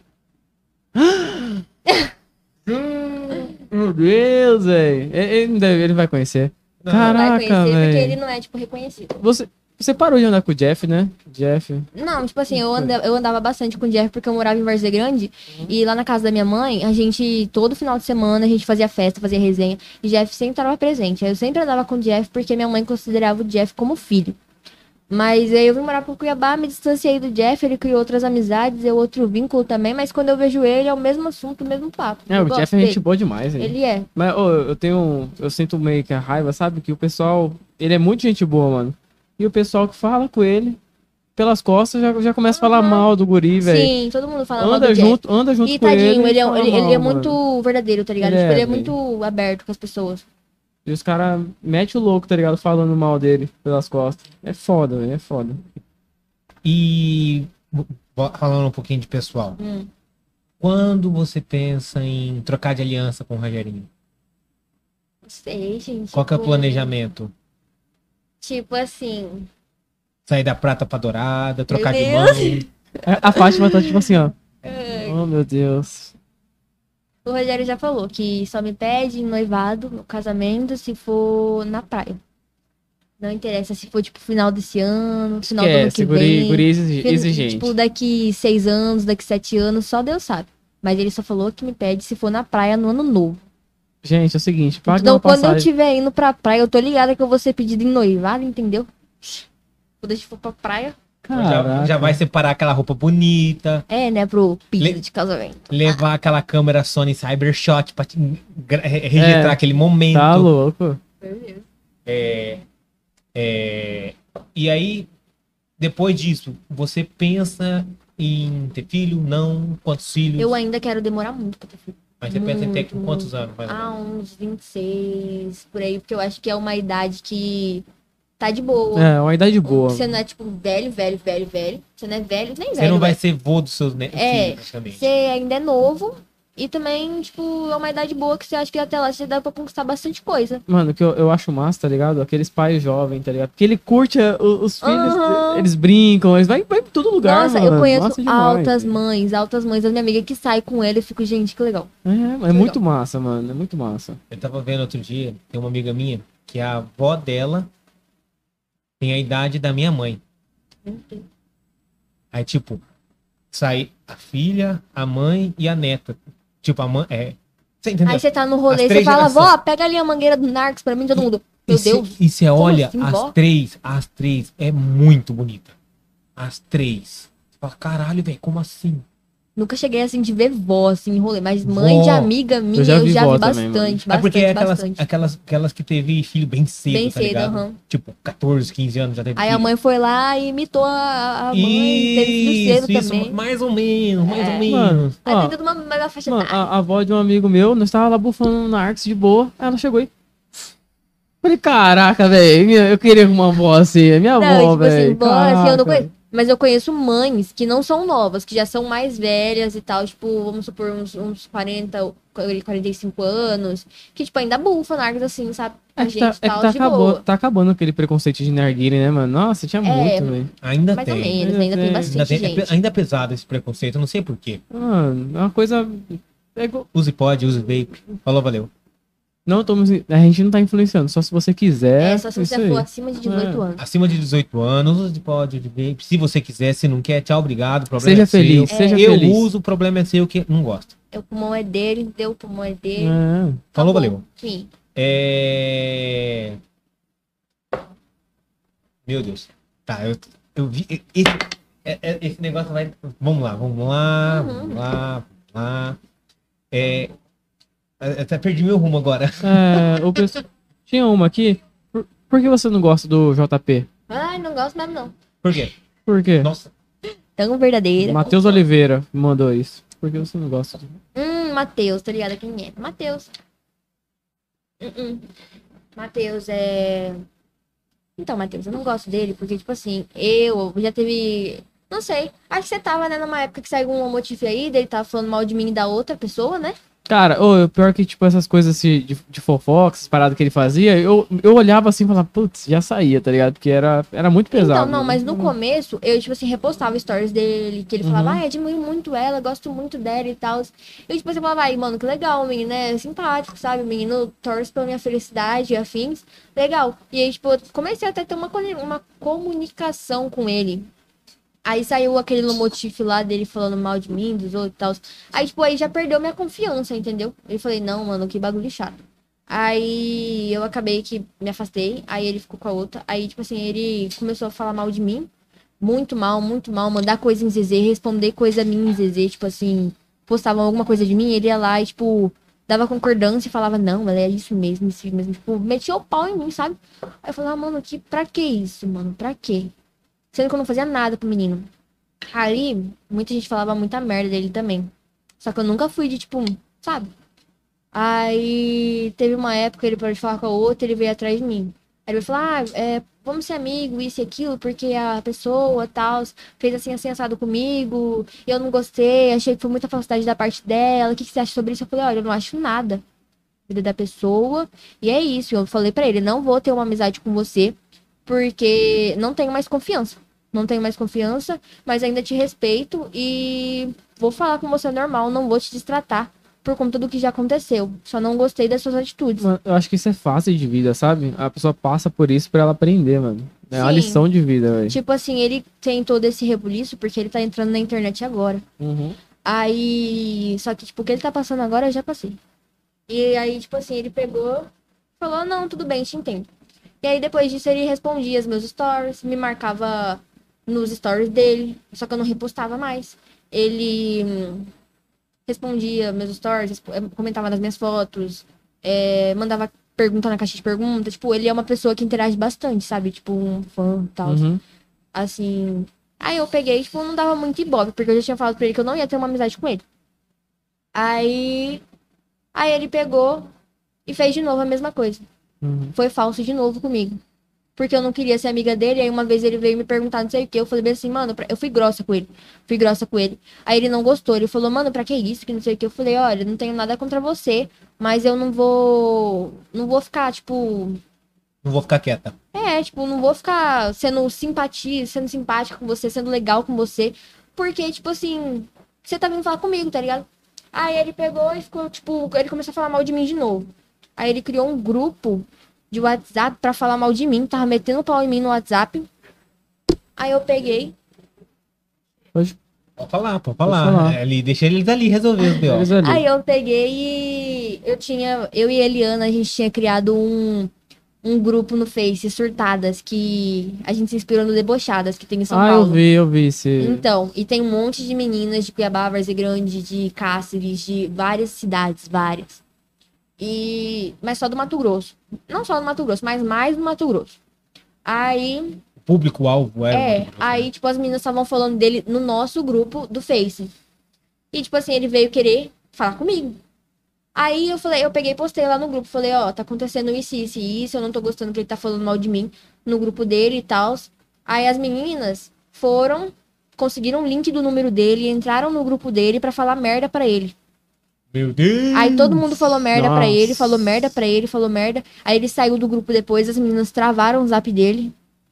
B: Meu Deus, velho. Ele vai conhecer.
A: Não,
C: Não vai
B: Caraca,
C: conhecer porque ele
B: velho.
C: não é, tipo, reconhecido.
B: Você parou de andar com o Jeff, né? Jeff.
C: Não, tipo assim, eu andava bastante com o Jeff porque eu morava em Várzea Grande. E lá na casa da minha mãe, a gente, todo final de semana, a gente fazia festa, fazia resenha. E Jeff sempre estava presente. Aí eu sempre andava com o Jeff porque minha mãe considerava o Jeff como filho. Mas aí eu vim morar pro Cuiabá, me distanciei do Jeff, ele criou outras amizades, eu outro vínculo também. Mas quando eu vejo ele, é o mesmo assunto, o mesmo papo.
B: É,
C: Eu
B: o
C: gosto
B: Jeff é gente
C: dele.
B: boa demais, hein?
C: Ele é.
B: Mas, eu sinto meio que a raiva, sabe? Que o pessoal, ele é muito gente boa, mano. E o pessoal que fala com ele, pelas costas, já começa a falar mal do guri, velho.
C: Sim, todo mundo fala mal do
B: Anda
C: Jeff.
B: junto
C: E
B: com ele.
C: tadinho, ele
B: fala
C: é
B: mal, mano.
C: muito verdadeiro, tá ligado?
B: Ele
C: Tipo, ele é
B: velho.
C: muito aberto com as pessoas.
B: E os caras metem o louco, tá ligado? Falando mal dele pelas costas. É foda, velho, é foda.
A: E falando um pouquinho de pessoal.
C: Hum.
A: Quando você pensa em trocar de aliança com o Rogerinho?
C: Não sei, gente.
A: Qual que é o
C: tipo,
A: planejamento?
C: Tipo assim.
A: Sair da prata pra dourada, trocar de
C: Meu
A: mão?
B: A Fátima tá tipo assim, ó. Oh, meu Deus.
C: O Rogério já falou que só me pede em noivado, no casamento, se for na praia. Não interessa se for, tipo, final desse ano, final do ano que vem.
B: Guri
C: Fin-
B: exigente.
C: Tipo, daqui 6 anos, daqui 7 anos, só Deus sabe. Mas ele só falou que me pede se for na praia no ano novo.
B: Gente, é o seguinte, paga
C: Então,
B: uma
C: quando eu
B: passagem.
C: estiver indo pra praia, eu tô ligada que eu vou ser pedido em noivado, entendeu? Quando a gente for pra praia,
A: Já vai separar aquela roupa bonita,
C: né, pro pedido
A: Le-
C: de casamento.
A: levar aquela câmera Sony Cybershot pra registrar
B: É,
A: aquele momento.
B: Tá louco.
A: E aí, depois disso, você pensa em ter filho? Não? Quantos filhos?
C: Eu ainda quero demorar muito pra ter filho.
A: Mas você pensa em ter com
C: muito,
A: quantos anos? Mais ou menos?
C: Uns 26, por aí, porque eu acho que é uma idade que tá de boa.
B: É, uma idade boa.
C: Você não é, tipo, velho. Você não é velho, nem velho.
A: Você não vai
C: velho.
A: ser vô dos seus filhos,
C: É,
A: praticamente.
C: Você ainda é novo. E também, tipo, é uma idade boa que você acha que até lá você dá pra conquistar bastante coisa.
B: Mano, o que eu acho massa, tá ligado? Aqueles pais jovens, tá ligado? Porque ele curte os filhos,
C: Aham.
B: eles brincam, eles vai em todo lugar,
C: Nossa,
B: mano.
C: eu conheço
B: Massa demais,
C: altas
B: velho.
C: mães da minha amiga que sai com ele. Eu fico, gente, que legal.
B: É muito massa, mano. É muito massa.
A: Eu tava vendo outro dia, tem uma amiga minha, que a avó dela tem a idade da minha mãe. Aí, tipo, sai a filha, a mãe e a neta. Tipo, a mãe. Você entendeu?
C: Aí você tá no rolê
A: As
C: e você
A: três
C: fala,
A: gerações.
C: vó, pega ali a mangueira do Narcos pra mim, todo mundo. Meu Deus.
A: E você olha,
C: assim, vó?
A: as três é muito bonita. As três. Você fala, caralho, velho, como assim?
C: Nunca cheguei assim de ver vó, assim, em rolê. Mas mãe
A: Vó.
C: de amiga minha,
B: já
C: eu
B: vi
C: já
B: vó
C: vi
B: também, mano.
C: bastante,
A: É porque é
C: bastante.
A: aquelas que teve filho bem cedo,
C: Bem
A: tá
C: cedo,
A: ligado?
C: aham.
A: Tipo, 14, 15 anos já teve
C: Aí
A: filho.
C: a mãe foi lá e imitou a mãe, teve filho cedo
A: Isso,
C: também.
A: mais ou menos, mais ou
B: Mano,
A: menos.
C: Aí
B: ó,
C: tem toda uma mega faixa
B: mano,
C: etária.
B: a avó de um amigo meu, nós tava lá bufando na Arx de boa, aí ela chegou aí. Falei, caraca, velho, eu queria uma avó assim, é minha
C: Não,
B: avó,
C: tipo assim,
B: velho.
C: vó, assim, eu não
B: caraca.
C: conheço. Mas eu conheço mães que não são novas, que já são mais velhas e tal, tipo, vamos supor, uns 40, 45 anos, que, tipo, ainda bufa nargas assim, sabe? A
B: É que
C: gente tal, de boa.
B: tá acabando aquele preconceito de narguile, né, mano? Nossa, tinha muito, velho.
A: Ainda
C: Mais ou
A: tem.
C: menos, ainda tem bastante gente.
A: Ainda é pesado esse preconceito, eu não sei porquê.
B: Mano, é uma coisa...
A: Use pod, use vape. Falou, valeu.
B: Não estamos... A gente não tá influenciando, só se você quiser.
C: Só se
B: isso
C: você
B: aí.
C: for acima de 18 anos.
A: Acima de 18 anos, use pod, de vape. Se você quiser, se não quer, tchau, obrigado. O problema
B: Seja
A: é
B: feliz,
A: seu.
B: seja
A: Eu
B: feliz.
A: uso, o problema é seu que não gosto.
C: O pulmão é dele, deu o pulmão é dele.
B: É.
A: Falou,
C: Acabou.
A: valeu.
C: Sim.
A: Meu Deus. Tá, eu vi. Esse negócio vai. Vamos lá. Até perdi meu rumo agora.
B: Tinha uma aqui. Por que você não gosta do JP?
C: Ai, não gosto mesmo, não.
A: Por quê?
B: Por quê?
A: Nossa.
C: Tão verdadeira.
B: Matheus Oliveira mandou isso. Por que você não gosta?
C: Matheus, tá ligado quem é? Matheus. Matheus é... Então, Matheus, eu não gosto dele porque, tipo assim, eu já teve... Não sei, acho que você tava, né, numa época que saiu um motivo aí, dele tava falando mal de mim e da outra pessoa, né?
B: Cara, o pior que, tipo, essas coisas assim, de fofoca, essas paradas que ele fazia, eu olhava assim e falava, putz, já saía, tá ligado? Porque era muito pesado.
C: Então, não,
B: né?
C: mas no começo, eu, tipo assim, repostava stories dele, que ele falava, admiro muito ela, gosto muito dela e tal. Eu, tipo assim, falava, ai, mano, que legal, o menino é simpático, sabe? O menino torce pela minha felicidade e afins. Legal. E aí, tipo, eu comecei até a ter uma comunicação com ele. Aí saiu aquele motivo lá dele falando mal de mim, dos outros e tal. Aí, tipo, aí já perdeu minha confiança, entendeu? Eu falei, não, mano, que bagulho chato. Aí eu acabei que me afastei, aí ele ficou com a outra. Aí, tipo assim, ele começou a falar mal de mim. Muito mal, mandar coisa em ZZ, responder coisa minha em ZZ, tipo assim, postavam alguma coisa de mim, ele ia lá e, tipo, dava concordância e falava, não, ela é isso mesmo, tipo, metia o pau em mim, sabe? Aí eu falava, mano, pra que isso, mano? Pra quê? Sendo que eu não fazia nada pro menino. Ali, muita gente falava muita merda dele também. Só que eu nunca fui de, tipo, sabe? Aí, teve uma época, ele parou de falar com a outra, ele veio atrás de mim. Aí ele falou, vamos ser amigos, isso e aquilo, porque a pessoa, tal, fez assim, assado comigo, e eu não gostei, achei que foi muita falsidade da parte dela, o que você acha sobre isso? Eu falei, olha, eu não acho nada. Vida da pessoa, e é isso. Eu falei pra ele, não vou ter uma amizade com você, porque não tenho mais confiança. Não tenho mais confiança, mas ainda te respeito e vou falar com você normal, não vou te destratar por conta do que já aconteceu. Só não gostei das suas atitudes.
B: Mano, eu acho que isso é fácil de vida, sabe? A pessoa passa por isso pra ela aprender, mano. É uma
C: Sim.
B: lição de vida, velho.
C: Tipo assim, ele tem todo esse rebuliço porque ele tá entrando na internet agora. Aí, só que tipo, o que ele tá passando agora eu já passei. E aí, tipo assim, ele pegou, falou, não, tudo bem, te entendo. E aí, depois disso, ele respondia os meus stories, me marcava nos stories dele, só que eu não repostava mais. Ele respondia meus stories, comentava nas minhas fotos, mandava pergunta na caixa de perguntas. Tipo, ele é uma pessoa que interage bastante, sabe? Tipo, um fã e tal. Assim... Aí eu peguei, tipo, não dava muito ibope, porque eu já tinha falado pra ele que eu não ia ter uma amizade com ele. Aí ele pegou e fez de novo a mesma coisa. Foi falso de novo comigo. Porque eu não queria ser amiga dele. Aí uma vez ele veio me perguntar não sei o que. Eu falei bem assim, mano, eu fui grossa com ele. Aí ele não gostou. Ele falou, mano, pra que isso? Que não sei o que. Eu falei, olha, não tenho nada contra você. Mas eu não vou ficar, tipo...
A: Não vou ficar quieta.
C: Tipo, não vou ficar sendo simpática com você, sendo legal com você. Porque, tipo assim, você tá vindo falar comigo, tá ligado? Aí ele pegou e ficou, tipo, ele começou a falar mal de mim de novo. Aí ele criou um grupo de WhatsApp pra falar mal de mim, tava metendo pau em mim no WhatsApp. Aí eu peguei.
B: Pode
A: falar.
B: falar.
A: Deixa eles ali resolver os B.O.
C: Aí eu peguei e eu e a Eliana, a gente tinha criado um grupo no Face, Surtadas, que a gente se inspirou no Debochadas, que tem em São Paulo.
B: Eu vi esse...
C: Então, e tem um monte de meninas de Cuiabá, Várzea Grande, de Cáceres, de várias cidades, várias. Mas só do Mato Grosso. Não só do Mato Grosso, mas mais do Mato Grosso. Aí...
A: O público-alvo
C: aí, tipo, as meninas estavam falando dele no nosso grupo do Face. E, tipo assim, ele veio querer falar comigo. Aí eu peguei e postei lá no grupo. Falei, ó, tá acontecendo isso, eu não tô gostando que ele tá falando mal de mim no grupo dele e tal. Aí as meninas foram, conseguiram o link do número dele, entraram no grupo dele pra falar merda pra ele.
A: Meu Deus!
C: Aí todo mundo falou merda pra ele,
B: Nossa.
C: falou merda pra ele, falou merda. Aí ele saiu do grupo depois, as meninas travaram o zap dele.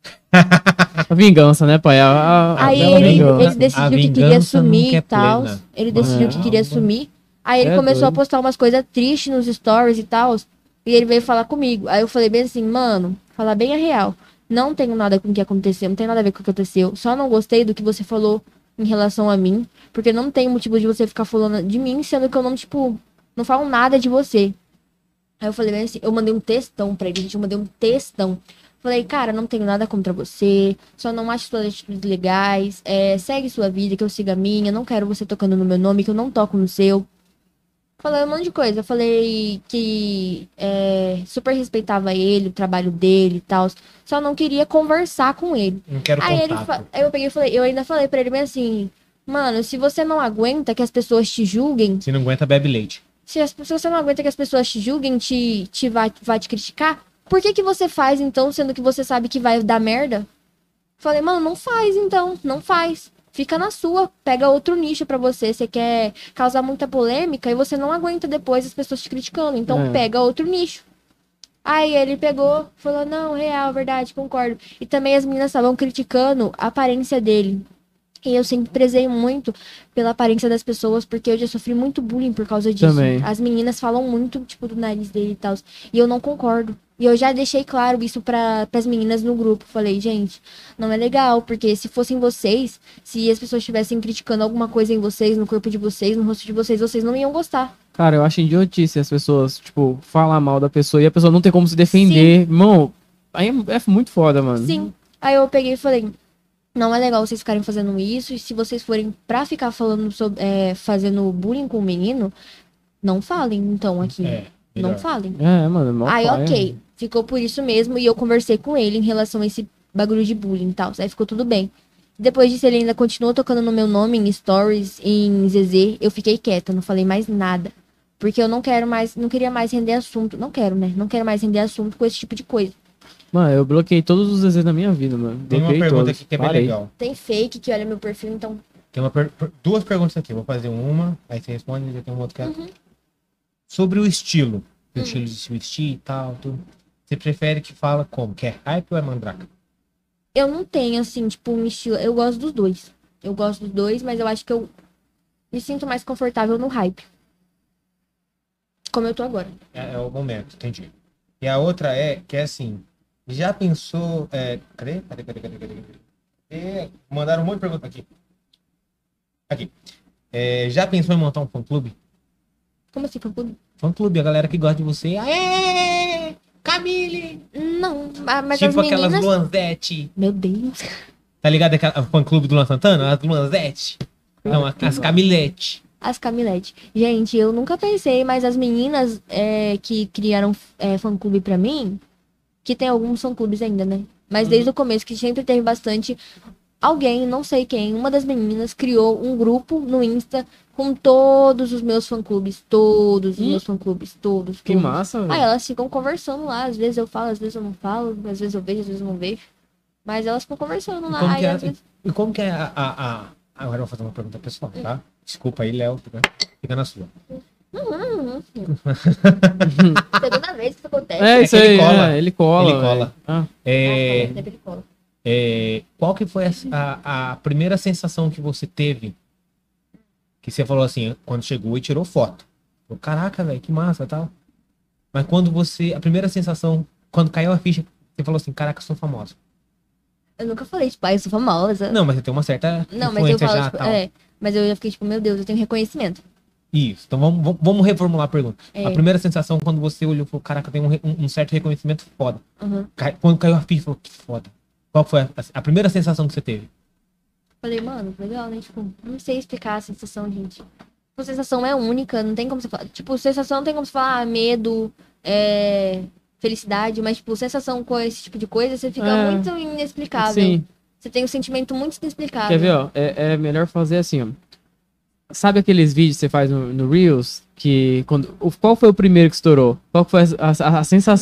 B: A vingança, né, pai?
C: Aí
B: bela
C: ele
B: vingança.
C: decidiu
A: A
C: que queria
A: vingança
C: sumir
A: nunca
C: e
A: é
C: tal.
A: plena.
C: Ele decidiu que queria sumir. Aí ele
B: É
C: começou a
B: doido.
C: postar umas coisas tristes nos stories e tal. E ele veio falar comigo. Aí eu falei bem assim, mano, falar bem a real. Não tenho nada com o que aconteceu, não tem nada a ver com o que aconteceu. Só não gostei do que você falou em relação a mim. Porque não tem motivo de você ficar falando de mim, sendo que eu não, tipo, não falo nada de você. Aí eu falei bem assim, eu mandei um textão pra ele, gente, eu mandei um textão. Falei, cara, não tenho nada contra você, só não acho suas atitudes legais, segue sua vida, que eu siga a minha, não quero você tocando no meu nome, que eu não toco no seu. Falei um monte de coisa, falei que super respeitava ele, o trabalho dele e tal, só não queria conversar com ele.
A: Não quero
C: Aí
A: contato.
C: aí eu peguei e falei, eu ainda falei pra ele bem assim, mano, se você não aguenta que as pessoas te julguem,
A: Se não aguenta, bebe leite.
C: se você não aguenta que as pessoas te julguem, vai te criticar, por que que você faz então, sendo que você sabe que vai dar merda? Falei, mano, não faz então, não faz. Fica na sua, pega outro nicho pra você. Você quer causar muita polêmica e você não aguenta depois as pessoas te criticando. Então pega outro nicho. Aí ele pegou, falou, não, real, verdade, concordo. E também as meninas estavam criticando a aparência dele. E eu sempre prezei muito pela aparência das pessoas, porque eu já sofri muito bullying por causa disso.
B: Também.
C: As meninas falam muito, tipo, do nariz dele e tal. E eu não concordo. E eu já deixei claro isso pras meninas no grupo. Falei, gente, não é legal, porque se fossem vocês, se as pessoas estivessem criticando alguma coisa em vocês, no corpo de vocês, no rosto de vocês, vocês não iam gostar.
B: Cara, eu acho idiotice as pessoas, tipo, falar mal da pessoa e a pessoa não ter como se defender. Irmão, aí é muito foda, mano.
C: Sim. Aí eu peguei e falei, não é legal vocês ficarem fazendo isso, e se vocês forem pra ficar falando sobre, fazendo bullying com o menino, não falem, então, aqui. Não
A: melhor.
C: falem.
B: Mano, mal
C: Aí,
B: paia.
C: ok. Ficou por isso mesmo, e eu conversei com ele em relação a esse bagulho de bullying e tal. Aí ficou tudo bem. Depois disso, ele ainda continuou tocando no meu nome, em stories, em ZZ. Eu fiquei quieta, não falei mais nada. Porque eu não queria mais render assunto. Não quero, né? Não quero mais render assunto com esse tipo de coisa.
B: Mano, eu bloqueei todos os ZZ da minha vida, mano.
A: Tem uma
B: Bloqueei
A: pergunta
B: todos.
A: aqui que é bem
B: Parei.
A: legal.
C: Tem fake que olha meu perfil, então.
A: Tem duas perguntas aqui. Vou fazer uma, aí você responde e já tem uma outra que é... Sobre o estilo. O estilo de se vestir e tal, tudo. Você prefere que fala como? Que é hype ou é mandraka?
C: Eu não tenho, assim, tipo, um estilo. Eu gosto dos dois. Eu gosto dos dois, mas eu acho que eu me sinto mais confortável no hype. Como eu tô agora.
A: É o momento, entendi. E a outra que é assim, já pensou... Cadê? Mandaram um monte de pergunta aqui. Aqui. Já pensou em montar um fã-clube?
C: Como assim, fã-clube?
A: Fã-clube, a galera que gosta de você. Aê! Camille!
C: Não, mas
A: Tipo
C: as
A: aquelas
C: meninas...
A: Luanzete.
C: Meu Deus.
A: Tá ligado aquela fã-clube do Luan Santana? As Luanzete. Não, as Camilete.
C: As Camilete. Gente, eu nunca pensei, mas as meninas que criaram fã-clube pra mim, que tem alguns fã-clubes ainda, né? Mas desde o começo, que sempre teve bastante... Alguém, não sei quem, uma das meninas criou um grupo no Insta com todos os meus fã-clubes. Todos os meus fã-clubes. Todos.
B: Que massa,
C: Aí
B: velho.
C: elas ficam conversando lá. Às vezes eu falo, às vezes eu não falo. Às vezes eu vejo, às vezes eu não vejo. Mas elas ficam conversando lá. Aí, às vezes...
A: E como que é Agora eu vou fazer uma pergunta pessoal, tá? Desculpa aí, Léo. Fica na sua.
C: Segunda vez que isso acontece.
B: É isso
A: que ele
B: aí,
A: cola.
B: ele cola.
A: Ele cola.
B: velho. Ah,
C: Sempre ele cola.
A: Qual que foi a primeira sensação que você teve? Que você falou assim, quando chegou e tirou foto. Falou, caraca, velho, que massa e tal. Mas quando a primeira sensação, quando caiu a ficha, você falou assim, caraca, eu sou famosa.
C: Eu nunca falei, tipo, eu sou famosa.
A: Não, mas você tem uma certa
C: Não, mas eu
A: influência
C: falo,
A: já,
C: tipo,
A: tal.
C: mas eu já fiquei, tipo, meu Deus, eu tenho reconhecimento.
A: Isso, então vamos reformular a pergunta.
C: É.
A: A primeira sensação quando você olhou e falou, caraca, tem um certo reconhecimento foda.
C: Uhum.
A: Quando caiu a ficha, falou, que foda. Qual foi a primeira sensação que você teve?
C: Falei, mano, legal, né? Tipo, não sei explicar a sensação, gente. A sensação é única, não tem como você falar. Tipo, sensação não tem como você falar medo, felicidade, mas, tipo, sensação com esse tipo de coisa, você fica muito inexplicável.
B: sim.
C: Você tem um sentimento muito inexplicável.
B: Quer ver, ó? É melhor fazer assim, ó. Sabe aqueles vídeos que você faz no Reels? Qual foi o primeiro que estourou? Qual foi a sensação?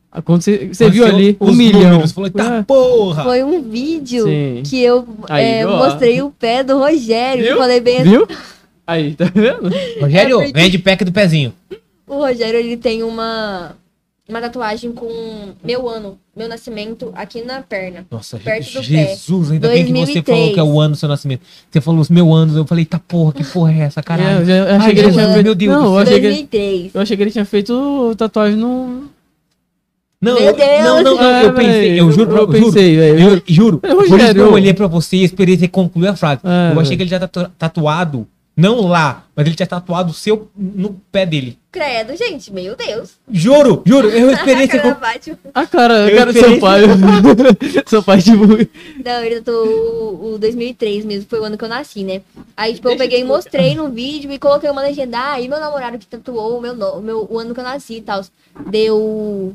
B: Quando você
A: Você
B: viu ali, 1 milhão.
A: Falou, tá
B: É.
A: porra!
C: Foi um vídeo
B: Sim.
C: que eu
B: Aí, ó.
C: mostrei o pé do Rogério.
B: Viu?
C: E falei bem assim.
B: Viu? Aí, tá vendo?
A: Rogério,
C: É porque-
A: vende pack do pezinho.
C: O Rogério, ele tem uma tatuagem com meu nascimento aqui na perna.
A: Nossa,
C: Perto do
A: Jesus, ainda bem que você
C: 2003.
A: falou que é o ano do seu nascimento. Você falou os meus anos, eu falei, tá porra, que porra é essa, caralho?
B: Eu achei
A: Ai,
B: que ele
A: Jesus,
B: tinha feito.
A: meu Deus
B: Não,
A: do
B: eu
A: céu.
B: achei que,
C: 2003.
B: eu achei que ele tinha feito tatuagem no.
A: Não,
C: Meu Deus!
A: não, eu pensei,
B: velho,
A: eu juro,
B: eu pensei, velho.
A: juro.
B: É,
A: Por isso que
B: Rogério.
A: eu olhei pra você e esperei você concluir a frase.
B: É,
A: Eu achei
B: velho.
A: que ele já tá tatuado, não lá, mas ele tinha tatuado no pé dele.
C: Credo, gente, meu Deus.
A: Juro, eu esperei você
C: Cara,
A: concluir.
C: bate-
B: Ah, cara,
A: Eu
B: eu quero
A: esperei-
B: seu pai. Seu pai, tipo.
C: Não, ele tatuou o 2003 mesmo, foi o ano que eu nasci, né? Aí, tipo, eu
A: Deixa
C: peguei e
A: eu-
C: mostrei no vídeo e coloquei uma legenda. Ah, e meu namorado que tatuou o ano que eu nasci e tal. Deu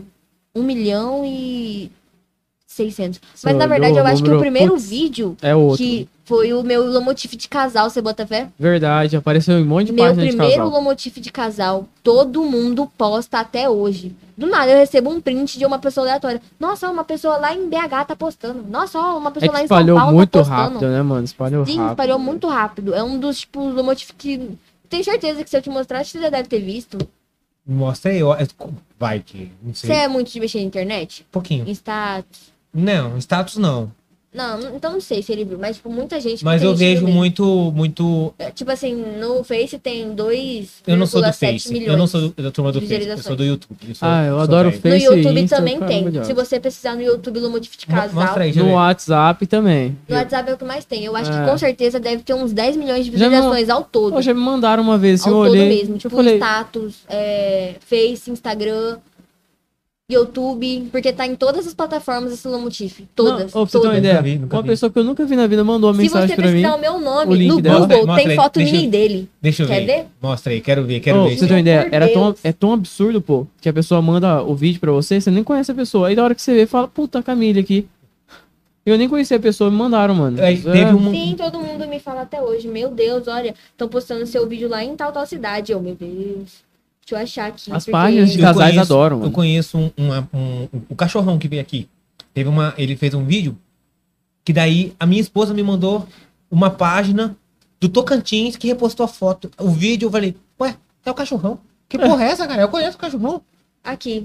C: 1.600.000. Mas, na verdade, eu acho que o
B: número,
C: primeiro
B: putz,
C: vídeo
B: É outro.
C: que foi o meu lomotif de casal, você bota fé?
B: Verdade, apareceu em um monte de
C: Meu
B: página de
C: primeiro
B: casal.
C: lomotif de casal, todo mundo posta até hoje. Do nada eu recebo um print de uma pessoa aleatória. Nossa, uma pessoa lá em BH tá postando. Nossa, ó, uma
B: É
C: pessoa
B: que
C: lá em São
B: espalhou
C: Paulo
B: muito
C: tá postando.
B: rápido, né, mano? Espalhou
C: Sim,
B: rápido.
C: espalhou muito rápido. É um dos, tipo, lomotif que... Tenho certeza que se eu te mostrar, você já deve ter visto.
A: Mostra aí, vai que, não sei.
C: Você é muito de mexer na internet?
A: Um pouquinho.
C: Em status?
A: Não, status não.
C: Não, então não sei se ele viu, mas, tipo, muita gente...
A: Mas
C: tem
A: eu
C: gente
A: vejo
C: no meio.
A: muito.
C: Tipo assim, no Face tem 2,7
A: Eu não sou do Face.
C: milhões.
A: Eu não sou da turma do
C: de
A: Face. Eu
C: visualizações.
A: sou do YouTube.
B: Eu adoro o
A: velho.
B: Face.
C: No
B: e
C: YouTube
B: Insta,
C: também
B: cara,
C: tem.
B: melhor.
C: Se você precisar no YouTube lomotif de casal...
A: Mostra aí, deixa eu
B: No
A: ver.
B: WhatsApp também.
C: No WhatsApp é o que mais tem. Eu acho
B: É.
C: que com certeza deve ter uns 10 milhões de
B: Já
C: visualizações ao todo.
B: Pô, já me mandaram uma vez, assim,
C: Ao
B: eu
C: todo
B: olhei.
C: mesmo.
B: Eu
C: Tipo,
B: falei,
C: status, Face, Instagram, YouTube. Porque tá em todas as plataformas esse lomotif. Todas.
B: Não, ô, pra você ter uma
C: todas.
B: ideia,
A: Nunca vi, nunca
B: uma
A: vi.
B: pessoa que eu nunca vi na vida mandou uma
C: Se
B: mensagem
C: você
B: pra mim.
C: pesquisar o meu
B: o
C: nome
B: link
C: no
B: dela.
C: Google,
A: Mostra
C: tem
A: aí,
C: foto
A: deixa
C: minha
A: eu-
C: e dele.
A: Deixa eu
C: Quer
A: ver.
C: ver?
A: Mostra aí, quero ver.
B: Ô, pra você ter uma
C: Meu
B: ideia,
C: Deus.
B: é tão absurdo, pô, que a pessoa manda o vídeo pra você nem conhece a pessoa. Aí da hora que você vê, fala, puta, a Camille aqui. Eu nem conhecia a pessoa, me mandaram, mano.
A: Aí, teve um.
C: Sim, todo mundo me fala até hoje. Meu Deus, olha, estão postando seu vídeo lá em tal cidade. Eu, meu Deus. Deixa eu achar aqui.
B: As
C: porque-
B: páginas de
A: Eu
B: casais
A: conheço-
B: adoram,
A: Eu
B: mano.
A: conheço o cachorrão que veio aqui. Ele fez um vídeo que daí a minha esposa me mandou uma página do Tocantins que repostou a foto. O vídeo eu falei, ué, é o cachorrão. Que porra é essa, cara? Eu conheço o cachorrão.
C: Aqui.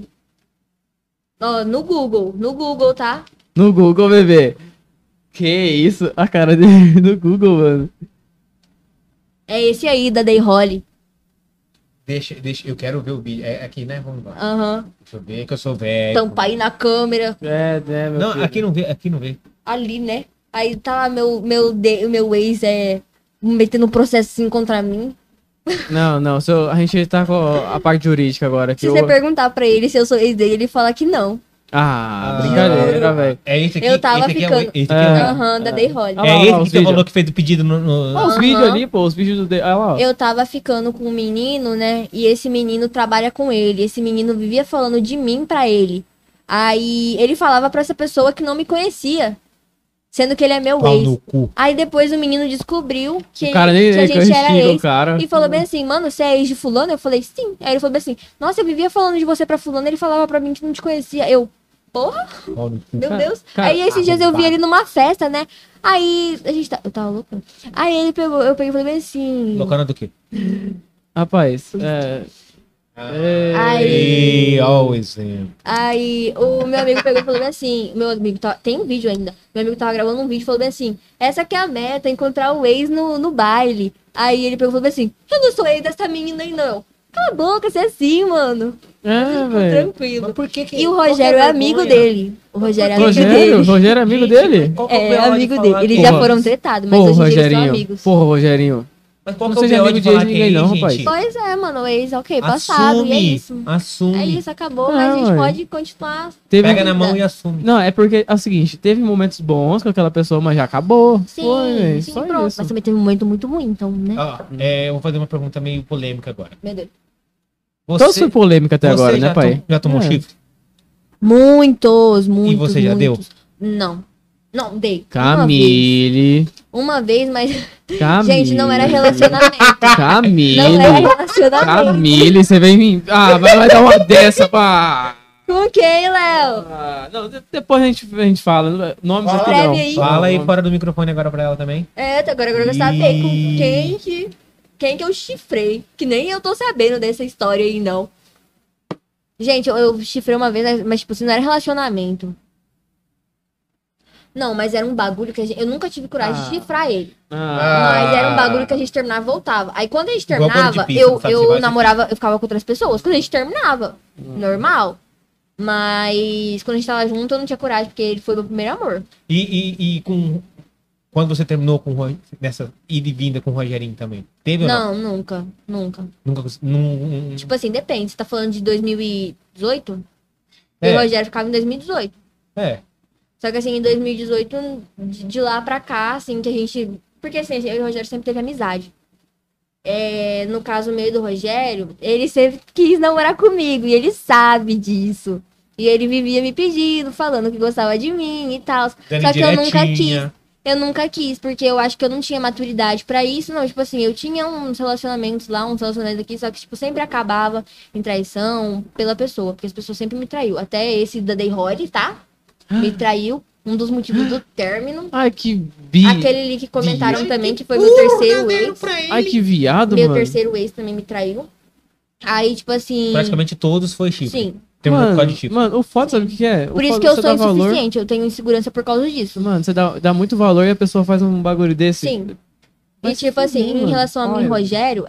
C: Ó, no Google, tá?
B: No Google, bebê. Que isso? A cara dele no Google, mano.
C: É esse aí, da Day Holly.
A: Deixa, eu quero ver o vídeo. É aqui, né? Vamos lá.
C: Aham.
A: Deixa eu ver que eu sou velho.
C: Tampa aí na câmera.
B: Meu
A: Não,
B: filho.
A: aqui não vê, aqui não vê.
C: Ali, né? Aí tá lá meu ex metendo um processo assim contra mim.
B: Não, a gente tá com a parte jurídica agora. Que
C: Se você perguntar pra ele se eu sou ex dele, ele fala que não.
B: Brincadeira, velho.
A: É esse aqui.
C: Eu tava
A: esse aqui
C: ficando-
A: esse aqui é,
C: Aham, da Day Holly.
B: Ah, lá,
A: é esse
B: os
A: que você
B: vídeos.
A: falou que fez o pedido no...
B: Ó, os
C: Aham.
B: vídeos ali, pô, os vídeos do... Olha lá, ó.
C: Eu tava ficando com um menino, né? E esse menino trabalha com ele. Esse menino vivia falando de mim pra ele. Aí ele falava pra essa pessoa que não me conhecia. Sendo que ele é meu
A: Pau
C: ex.
A: no cu.
C: Aí depois o menino descobriu que,
B: O cara nem
C: que a gente era
B: castiga o
C: ex.
B: cara.
C: E falou bem assim, mano, você é ex de fulano? Eu falei, sim. Aí ele falou bem assim, nossa, eu vivia falando de você pra fulano. Ele falava pra mim que não te conhecia. Eu, porra,
A: Pau no cu.
C: meu
B: Cara,
C: Deus.
B: cara,
C: Aí esses dias eu vi
A: arrombado.
C: ele numa festa, né? Aí a gente eu tava louca. Aí ele pegou, eu peguei e falei bem assim.
A: Loucona do quê?
B: Rapaz,
A: Aí, always.
C: Aí o meu amigo pegou e falou bem assim, meu amigo tem um vídeo ainda. Meu amigo tava gravando um vídeo e falou bem assim, essa que é a meta, encontrar o ex no baile. Aí ele pegou e falou bem assim, eu não sou ex dessa menina aí não. Cala a boca, você é assim, mano. Ficou
B: velho.
C: tranquilo.
A: Mas por que
C: E o Rogério é amigo dele. O Rogério é amigo
B: Rogério?
C: dele.
B: Rogério é amigo dele?
C: É, amigo dele. Eles
B: Porra.
C: já foram tretados, mas
B: Porra,
C: hoje em dia eles são
B: Rogerinho.
C: amigos.
B: Porra, Rogerinho.
A: Mas qual
B: Não
A: que é o
B: seja
A: B.O.
B: amigo
A: de falar
B: de
A: que
B: ninguém
A: é
B: não,
A: ex,
B: rapaz.
A: gente?
C: Pois é, mano, o ex, ok, passado, e é isso.
A: Assume.
C: É isso, acabou,
B: É,
C: mas a gente
B: ué.
C: pode continuar.
B: Teve...
A: Pega na mão e assume.
B: Não, é porque é o seguinte, teve momentos bons com aquela pessoa, mas já acabou.
C: Sim,
B: Foi, velho,
C: sim,
B: só
C: pronto.
B: isso.
C: Mas também teve um momento muito ruim, então, né?
A: Ó, eu vou fazer uma pergunta meio polêmica agora.
C: Meu Deus.
B: Então foi polêmica até agora,
A: já
B: né, pai?
A: Já tomou
B: É.
A: chifre?
C: Muitos.
A: E você já deu?
C: Não. Não, dei.
B: Camille.
C: Uma vez, mas.
B: Camille.
C: Gente, não era relacionamento.
B: Camille.
C: Não era relacionamento.
B: Camille, você vem. Ah, vai dar uma dessa pra.
C: Com quem, Léo?
B: Ah, não, depois a gente fala. Nomes aqui
C: Escreve
B: não.
C: aí.
A: Fala aí
B: Não,
A: fora do microfone agora pra ela também.
C: Agora eu quero saber com quem que eu chifrei. Que nem eu tô sabendo dessa história aí, não. Gente, eu chifrei uma vez, mas tipo, assim, não era relacionamento. Não, mas era um bagulho que eu nunca tive coragem de chifrar ele. Mas era um bagulho que a gente terminava e voltava. Aí quando a gente
A: Igual quando
C: terminava,
A: de pizza, não sabe se vai,
C: eu
A: se
C: namorava, eu ficava com outras pessoas. Quando a gente terminava, normal. Mas quando a gente tava junto, eu não tinha coragem, porque ele foi meu primeiro amor.
A: E quando você terminou com nessa ida e vinda com o Rogerinho também? Teve ou não?
C: Não, nunca.
A: Nunca.
C: Tipo assim, depende. Você tá falando de 2018? E
A: É.
C: o Rogério ficava em 2018.
A: É.
C: Só que assim, em 2018, de lá pra cá, assim, que a gente... Porque assim, eu e o Rogério sempre teve amizade. No caso meio do Rogério, ele sempre quis namorar comigo, e ele sabe disso. E ele vivia me pedindo, falando que gostava de mim e tal.
A: Dando
C: Só que eu nunca quis.
A: direitinha.
C: Eu nunca quis, porque eu acho que eu não tinha maturidade pra isso. Não, tipo assim, eu tinha uns relacionamentos lá, uns relacionamentos aqui, só que, tipo, sempre acabava em traição pela pessoa, porque as pessoas sempre me traiu. Até esse da Day Holly, tá? Me traiu. Um dos motivos do término.
B: Ai, que
C: Aquele ali que comentaram também, que foi meu terceiro ex.
B: Ai, que viado,
C: Meu
B: mano.
C: terceiro ex também me traiu. Aí, tipo assim...
A: Praticamente todos foi chifre.
C: Sim.
A: Terminou por causa de chifre.
B: Mano, o foda, sabe o que é?
C: Por isso que eu sou insuficiente, eu tenho insegurança por causa disso.
B: Mano, você dá muito valor e a pessoa faz um bagulho desse.
C: Sim.
B: Vai
C: E
B: se
C: tipo assim,
B: fuder,
C: em
B: mano.
C: relação a mim e
B: Olha.
C: o Rogério,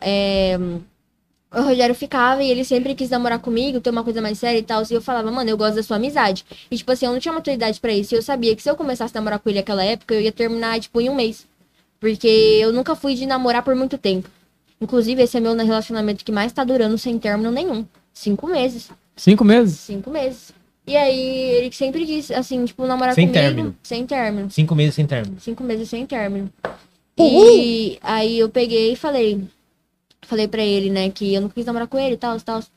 C: o Rogério ficava e ele sempre quis namorar comigo, ter uma coisa mais séria e tal. E eu falava, mano, eu gosto da sua amizade. E tipo assim, eu não tinha maturidade pra isso. E eu sabia que se eu começasse a namorar com ele naquela época, eu ia terminar, tipo, em um mês. Porque eu nunca fui de namorar por muito tempo. Inclusive, esse é meu relacionamento que mais tá durando sem término nenhum. 5 meses.
B: 5 meses?
C: 5 meses. E aí, ele sempre quis, assim, tipo, namorar
A: Sem
C: comigo.
A: término.
C: Sem término.
A: 5 meses sem término.
C: 5 meses sem término. E aí eu peguei e falei pra ele, né, que eu não quis namorar com ele e tal.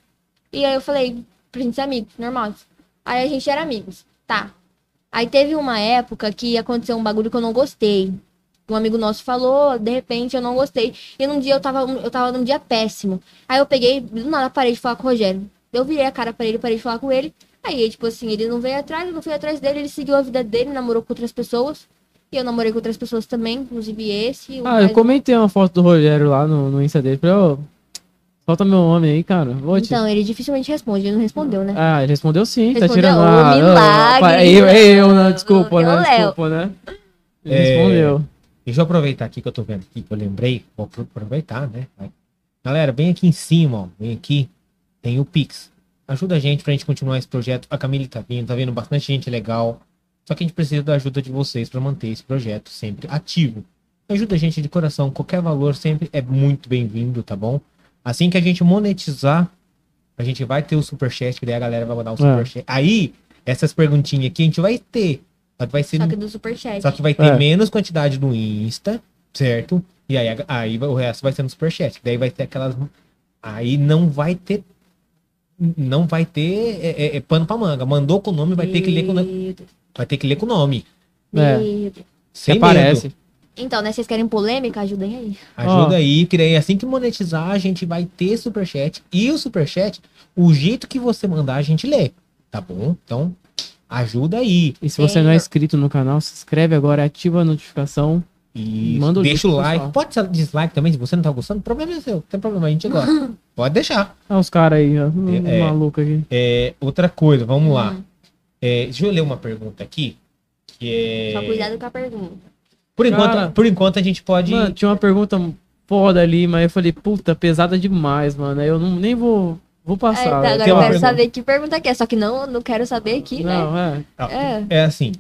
C: E aí eu falei pra gente ser amigos, normal. Aí a gente era amigos, tá. Aí teve uma época que aconteceu um bagulho que eu não gostei. Um amigo nosso falou, de repente eu não gostei. E num dia eu tava num dia péssimo. Aí eu peguei, do nada parei de falar com o Rogério. Eu virei a cara pra ele, parei de falar com ele. Aí, tipo assim, ele não veio atrás, eu não fui atrás dele, ele seguiu a vida dele, namorou com outras pessoas. E eu namorei com outras pessoas também, inclusive esse.
B: Eu comentei uma foto do Rogério lá no Insta dele. Falei, ô, solta meu homem aí, cara. Vou te...
C: Então, ele dificilmente responde, ele não respondeu, né?
B: Ah, ele respondeu sim, tá
C: Respondeu,
B: tirando.
C: ô, milagre.
B: Eu, não, desculpa,
C: Ô,
B: né?
C: Léo.
B: Desculpa, né? Ele respondeu.
A: Deixa eu aproveitar aqui que eu tô vendo aqui, que eu lembrei. Vou aproveitar, né? Vai. Galera, bem aqui em cima, ó. Vem aqui. Tem o Pix. Ajuda a gente pra gente continuar esse projeto. A Camille tá vendo bastante gente legal. Só que a gente precisa da ajuda de vocês pra manter esse projeto sempre ativo. Ajuda a gente de coração. Qualquer valor sempre é muito bem-vindo, tá bom? Assim que a gente monetizar, a gente vai ter o superchat, que daí a galera vai mandar o superchat. Aí, essas perguntinhas aqui a gente vai ter. Só que vai ser.
C: Só que do superchat.
A: Só que vai ter menos quantidade no Insta, certo? E aí o resto vai ser no Superchat. Daí vai ter aquelas. Aí não vai ter. Não vai ter pano pra manga. Mandou com o nome, vai ter que ler com o nome. Vai ter que ler com o nome.
B: É.
C: Meu Deus.
A: Sem
B: Aparece.
A: medo.
C: Então, né? Vocês querem polêmica? Ajudem aí.
A: Ajuda aí, que daí assim que monetizar, a gente vai ter Superchat. E o Superchat, o jeito que você mandar, a gente lê. Tá bom? Então, ajuda aí.
B: E se você não é inscrito no canal, se inscreve agora, ativa a notificação.
A: E
B: Manda o
A: deixa o
B: link pro
A: like.
B: pessoal.
A: Pode ser dislike também, se você não tá gostando. O problema é seu. Não tem problema, a gente gosta. Pode deixar.
B: Olha os caras aí, ó. Maluco aqui.
A: Outra coisa, vamos lá. Deixa eu ler uma pergunta aqui. Que é...
C: Só cuidado com a pergunta.
A: Por enquanto a gente pode.
B: Mano, tinha uma pergunta foda ali, mas eu falei, puta, pesada demais, mano. Aí eu nem vou passar.
C: Agora
A: tem
C: eu
A: uma
C: quero
A: pergunta.
C: saber que pergunta que é. Só que não quero saber aqui, né?
B: Não,
A: É assim.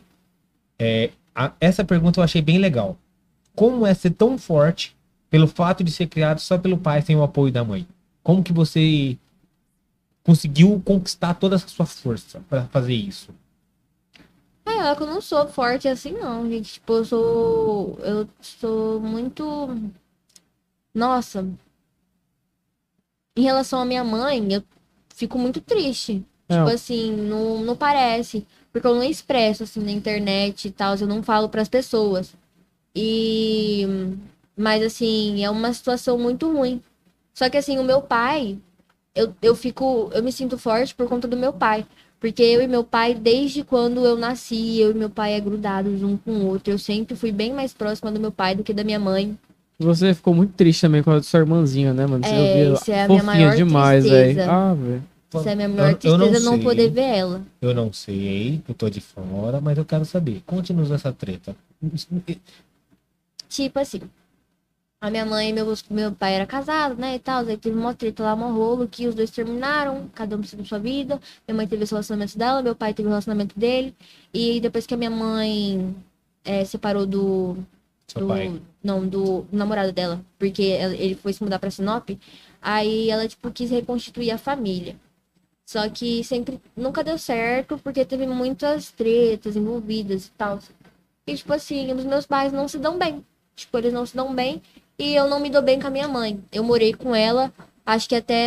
A: Essa pergunta eu achei bem legal. Como é ser tão forte pelo fato de ser criado só pelo pai sem o apoio da mãe? Como que você conseguiu conquistar toda essa sua força pra fazer isso?
C: É que eu não sou forte assim, não, gente. Tipo, eu sou muito... Nossa. Em relação à minha mãe, eu fico muito triste. Tipo assim, não parece. Porque eu não expresso, assim, na internet e tal. Eu não falo pras pessoas. Mas, assim, é uma situação muito ruim. Só que, assim, o meu pai, eu me sinto forte por conta do meu pai. Porque eu e meu pai, desde quando eu nasci, eu e meu pai é grudados um com o outro. Eu sempre fui bem mais próxima do meu pai do que da minha mãe.
B: Você ficou muito triste também com a sua irmãzinha, né, mano? Você
C: Isso é a minha
B: fofinha
C: maior
B: demais, velho.
C: tristeza.
B: Ah, velho.
C: Isso é a minha maior
A: Eu não
C: tristeza não
A: sei.
C: poder ver ela.
A: Eu não sei, eu tô de fora, mas eu quero saber. Conte-nos essa treta.
C: Tipo assim, a minha mãe e meu pai era casado, né, e tal. Aí teve uma treta lá, um rolo, que os dois terminaram, cada um seguiu sua vida. Minha mãe teve os relacionamentos dela, meu pai teve o relacionamento dele. E depois que a minha mãe separou
A: Seu pai.
C: não, do namorado dela, porque ele foi se mudar pra Sinop, aí ela, tipo, quis reconstituir a família. Só que sempre, nunca deu certo, porque teve muitas tretas envolvidas e tal. E, tipo assim, os meus pais não se dão bem. Tipo, eles não se dão bem e eu não me dou bem com a minha mãe. Eu morei com ela, acho que até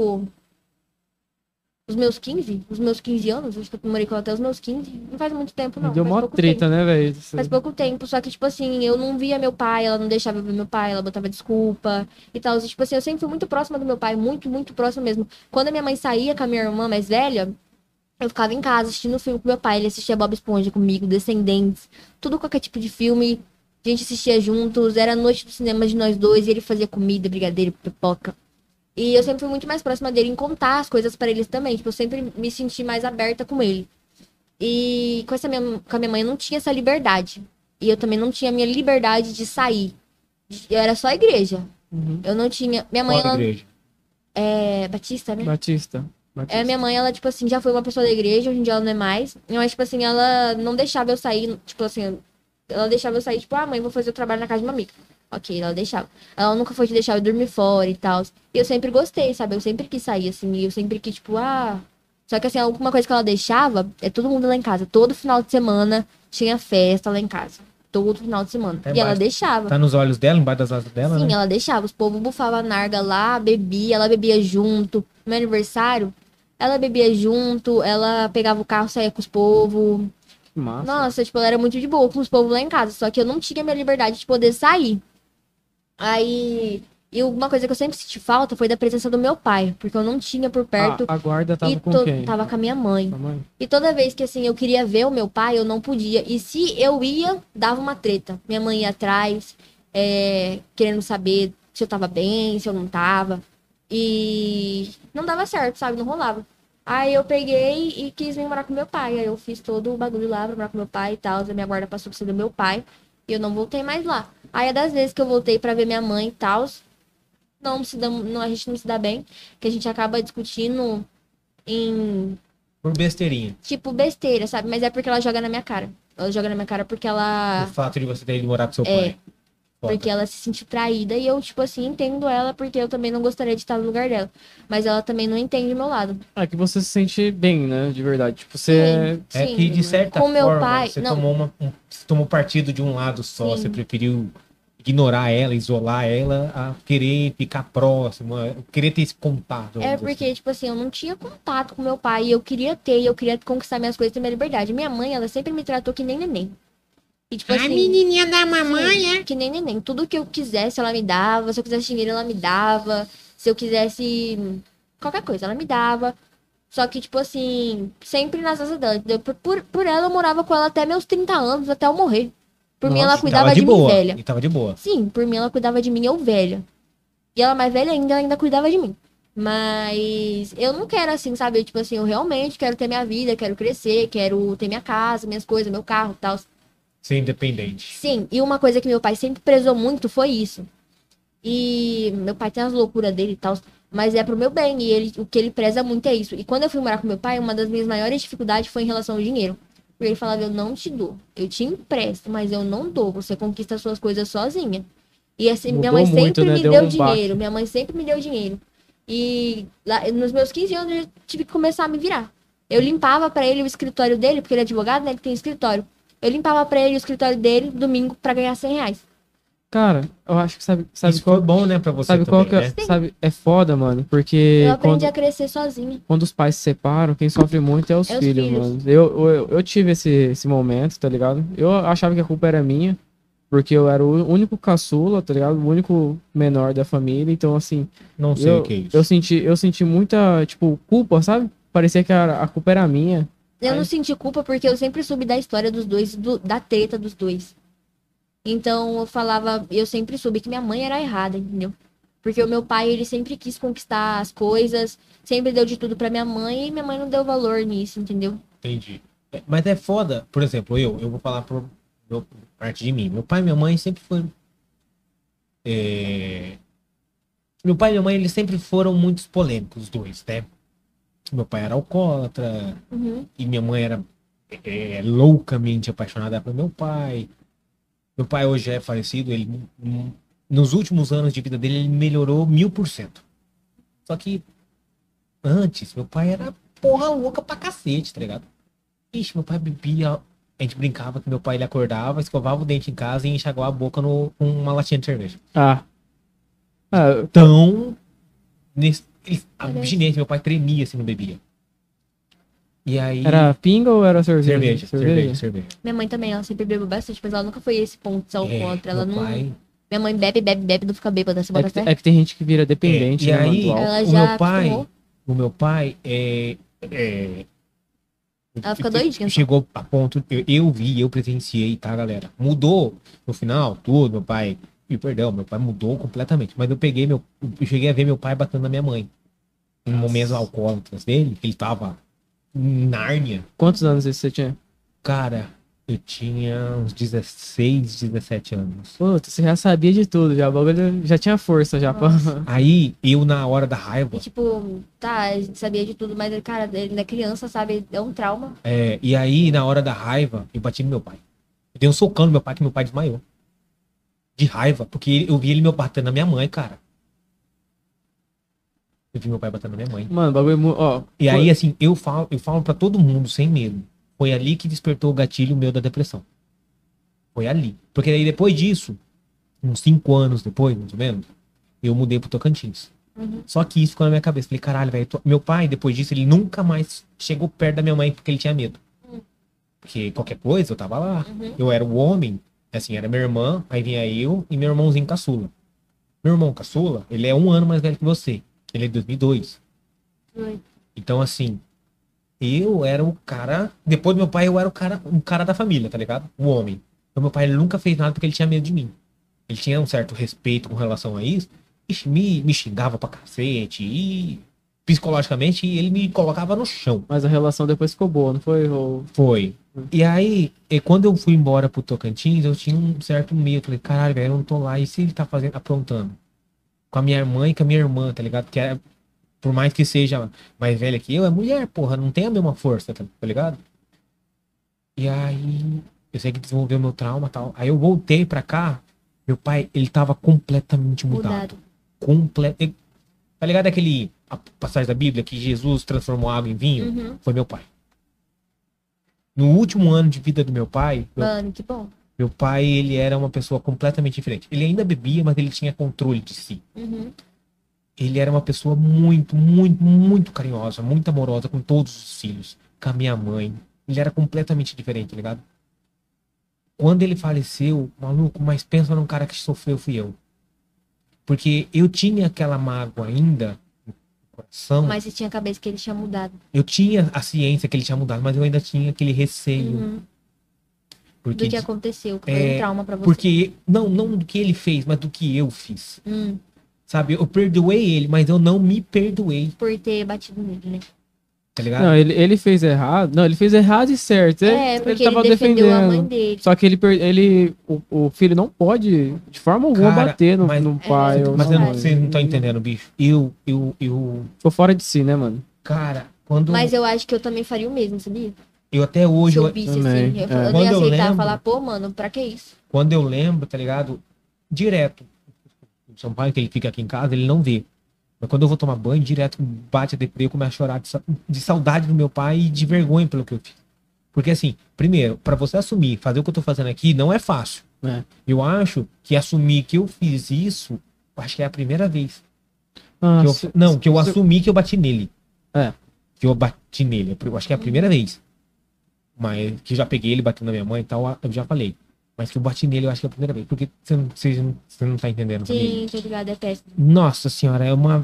C: os meus 15 anos, acho que eu morei com ela até os meus 15. Não faz muito tempo, não.
B: Deu
C: faz
B: mó
C: pouco
B: treta,
C: tempo.
B: né, velho?
C: Faz pouco tempo, só que, tipo assim, eu não via meu pai, ela não deixava eu ver meu pai, ela botava desculpa e tal. E, tipo assim, eu sempre fui muito próxima do meu pai, muito, muito próxima mesmo. Quando a minha mãe saía com a minha irmã mais velha, eu ficava em casa assistindo filme com meu pai, ele assistia Bob Esponja comigo, Descendentes, tudo qualquer tipo de filme. A gente assistia juntos, era a noite do cinema de nós dois, e ele fazia comida, brigadeiro, pipoca. E eu sempre fui muito mais próxima dele em contar as coisas pra eles também. Tipo, eu sempre me senti mais aberta com ele. E com com a minha mãe eu não tinha essa liberdade. E eu também não tinha a minha liberdade de sair. Eu era só igreja.
B: Uhum.
C: Eu não tinha. Minha mãe,
A: Qual
C: ela
A: igreja?
C: é batista, né?
B: Batista.
C: É, minha mãe, ela, tipo assim, já foi uma pessoa da igreja, hoje em dia ela não é mais. Mas, tipo assim, ela não deixava eu sair, tipo assim, ela deixava eu sair, tipo, ah, mãe, vou fazer o trabalho na casa de uma amiga. Ok, ela deixava. Ela nunca foi de deixar eu dormir fora e tal. E eu sempre gostei, sabe? Eu sempre quis sair, assim, e eu sempre quis, tipo, ah. Só que, assim, alguma coisa que ela deixava é todo mundo lá em casa. Todo final de semana tinha festa lá em casa. Todo final de semana.
A: Até
C: E ela
A: embaixo.
C: deixava.
A: Tá nos olhos dela, embaixo das asas dela,
C: Sim,
A: né?
C: ela deixava. Os povos bufavam narga lá, bebia, ela bebia junto. No meu aniversário, ela bebia junto, ela pegava o carro, saía com os povos.
B: Que massa.
C: Nossa, tipo, ela era muito de boa com os povos lá em casa. Só que eu não tinha minha liberdade de poder sair. Aí, e uma coisa que eu sempre senti falta foi da presença do meu pai. Porque eu não tinha por perto.
B: A guarda tava
C: e
B: com quem?
C: tava com a minha mãe.
B: Com a mãe?
C: E toda vez que, assim, eu queria ver o meu pai, eu não podia. E se eu ia, dava uma treta. Minha mãe ia atrás, querendo saber se eu tava bem, se eu não tava. E não dava certo, sabe? Não rolava. Aí eu peguei e quis vir morar com meu pai. Aí eu fiz todo o bagulho lá pra morar com meu pai e tal. A minha guarda passou por ser do meu pai. E eu não voltei mais lá. Aí, das vezes que eu voltei pra ver minha mãe e tal, a gente não se dá bem. Que a gente acaba discutindo em,
A: Por besteirinha.
C: tipo, besteira, sabe? Mas é porque ela joga na minha cara. Ela joga na minha cara porque ela...
A: O fato de você ter ido morar com seu
C: É.
A: pai. Foda.
C: Porque ela se sentiu traída. E eu, tipo assim, entendo ela porque eu também não gostaria de estar no lugar dela. Mas ela também não entende o meu lado.
B: É que você se sente bem, né? De verdade. Tipo, você.
A: É
C: Sim.
A: que, de certa
C: Com meu
A: forma,
C: pai-
A: você
C: não.
A: você tomou partido de um lado só.
C: Sim.
A: Você preferiu ignorar ela, isolar ela, a querer ficar próximo, a querer ter esse contato. vamos
C: É
A: dizer
C: porque,
A: assim.
C: tipo assim, eu não tinha contato com meu pai. E eu queria ter, e eu queria conquistar minhas coisas e ter minha liberdade. Minha mãe, ela sempre me tratou que nem neném. E, tipo
D: A
C: assim...
D: menininha da mamãe, é?
C: Que nem neném. Tudo que eu quisesse, ela me dava. Se eu quisesse dinheiro, ela me dava. Se eu quisesse qualquer coisa, ela me dava. Só que, tipo assim, sempre nas asas dela. Entendeu? Por ela, eu morava com ela até meus 30 anos, até eu morrer. Por mim, ela
B: Nossa,
C: cuidava
A: Tava
C: de mim,
A: boa.
C: velha.
A: E tava de boa.
C: Sim, por mim, ela cuidava de mim, eu velha. E ela mais velha ainda, ela ainda cuidava de mim. Mas eu não quero assim, sabe? Tipo assim, eu realmente quero ter minha vida, quero crescer, quero ter minha casa, minhas coisas, meu carro e tal.
A: Ser independente.
C: Sim, e uma coisa que meu pai sempre prezou muito foi isso. E meu pai tem as loucuras dele e tal, mas é pro meu bem, e o que ele preza muito é isso. E quando eu fui morar com meu pai, uma das minhas maiores dificuldades foi em relação ao dinheiro. Porque ele falava, eu não te dou, eu te empresto, mas eu não dou, você conquista as suas coisas sozinha. E assim, minha
B: Mudou
C: mãe
B: muito,
C: sempre
B: né?
C: me
B: Deu
C: deu
B: um
C: dinheiro,
B: baque.
C: minha mãe sempre me deu dinheiro. E lá, nos meus 15 anos eu tive que começar a me virar. Eu limpava pra ele o escritório dele, porque ele é advogado, né? Ele tem escritório. Eu limpava pra ele o escritório dele domingo pra ganhar 100 reais.
B: Cara, eu acho que sabe
A: Isso foi bom, né, pra você
B: sabe qual que
A: também,
B: é,
A: né?
B: sabe, é foda, mano, porque
C: Eu aprendi
B: quando,
C: a crescer sozinha.
B: quando os pais se separam, quem sofre muito é os
C: É os
B: filhos,
C: filhos.
B: mano. Eu tive esse momento, tá ligado? Eu achava que a culpa era minha, Porque eu era o único caçula, tá ligado? O único menor da família. Então, assim,
A: Não sei o que é isso.
B: eu senti muita, tipo, culpa, sabe? Parecia que a culpa era minha.
C: Eu não
B: Ai.
C: senti culpa porque eu sempre soube da história dos dois, da treta dos dois. Então eu sempre soube que minha mãe era errada, entendeu? Porque o meu pai, ele sempre quis conquistar as coisas, sempre deu de tudo pra minha mãe e minha mãe não deu valor nisso, entendeu?
A: Entendi. Mas é foda, por exemplo, eu vou falar por parte de mim. Meu pai e minha mãe sempre foram. Meu pai e minha mãe, eles sempre foram muito polêmicos, os dois, né? Meu pai era alcoólatra
C: Uhum.
A: e minha mãe era loucamente apaixonada por meu pai. Meu pai hoje é falecido, ele nos últimos anos de vida dele, ele melhorou 1000%. Só que antes, meu pai era porra louca pra cacete, tá ligado? Ixi, meu pai bebia. A gente brincava que meu pai ele acordava, escovava o dente em casa e enxaguava a boca com uma latinha de cerveja.
B: Ah,
A: Então, a abstinência, meu pai tremia se não bebia. E aí.
B: era pinga ou era cerveja?
A: Cerveja.
C: Minha mãe também, ela sempre bebeu bastante, mas ela nunca foi esse ponto de ser alcoólatra. Ela
A: meu
C: não.
A: pai.
C: Minha mãe bebe, não fica bêbada, você bota fé?
B: É que tem gente que vira dependente,
A: E
B: né, mano,
A: aí,
B: do álcool.
C: Ela
A: o
C: já
A: meu pai.
C: acostumou.
A: O meu pai
C: Ela fica doidinha.
A: chegou a ponto, eu presenciei, tá, galera? Mudou no final, tudo, meu pai. E perdão, meu pai mudou completamente. Mas eu cheguei a ver meu pai batendo na minha mãe. Em momentos alcoólatras dele, que ele tava em Nárnia.
B: Quantos anos você tinha?
A: Cara, eu tinha uns 16, 17 anos.
B: Puta, você já sabia de tudo, já. O bagulho já tinha força já.
C: Nossa.
A: Aí, eu na hora da raiva,
C: E tipo, tá, a gente sabia de tudo, mas, cara, ele é criança, sabe? É um trauma.
A: e aí, na hora da raiva, eu bati no meu pai. Eu dei um socão no meu pai, que meu pai desmaiou. De raiva, porque eu vi ele me batendo na minha mãe, cara. Eu vi meu pai batendo na minha mãe.
B: Mano, o bagulho, ó.
A: E aí, assim, eu falo pra todo mundo, sem medo. Foi ali que despertou o gatilho meu da depressão. Foi ali. Porque aí, depois disso, uns 5 anos depois, mais ou menos, eu mudei pro Tocantins.
C: Uhum.
A: Só que isso ficou na minha cabeça. Falei, caralho, velho. Meu pai, depois disso, ele nunca mais chegou perto da minha mãe porque ele tinha medo. Porque qualquer coisa, eu tava lá.
C: Uhum.
A: Eu era o homem, assim, era minha irmã, aí vinha eu e meu irmãozinho caçula. Meu irmão caçula, ele é 1 ano mais velho que você. Ele é de 2002.
C: Foi.
A: Então, assim, eu era o cara. Depois do meu pai, eu era o cara da família, tá ligado? O homem. Então, meu pai ele nunca fez nada porque ele tinha medo de mim. Ele tinha um certo respeito com relação a isso. Ixi, me xingava pra cacete. E psicologicamente ele me colocava no chão.
B: Mas a relação depois ficou boa, não foi? Ou...
A: Foi. E aí, quando eu fui embora pro Tocantins, eu tinha um certo medo. Falei, caralho, velho, eu não tô lá. E se ele tá aprontando? Com a minha mãe e com a minha irmã, tá ligado? Que é, por mais que seja mais velha que eu, é mulher, porra, não tem a mesma força, tá ligado? E aí, eu sei que desenvolveu meu trauma e tal. Aí eu voltei pra cá, meu pai, ele tava completamente mudado. Tá ligado a passagem da Bíblia que Jesus transformou água em vinho?
C: Uhum.
A: Foi meu pai. No último ano de vida do meu pai,
C: Mano, que bom.
A: meu pai, ele era uma pessoa completamente diferente. Ele ainda bebia, mas ele tinha controle de si.
C: Uhum.
A: Ele era uma pessoa muito, muito, muito carinhosa, muito amorosa com todos os filhos. Com a minha mãe. Ele era completamente diferente, tá ligado? Quando ele faleceu, maluco, mas pensa num cara que sofreu, fui eu. Porque eu tinha aquela mágoa ainda no coração.
C: Mas você tinha a cabeça que ele tinha mudado.
A: Eu tinha a ciência que ele tinha mudado, mas eu ainda tinha aquele receio.
C: Uhum.
A: Porque,
C: Do que aconteceu, que foi um trauma pra você.
A: porque não do que ele fez, mas do que eu fiz.
C: Hum,
A: Sabe, eu perdoei ele, mas eu não me perdoei,
C: por ter batido nele, né?
A: tá ligado?
B: Não, ele fez errado. Não, ele fez errado e certo.
C: Porque ele defendeu a mãe dele.
B: Só que o filho não pode, de forma alguma,
A: Cara,
B: bater no
A: mas-
B: pai. ou
A: Mas
B: na
C: não,
B: mãe.
A: vocês não estão entendendo, bicho. Eu,
B: Ficou fora de si, né, mano?
A: cara, quando
C: Mas eu acho que eu também faria o mesmo, sabia?
A: eu até hoje,
C: Se eu visse assim.
B: Também,
C: Eu
B: é.
C: não
A: Quando
C: ia
A: eu
C: aceitar
A: lembro-
C: falar, pô, mano, pra que isso?
A: quando eu lembro, tá ligado? Direto. O São Paulo, que ele fica aqui em casa, ele não vê. Mas quando eu vou tomar banho, direto bate a deprê, eu começo a chorar de saudade do meu pai e de vergonha pelo que eu fiz. Porque assim, primeiro, pra você assumir, fazer o que eu tô fazendo aqui, não é fácil.
B: É.
A: Eu acho que assumir que eu fiz isso, eu acho que é a primeira vez.
B: Ah,
A: Que eu assumi que eu bati nele.
B: É.
A: Que eu bati nele. Eu acho que é a primeira vez. Mas que eu já peguei ele batendo na minha mãe e tal, eu já falei. Mas que eu bati nele, eu acho que é a primeira vez. Porque você não tá entendendo.
C: Sim, tô ligado, é péssimo.
A: Nossa senhora,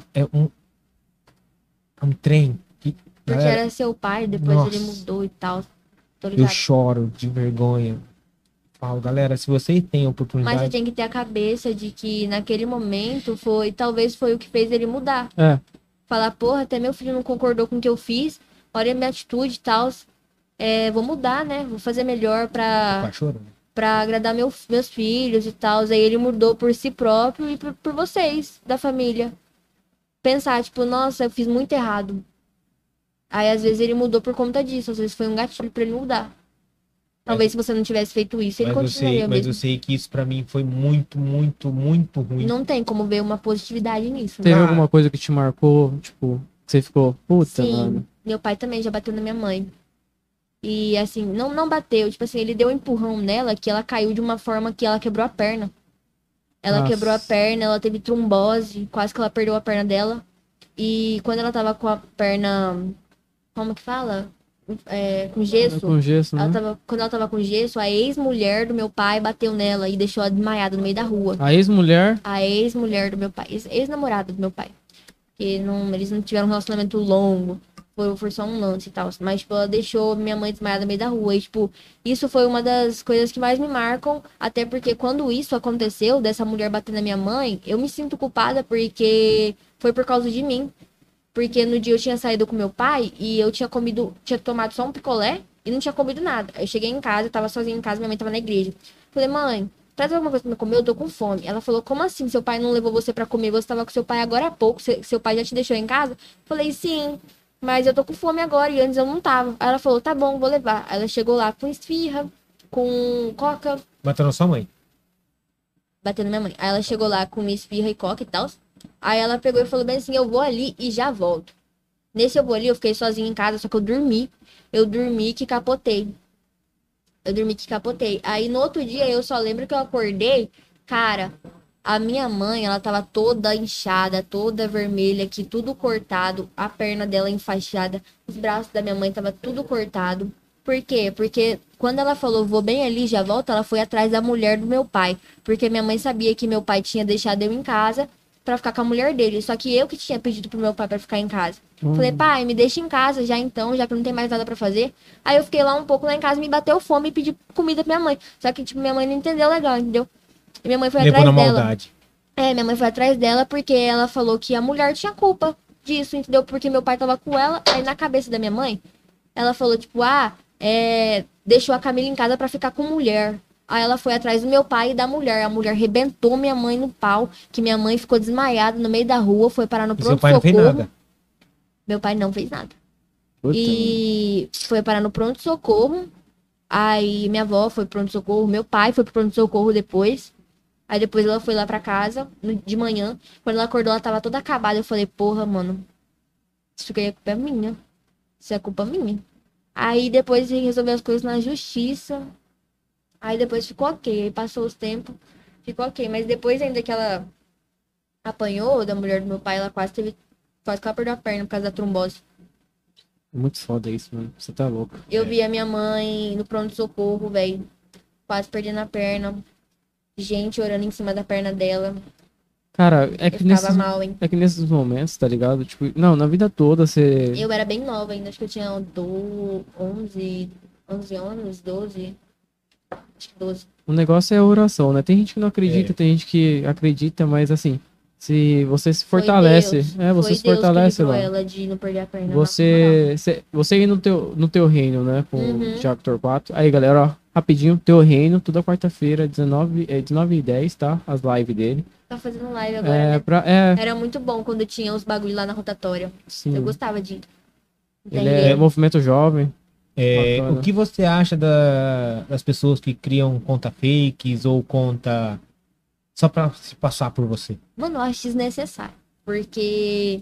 A: é um trem. Que,
C: Porque
A: galera,
C: era seu pai, depois
A: nossa.
C: ele mudou e tal. Tô
A: eu
C: ligado.
A: choro de vergonha. Falo, galera, se vocês têm
C: Mas você
A: oportunidade.
C: tem que ter a cabeça de que naquele momento talvez foi o que fez ele mudar.
B: É,
C: Falar, porra, até meu filho não concordou com o que eu fiz, olha a minha atitude e tal. Vou mudar, né? Vou fazer melhor
A: Tá chorando.
C: pra agradar meus filhos e tal. Aí ele mudou por si próprio e por vocês, da família. Pensar, tipo, nossa, eu fiz muito errado. Aí às vezes ele mudou por conta disso, às vezes foi um gatilho pra ele mudar. Talvez se você não tivesse feito isso, ele continuaria
A: Mas
C: mesmo.
A: eu sei que isso pra mim foi muito, muito, muito ruim.
C: Não tem como ver uma positividade nisso.
B: teve
C: Né?
B: alguma coisa que te marcou, tipo, que você ficou, puta,
C: Sim,
B: mano.
C: meu pai também já bateu na minha mãe. E assim, não bateu, tipo assim, ele deu um empurrão nela que ela caiu de uma forma que ela quebrou a perna. Ela
B: Nossa.
C: quebrou a perna, ela teve trombose, quase que ela perdeu a perna dela. E quando ela tava com a perna, como que fala? Com gesso.
B: Com gesso, né?
C: Quando ela tava com gesso, a ex-mulher do meu pai bateu nela e deixou ela desmaiada no meio da rua.
B: A ex-mulher,
C: A ex-mulher do meu pai, ex-namorada do meu pai. Porque eles não tiveram um relacionamento longo. Foi só um lance e tal. Mas, tipo, ela deixou minha mãe desmaiada no meio da rua. E, tipo, isso foi uma das coisas que mais me marcam. Até porque quando isso aconteceu, dessa mulher bater na minha mãe, eu me sinto culpada porque foi por causa de mim. Porque no dia eu tinha saído com meu pai e eu tinha tomado só um picolé e não tinha comido nada. Eu cheguei em casa, eu tava sozinha em casa, minha mãe tava na igreja. Falei, mãe, traz alguma coisa pra me comer, eu tô com fome. Ela falou, como assim? Seu pai não levou você pra comer? Você tava com seu pai agora há pouco, seu pai já te deixou em casa? Falei, sim, mas eu tô com fome agora e antes eu não tava. Aí ela falou, tá bom, vou levar. Aí ela chegou lá com esfirra, com coca,
A: Bateu na sua mãe.
C: batendo minha mãe. Aí ela chegou lá com esfirra e coca e tal. Aí ela pegou e falou bem assim, eu vou ali e já volto. Nesse eu vou ali, eu fiquei sozinha em casa, só que eu dormi. Eu dormi que capotei. Aí no outro dia eu só lembro que eu acordei, cara, a minha mãe, ela tava toda inchada, toda vermelha aqui, tudo cortado, a perna dela enfaixada, os braços da minha mãe tava tudo cortado. Por quê? Porque quando ela falou, vou bem ali, já volto, ela foi atrás da mulher do meu pai. Porque minha mãe sabia que meu pai tinha deixado eu em casa pra ficar com a mulher dele. Só que eu que tinha pedido pro meu pai pra ficar em casa. Falei, pai, me deixa em casa já então, já que não tem mais nada pra fazer. Aí eu fiquei lá um pouco lá em casa, me bateu fome e pedi comida pra minha mãe. Só que, tipo, minha mãe não entendeu legal, entendeu? E minha mãe foi
A: Levou
C: atrás
A: na
C: dela.
A: maldade.
C: Minha mãe foi atrás dela porque ela falou que a mulher tinha culpa disso, entendeu? Porque meu pai tava com ela. Aí na cabeça da minha mãe, ela falou, tipo, deixou a Camila em casa pra ficar com mulher. Aí ela foi atrás do meu pai e da mulher. A mulher rebentou minha mãe no pau, que minha mãe ficou desmaiada no meio da rua, foi parar no
A: E seu pai não fez
C: pronto-socorro.
A: nada.
C: Meu pai não fez nada.
B: puta,
C: E foi parar no pronto-socorro. Aí minha avó foi pro pronto-socorro, meu pai foi pro pronto-socorro depois. Aí depois ela foi lá pra casa, de manhã. Quando ela acordou, ela tava toda acabada. Eu falei, porra, mano, isso aqui é culpa minha. Isso é culpa minha. Aí depois resolveu as coisas na justiça. Aí depois ficou ok. Aí passou os tempos, ficou ok. Mas depois ainda que ela apanhou da mulher do meu pai, ela quase que ela perdeu a perna por causa da trombose.
B: é muito foda isso, mano. Você tá louco.
C: Eu vi a minha mãe no pronto-socorro, velho. Quase perdendo a perna. Gente orando em cima da perna dela.
B: Cara, é
C: Eu
B: que
C: ficava
B: nesses,
C: mal, hein?
B: é que nesses momentos, tá ligado? Tipo, não, na vida toda você.
C: Eu era bem nova ainda. Acho que eu tinha 11 anos, 12. Acho que 12.
B: O negócio é a oração, né? Tem gente que não acredita, tem gente que acredita, mas assim, se você se fortalece, você se fortalece
C: Foi Deus que livrou
B: lá.
C: ela de não perder a perna.
B: Você ir no teu reino, né? Com
C: Uhum.
B: o Thiago Torquato. Aí, galera, ó, rapidinho, teu reino, toda quarta-feira, 19h10, tá? As lives dele.
C: Tá fazendo live agora, né? Era muito bom quando tinha os bagulho lá na rotatória.
B: Sim.
C: Eu gostava de
B: Ele é movimento jovem. Bacana.
A: O que você acha das pessoas que criam conta fakes ou conta só pra se passar por você?
C: Mano, eu acho desnecessário. Porque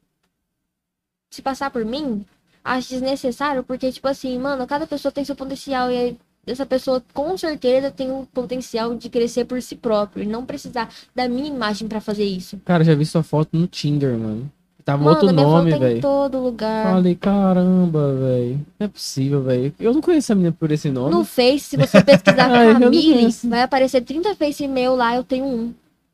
C: se passar por mim, acho desnecessário porque, tipo assim, mano, cada pessoa tem seu potencial e aí essa pessoa com certeza tem o potencial de crescer por si próprio e não precisar da minha imagem pra fazer isso.
B: Cara, já vi sua foto no Tinder, mano. Tava
C: Mano,
B: outro
C: minha
B: nome,
C: foto tá em
B: velho.
C: todo lugar.
B: Falei, caramba, velho. Não é possível, velho. Eu não conheço a menina por esse nome.
C: No Face, se você pesquisar
B: Ai, eu não
C: Camille,
B: conheço.
C: vai aparecer 30 Face meu lá, eu tenho um.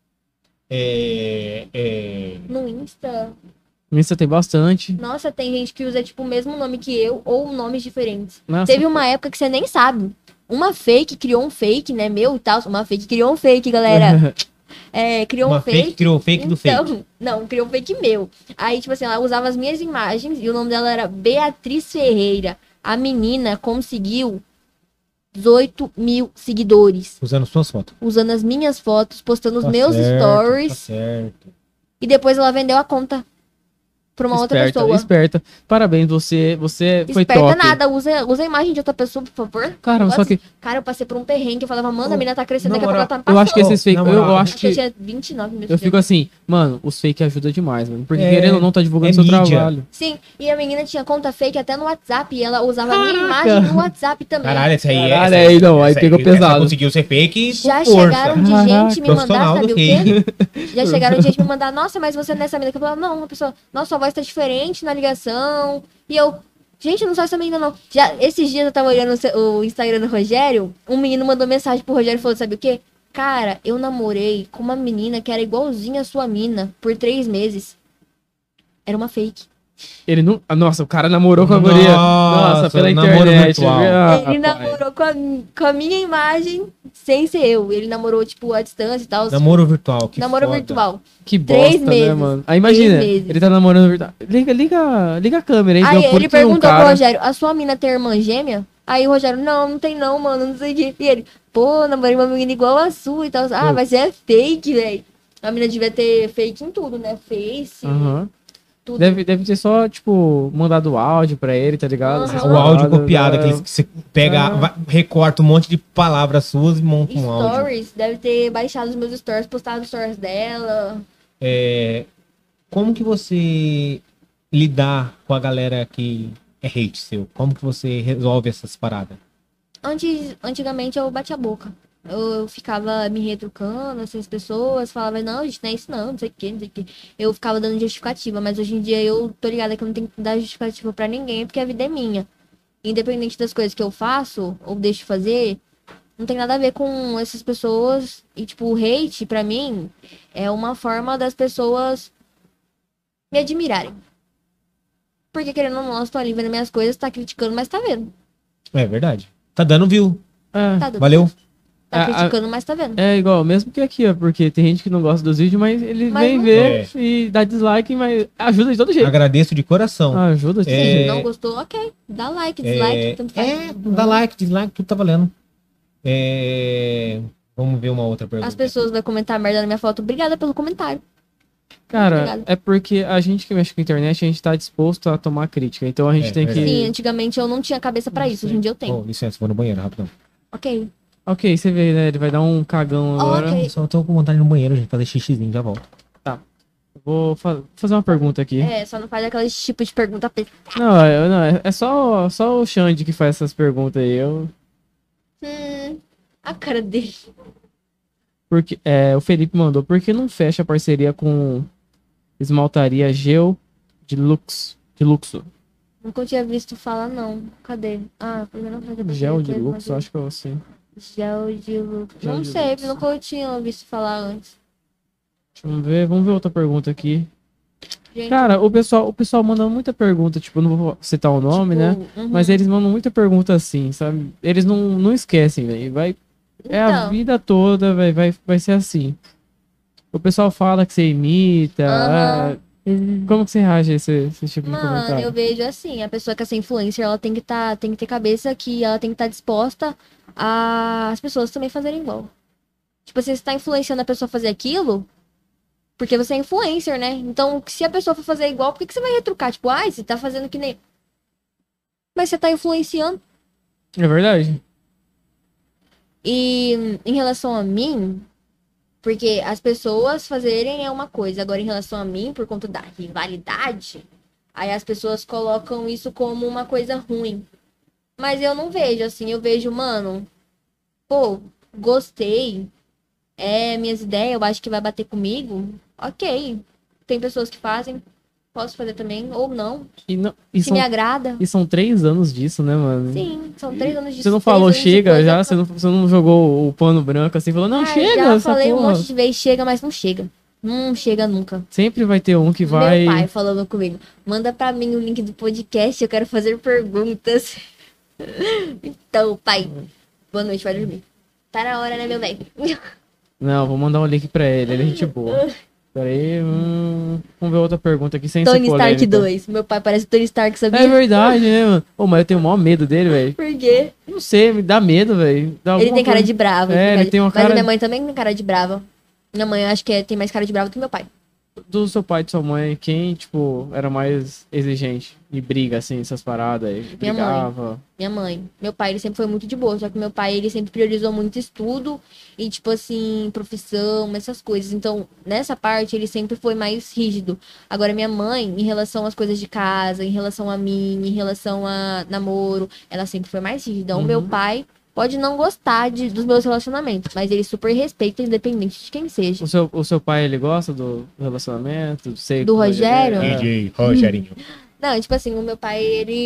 C: No Insta,
B: Insta tem bastante.
C: nossa, tem gente que usa, tipo, o mesmo nome que eu, ou nomes diferentes.
B: Nossa,
C: Teve uma época que você nem sabe. Uma fake criou um fake, né, meu e tal. Uma fake criou um fake, galera. Criou
A: Uma
C: um
A: fake
C: fake.
A: criou o fake do
C: Então,
A: fake.
C: não, criou um fake meu. Aí, tipo assim, ela usava as minhas imagens e o nome dela era Beatriz Ferreira. A menina conseguiu 18 mil seguidores.
A: Usando suas fotos.
C: Usando as minhas fotos, postando os
A: Tá
C: meus
A: certo,
C: stories.
A: Tá certo.
C: E depois ela vendeu a conta pra uma outra
B: esperta,
C: pessoa.
B: esperta. Parabéns, você foi
C: Esperta
B: top.
C: nada, usa a imagem de outra pessoa, por favor.
B: Cara, só que
C: Cara, eu passei por um perrengue, eu falava, mano,
A: Ô,
C: a menina tá crescendo,
A: na
C: daqui a pouco ela tá me
B: eu
C: passando.
B: acho que esses fake,
A: na moral,
B: eu acho
C: Acho que eu
B: que
C: tinha 29 mil
B: eu fico assim, mano, os fake ajuda demais, mano. Porque
A: É,
B: querendo ou não, tá divulgando
A: é
B: seu
A: mídia.
B: trabalho.
C: Sim, e a menina tinha conta fake até no WhatsApp, e ela usava a minha
B: Caraca.
C: imagem no WhatsApp também.
A: Caralho, essa aí
B: Caralho,
A: essa
B: aí não, aí
A: essa
B: pegou
A: essa
B: pesado.
A: conseguiu ser fake
C: Já
A: com força.
C: chegaram de gente me mandar,
A: Profissional
C: sabe
A: do
C: o quê?
A: fake.
C: Já chegaram de gente me mandar, nossa, mas você não é essa menina que eu falava, não, a pessoa, nossa, sua voz tá diferente na ligação. E eu, gente, não sou essa menina, não. Já, esses dias eu tava olhando o Instagram do Rogério, um menino mandou mensagem pro Rogério e falou, sabe o quê? Cara, eu namorei com uma menina que era igualzinha a sua mina por 3 meses. Era uma fake.
B: Ele não. Nossa, o cara namorou com a guria. Nossa, pela
A: namoro
B: internet.
A: virtual.
C: Ele
B: pai.
C: namorou com a minha imagem sem ser eu. Ele namorou, tipo, à distância e tal.
A: Namoro virtual, que
C: Namoro
A: foda.
C: virtual.
B: Que
C: 3
B: bosta, né,
C: meses.
B: mano? Aí imagina,
C: 3 meses.
B: ele tá namorando virtual. Liga a câmera aí,
C: Aí
B: deu
C: ele
B: porque um
C: perguntou pro
B: cara.
C: Rogério, a sua mina tem irmã gêmea? Aí o Rogério, não tem não, mano, não sei o quê. E ele, pô, namorei uma menina igual a sua e tal. Ah,
B: Pô.
C: mas você é fake, velho. A mina devia ter fake em tudo, né? Face,
B: Aham.
C: tudo.
B: Deve ter só, tipo, mandado áudio pra ele, tá ligado?
C: Aham.
B: Essas
A: O áudio
B: paradas,
A: copiado,
B: né?
A: aqueles que você pega, recorta um monte de palavras suas e monta um áudio.
C: Stories, deve ter baixado os meus stories, postado os stories dela.
A: Como que você lidar com a galera que é hate seu? Como que você resolve essas paradas?
C: Antigamente eu batia a boca. Eu ficava me retrucando, assim, as pessoas falavam, não, gente, não é isso não sei o que, não sei o que. Eu ficava dando justificativa, mas hoje em dia eu tô ligada que eu não tenho que dar justificativa pra ninguém, porque a vida é minha. Independente das coisas que eu faço ou deixo de fazer, não tem nada a ver com essas pessoas. E, tipo, o hate, pra mim, é uma forma das pessoas me admirarem. Porque, querendo ou não, eu tô ali vendo minhas coisas, tá criticando, mas tá vendo.
A: É verdade. Tá dando view.
B: É.
C: Tá dando.
A: Valeu.
C: Tá criticando, mas tá vendo.
B: É igual, mesmo que aqui, ó, porque tem gente que não gosta dos vídeos, mas ele
C: Mas
B: vem
C: não
B: ver e dá dislike, mas ajuda de todo jeito.
A: Agradeço de coração.
B: Ajuda de todo
C: Se
B: jeito.
C: não gostou, ok. Dá like, dislike, tanto faz.
A: Dá like, dislike, tudo tá valendo. Vamos ver uma outra pergunta.
C: As pessoas vão comentar merda na minha foto. Obrigada pelo comentário.
B: Cara,
C: Obrigada.
B: é porque a gente que mexe com a internet, a gente tá disposto a tomar crítica. Então a gente tem que.
C: Sim, antigamente eu não tinha cabeça pra isso. Hoje em dia eu tenho.
A: Oh, licença, vou no banheiro, rapidão.
C: Ok.
B: Ok, você vê, né? Ele vai dar um cagão agora.
C: Ok.
A: Só tô com vontade no banheiro, gente, fazer xixizinho, já volto.
B: Vou fazer uma pergunta aqui.
C: É, só não faz aquele tipo de pergunta.
B: Não, é só o Xande que faz essas perguntas aí.
C: A cara dele.
B: Porque, o Felipe mandou, por que não fecha parceria com esmaltaria Gel de Luxo?
C: Nunca tinha visto falar, não. Cadê? Ah, primeiro não faz
B: Gel de Luxo, acho que é assim.
C: Gel de luxo.
B: Gel
C: Não
B: de
C: sei,
B: luxo.
C: nunca eu tinha visto falar antes.
B: Vamos ver outra pergunta aqui.
C: Gente,
B: Cara, o pessoal manda muita pergunta, tipo, eu não vou citar o nome, né?
C: uhum.
B: Mas eles mandam muita pergunta assim, sabe? Eles não esquecem, velho. É a
C: Então.
B: vida toda, vai ser assim. O pessoal fala que você imita.
C: Aham.
B: Como que você reage a esse tipo de
C: Mano,
B: comentário?
C: eu vejo assim, a pessoa que é ser influencer, ela tem que ter cabeça que ela tem que estar disposta as pessoas também fazerem igual. Tipo, você está influenciando a pessoa a fazer aquilo, porque você é influencer, né? Então, se a pessoa for fazer igual, por que você vai retrucar? Tipo, ai, você tá fazendo que nem... Mas você tá influenciando.
B: É verdade.
C: E em relação a mim, porque as pessoas fazerem é uma coisa, agora em relação a mim, por conta da rivalidade, aí as pessoas colocam isso como uma coisa ruim. Mas eu não vejo assim, eu vejo, mano, pô, gostei, minhas ideias, eu acho que vai bater comigo, ok. Tem pessoas que fazem, posso fazer também, ou não.
B: E
C: Se me agrada.
B: e são 3 anos disso, né, mano?
C: Sim, são 3 anos de
B: Você não
C: 3
B: falou
C: anos de
B: chega
C: coisa
B: já?
C: pra-
B: Você não jogou o pano branco assim? Falou, não, chega,
C: Já
B: essa
C: falei um
B: porra.
C: monte de vezes, chega, mas não chega. Não chega nunca.
B: Sempre vai ter um que vai...
C: Meu pai falando comigo, manda pra mim o link do podcast, eu quero fazer perguntas. Então, pai, boa noite, vai dormir. Tá na hora, né, meu bem?
B: Não, vou mandar um link pra ele é gente boa. Peraí, vamos ver outra pergunta aqui sem ser
C: Tony Stark
B: polêmica.
C: 2. Meu pai parece Tony Stark,
B: É
C: sabia?
B: verdade, né, mano? Ô, mas eu tenho o maior medo dele, velho.
C: Por quê?
B: Não sei, me dá medo, velho. Dá
C: Ele
B: alguma
C: tem cara
B: coisa.
C: de bravo.
B: É, ele tem uma
C: Mas
B: cara
C: a minha mãe também tem cara de brava. Minha mãe acho que tem mais cara de bravo do que meu pai.
B: do seu pai e de sua mãe, quem, tipo, era mais exigente e briga, assim, essas paradas aí?
C: Minha mãe.
B: Brigava.
C: Minha mãe. Meu pai, ele sempre foi muito de boa. Só que meu pai, ele sempre priorizou muito estudo e, tipo assim, profissão, essas coisas. Então, nessa parte, ele sempre foi mais rígido. Agora, minha mãe, em relação às coisas de casa, em relação a mim, em relação a namoro, ela sempre foi mais rígida. O meu pai pode não gostar dos meus relacionamentos, mas ele super respeita, independente de quem seja.
B: O seu pai, ele gosta do relacionamento?
C: Do Rogério?
B: É.
A: DJ Rogerinho.
C: Não, tipo assim, o meu pai,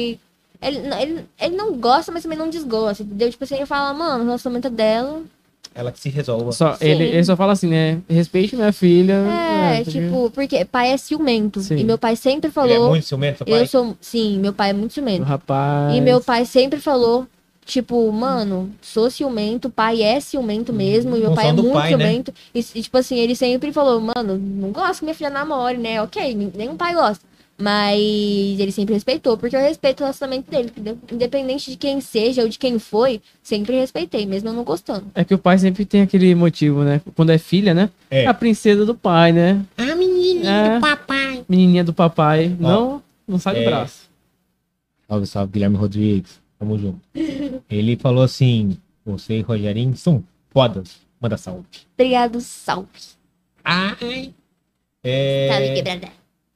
C: ele não gosta, mas também não desgosta, entendeu? Tipo assim, ele fala, mano, o relacionamento é dela.
A: Ela que se resolva.
B: Só,
C: Sim.
B: ele só fala assim, né? Respeite minha filha.
C: Tipo, porque pai é ciumento.
B: Sim.
C: E meu pai sempre
A: Ele é
C: falou.
A: muito ciumento, seu pai?
C: Sim, meu pai é muito
B: O
C: ciumento.
B: rapaz.
C: E meu pai sempre falou, tipo, mano, sou ciumento, pai é ciumento mesmo, e meu pai é
A: Função do
C: muito
A: pai, né?
C: ciumento. E, tipo assim, ele sempre falou, mano, não gosto que minha filha namore, né? Ok, nenhum pai gosta. Mas ele sempre respeitou, porque eu respeito o relacionamento dele, entendeu? Independente de quem seja ou de quem foi, sempre respeitei, mesmo eu não gostando.
B: É que o pai sempre tem aquele motivo, né? Quando é filha, né?
A: É.
B: A princesa do pai, né?
D: A menininha
B: É.
D: do papai.
B: Menininha do papai. Não sai do
A: É.
B: braço.
A: Salve, salve, Guilherme Rodrigues. Tamo junto. Ele falou assim: você e Rogerinho são fodas. Manda salve.
C: Obrigado, salve.
A: Ai.
C: Salve,
A: É,
C: quebrada.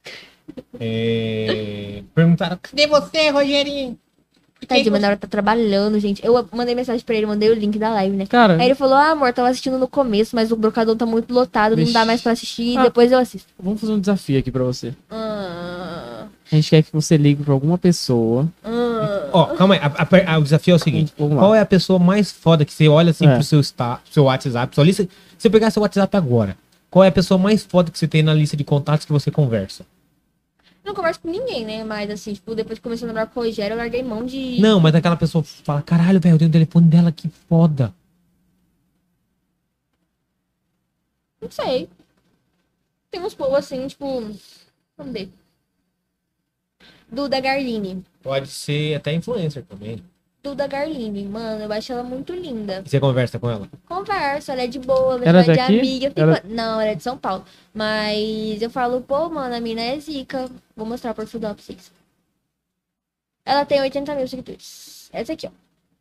A: perguntaram: cadê você, Rogerinho?
C: Tadinho, mas na hora tá trabalhando, gente. Eu mandei mensagem pra ele, mandei o link da live, né?
B: Cara,
C: Aí ele falou, amor, tava assistindo no começo, mas o brocador tá muito lotado, não
B: Vixe.
C: dá mais pra assistir,
B: Ah.
C: depois eu assisto.
B: vamos fazer um desafio aqui pra você.
C: Ah,
B: A gente quer que você ligue pra alguma pessoa.
A: Ó, calma aí. O desafio é o seguinte:
B: Vamos lá.
A: qual é a pessoa mais foda que você olha assim
B: É.
A: pro seu WhatsApp? Sua lista, se eu pegar seu WhatsApp agora, qual é a pessoa mais foda que você tem na lista de contatos que você conversa?
C: não converso com ninguém, né? Mas assim, tipo, depois que comecei a namorar com o Rogério, eu larguei mão de...
A: Não, mas aquela pessoa fala: caralho, velho, eu tenho o telefone dela, que foda.
C: Não sei. Tem uns povos assim, tipo... Vamos ver. Duda Garlini.
A: Pode ser até influencer também.
C: Duda Garlini, mano, eu acho ela muito linda.
A: E você conversa com ela?
C: Conversa, ela é de boa,
B: Ela é
C: ela é de
B: daqui?
C: amiga. Eu
B: Ela-
C: fico- Não, ela é de São Paulo. Mas eu falo, pô, mano, a mina é zica. Vou mostrar o perfil dela pra vocês. Ela tem 80 mil seguidores. Essa aqui, ó.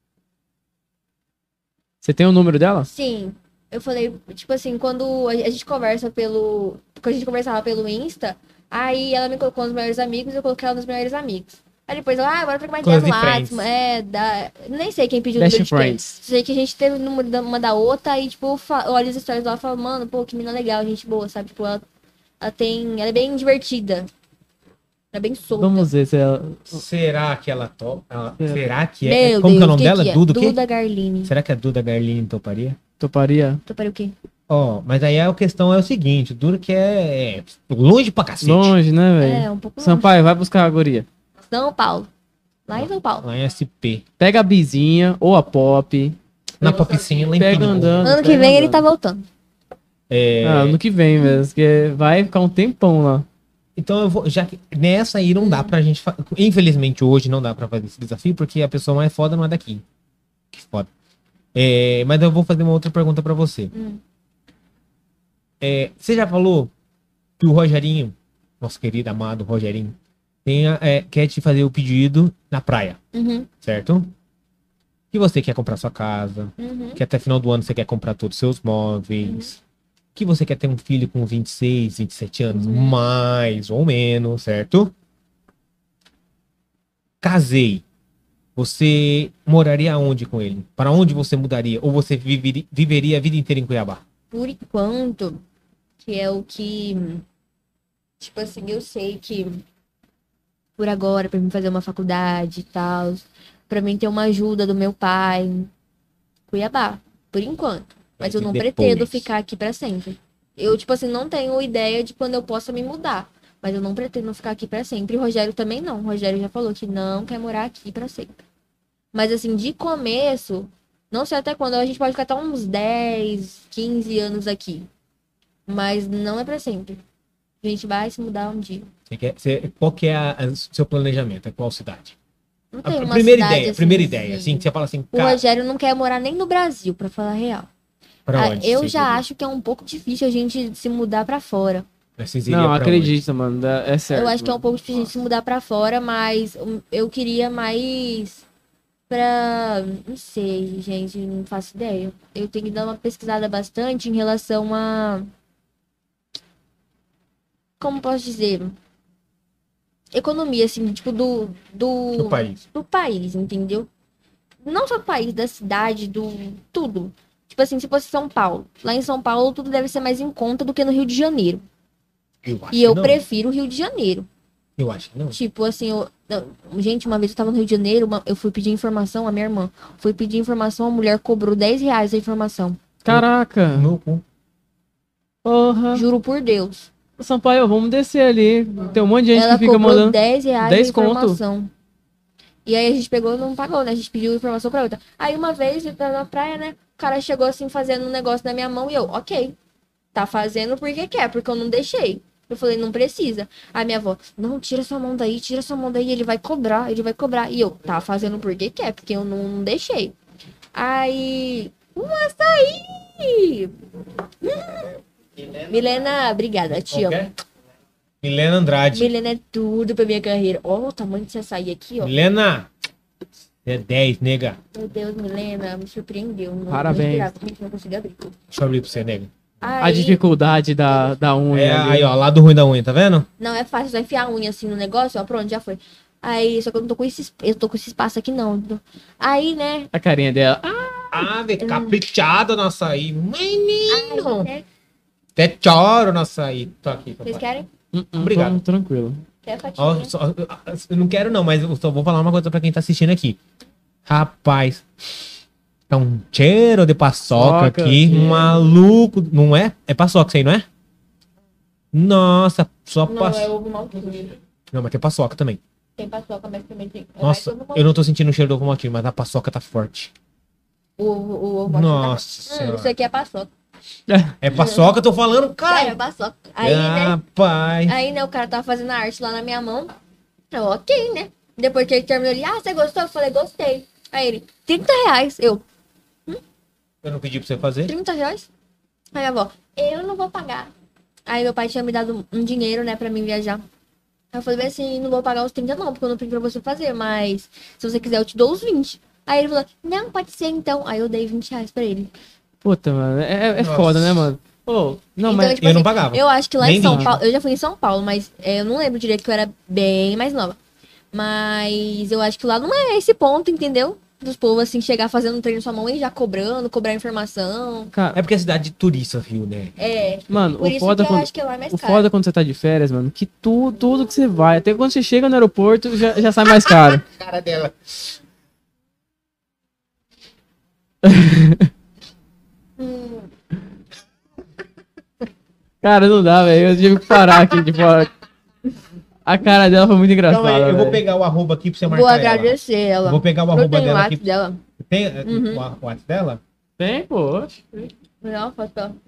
B: Você tem o número dela?
C: Sim. Eu falei, tipo assim, quando a gente conversa pelo... Quando a gente conversava pelo Insta, aí ela me colocou nos melhores amigos e eu coloquei ela nos melhores amigos. Aí depois ela, bora trocar uma ideia no
A: Close
C: WhatsApp. Nem sei quem pediu o
B: Best
C: número de quem.
B: friends.
C: Sei que a gente teve o número uma da outra e, tipo, olha as histórias dela e falo, mano, pô, que mina legal, gente boa, sabe? Tipo, ela tem... Ela é bem divertida. Ela é bem solta.
B: Vamos ver se ela.
A: Será que ela topa?
B: É.
A: Será que é?
C: Meu
A: Como que é o
C: Deus,
A: nome dela?
C: que é?
A: Duda o quê?
C: Duda Garlini.
A: Será que a Duda Garlini toparia?
B: Toparia?
C: Toparia o quê?
A: Ó, mas aí a questão é o seguinte: Duda que é longe pra cacete.
B: Longe, né, velho?
C: É, um pouco longe.
B: Sampaio, vai buscar a guria.
C: São Paulo. Lá em São Paulo.
A: Lá em SP.
B: Pega a Bizinha ou a Pop.
A: Na Popicinha, lá em
B: Pega
A: Pinheiros.
B: andando.
C: Ano que
B: pega
C: vem ele
B: andando.
C: tá voltando.
A: É,
B: Ano que vem mesmo, porque vai ficar um tempão lá.
A: então eu vou. Já que nessa aí não dá pra gente. Infelizmente hoje não dá pra fazer esse desafio, porque a pessoa mais foda não é daqui. Que foda. Mas eu vou fazer uma outra pergunta pra você. Você já falou que o Rogerinho, nosso querido amado Rogerinho, quer te fazer o pedido na praia,
C: Uhum,
A: certo? Que você quer comprar sua casa,
C: uhum.
A: que até final do ano você quer comprar todos os seus móveis, que você quer ter um filho com 26, 27 anos, mais ou menos, certo? Casei. Você moraria aonde com ele? Para onde você mudaria? Ou você viveria a vida inteira em Cuiabá?
C: Por enquanto, que é o que Tipo assim, eu sei que por agora, pra mim fazer uma faculdade e tal, pra mim ter uma ajuda do meu pai, Cuiabá, por enquanto. Mas eu não pretendo ficar aqui pra sempre. Eu, tipo assim, não tenho ideia de quando eu possa me mudar. Mas eu não pretendo ficar aqui pra sempre. E o Rogério também não. O Rogério já falou que não quer morar aqui pra sempre. Mas assim, de começo, não sei até quando, a gente pode ficar até uns 10, 15 anos aqui. Mas não é pra sempre. A gente vai se mudar um dia.
A: Qual que é o seu planejamento? É qual cidade?
C: Não
A: A
C: tem uma
A: primeira
C: cidade,
A: ideia,
C: assim,
A: primeira ideia. Assim, que você fala assim,
C: O
A: cara,
C: Rogério não quer morar nem no Brasil, pra falar a real.
A: pra
C: Ah,
A: onde?
C: eu
A: vocês
C: já
A: iriam?
C: acho que é um pouco difícil a gente se mudar pra fora.
A: Vocês iriam
B: Não,
A: pra onde?
B: acredita, mano. É certo.
C: Eu acho que é um
B: mano.
C: pouco difícil a gente se mudar pra fora, mas eu queria mais pra... Não sei, gente, não faço ideia. Eu tenho que dar uma pesquisada bastante em relação a... Como posso dizer? Economia, assim, tipo,
A: Do país.
C: do país, entendeu? Não só do país, da cidade, do tudo. Tipo assim, se fosse São Paulo. Lá em São Paulo, tudo deve ser mais em conta do que no Rio de Janeiro.
A: Eu acho
C: E eu
A: que não.
C: prefiro o Rio de Janeiro.
A: Eu acho que não.
C: Tipo assim, gente, uma vez eu tava no Rio de Janeiro, eu fui pedir informação, a minha irmã foi pedir informação, a mulher cobrou R$ 10 a informação.
B: Caraca.
A: No cu.
B: Porra.
C: Juro por Deus.
B: Sampaio, vamos descer ali. Tem um monte de gente
C: Ela
B: que fica
C: cobrou
B: mandando.
C: R$ 10
B: 10
C: a
B: conto.
C: informação. E aí a gente pegou e não pagou, né? A gente pediu informação pra outra. Aí uma vez, eu tava na praia, né? O cara chegou assim, fazendo um negócio na minha mão e eu, ok. Tá fazendo porque quer, porque eu não deixei. Eu falei, não precisa. Aí minha avó, não, tira sua mão daí, ele vai cobrar, ele vai cobrar. E eu, tá fazendo porque quer, porque eu não deixei. Aí, um açaí! Milena, obrigada, te amo.
A: Qualquer? Milena Andrade.
C: Milena é tudo pra minha carreira. Ó, o tamanho desse açaí aqui, ó.
A: Milena! É 10, nega.
C: Meu Deus, Milena, me surpreendeu. Não,
B: Parabéns.
C: Não, esperava, não consegui abrir.
A: Deixa eu abrir pra você, nega.
B: A
C: Aí,
B: dificuldade da unha.
A: É,
B: ali.
A: aí, ó, lado ruim da unha, tá vendo?
C: não é fácil, só enfiar a unha assim no negócio, ó, pronto, já foi. Aí, só que eu não tô com eu tô com esse espaço aqui, não. Aí, né?
B: A carinha dela.
A: Ah, velho, caprichado no açaí. Menino!
C: Aí, né?
A: Até choro no açaí. Tô aqui,
C: Vocês
A: papai.
C: querem?
A: Obrigado.
B: Vamos, tranquilo.
C: Quer a fatinha?
A: Ó, eu não quero não, mas eu só vou falar uma coisa pra quem tá assistindo aqui. Rapaz, tá um cheiro de paçoca
B: Paçoca,
A: aqui,
B: sim.
A: maluco. Não é? É paçoca isso aí, não é? Nossa, só
C: Não,
A: paçoca.
C: é ovo maltine.
A: Não, mas tem paçoca também.
C: Tem paçoca, mas também tem.
A: Nossa, eu não tô sentindo o cheiro do ovo maltine, mas a paçoca tá forte.
C: O ovo maltine.
A: Nossa senhora.
C: Isso aqui é paçoca.
A: É paçoca, eu tô falando,
C: É
A: cara.
C: paçoca. Aí, né?
A: Rapaz.
C: Aí, né, o cara tava fazendo a arte lá na minha mão. Eu, ok, né? Depois que ele terminou, ele, você gostou? Eu falei, gostei. Aí ele, R$ 30. Eu,
A: Eu não pedi pra você fazer.
C: R$ 30? Aí minha avó, eu não vou pagar. Aí meu pai tinha me dado um dinheiro, né, pra mim viajar. Aí eu falei bem assim, não vou pagar os 30 não, porque eu não pedi pra você fazer, mas se você quiser eu te dou os 20. Aí ele falou, não, pode ser então. Aí eu dei R$ 20 pra ele.
B: Puta, mano. É
A: Nossa.
B: foda, né, mano? Pô, não,
C: Então,
B: mas.
C: tipo
A: eu não
C: assim,
A: pagava.
C: Eu acho que lá
A: Nem
C: em São
A: 20.
C: Paulo, eu já fui em São Paulo, mas eu não lembro direito que eu era bem mais nova. Mas eu acho que lá não é esse ponto, entendeu? Dos povos, assim, chegar fazendo um treino na sua mão e já cobrando, cobrar informação.
A: É porque é cidade de turista, viu, né?
C: É,
B: Mano,
C: por
B: o
C: isso
B: foda
C: que eu
B: quando.
C: acho que lá é mais
B: O
C: caro.
B: foda quando você tá de férias, mano, que tudo que você vai, até quando você chega no aeroporto, já sai mais caro.
A: Cara dela.
B: Cara, não dá, velho. Eu tive que parar aqui de fora. A cara dela foi muito engraçada.
A: Calma aí, eu vou
B: velho.
A: pegar o arroba aqui pra você marcar
C: Vou
A: ela.
C: agradecer ela.
A: Eu vou pegar o
C: Eu
A: arroba
C: tenho o
A: dela
C: WhatsApp
A: aqui.
C: dela.
A: Tem
C: Uhum.
A: o WhatsApp dela?
B: Tem, pô.
C: Vou dar uma foto pra ela.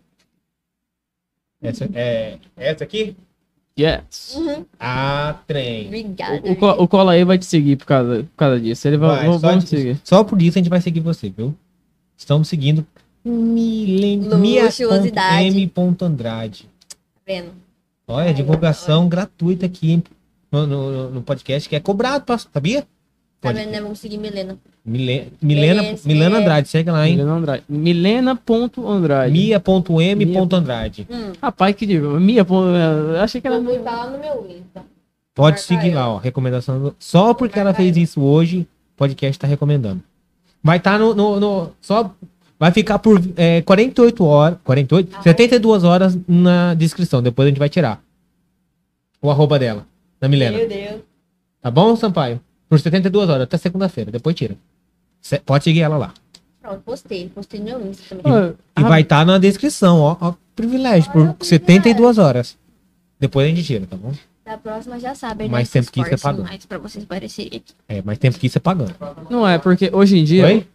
A: Essa aqui?
B: Yes.
C: Uhum.
A: Ah, trem.
C: Obrigada.
B: O Cola aí vai te seguir por causa disso. Ele
A: Vai,
B: vai, vamos seguir.
A: só por isso a gente vai seguir você, viu? Estamos seguindo
C: Luxuosidade.
A: Mia.m.andrade.
C: Tá vendo?
A: Olha, divulgação gratuita aqui no podcast, que é cobrado, sabia?
C: Tá
A: Pode-
C: vendo, né? Vamos seguir Milena.
A: Milena
C: É.
A: Andrade, segue lá, hein?
B: Milena Andrade. Milena.andrade.
A: Mia.m.andrade.
B: Rapaz, que digo. Mia. Eu achei que era.
C: Vou botar lá no meu Insta.
A: Pode
C: Marca
A: seguir
C: ela.
A: lá, ó. Recomendação. Só porque ela fez isso hoje, o podcast tá recomendando. Vai estar só. Vai ficar por 48 horas. 48? 72 horas na descrição. Depois a gente vai tirar. O arroba dela, da Milena.
C: Meu Deus.
A: Tá bom, Sampaio? Por 72 horas, até segunda-feira. Depois tira. Pode seguir ela lá.
C: Pronto, postei. Postei no meu Insta também.
B: Ô,
A: E vai estar na descrição, ó. Privilégio, por
C: Olha o
A: 72 horas. Depois a gente tira, tá bom?
C: Da próxima já sabem, né?
A: Mais
C: Se
A: tempo que isso é
C: esforcem
A: pagando.
C: mais pra vocês aparecerem aqui.
A: É, mais tempo que isso é pagando.
B: Não é, porque hoje em dia...
A: Oi?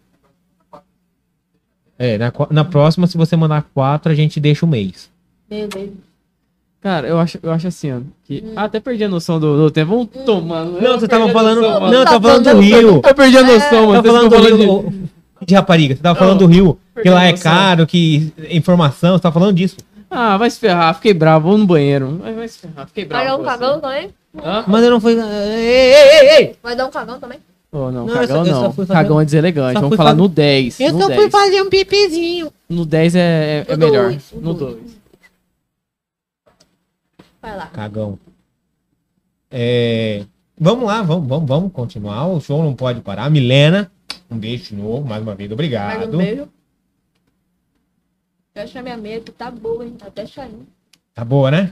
A: É, na próxima, se você mandar 4, a gente deixa o mês.
C: Meu Deus.
B: Cara, eu acho assim, ó. Que... até perdi a noção do tempo. Vamos tomar.
A: Não, você tava
B: perdi a
A: falando.
B: noção, mano.
A: Não, eu tava falando do Rio.
B: Eu perdi a noção, mano.
A: Tava falando do
B: Vocês ficam
A: Rio. De rapariga, você tava falando do Rio. Que lá é
B: noção.
A: caro, que informação, você tava falando disso.
B: Ah, vai se ferrar. Fiquei bravo. Vou no banheiro. Vai se ferrar. Fiquei bravo.
C: Vai dar um
B: com você.
C: cagão também?
B: Hã?
A: Mas eu não fui. Ei!
C: Vai dar um cagão também?
B: Oh, não,
A: Não,
B: cagão
A: eu só
B: não.
A: fui fazer-
B: Cagão é deselegante.
A: só
B: Vamos
A: fui
B: falar
A: fazer-
B: no 10.
D: Eu
B: no
D: só
B: 10.
D: fui fazer um pipizinho.
B: No 10 é
C: No
B: melhor.
C: dois, no
B: No
C: dois.
B: 2.
C: Vai lá.
A: Cagão. Vamos lá, vamos continuar. O show não pode parar. Milena, um beijo de novo, mais uma vez,
C: Mais
A: obrigado.
C: um beijo. Eu acho a minha meia que tá boa, hein? Tá até saindo.
A: Tá boa, né?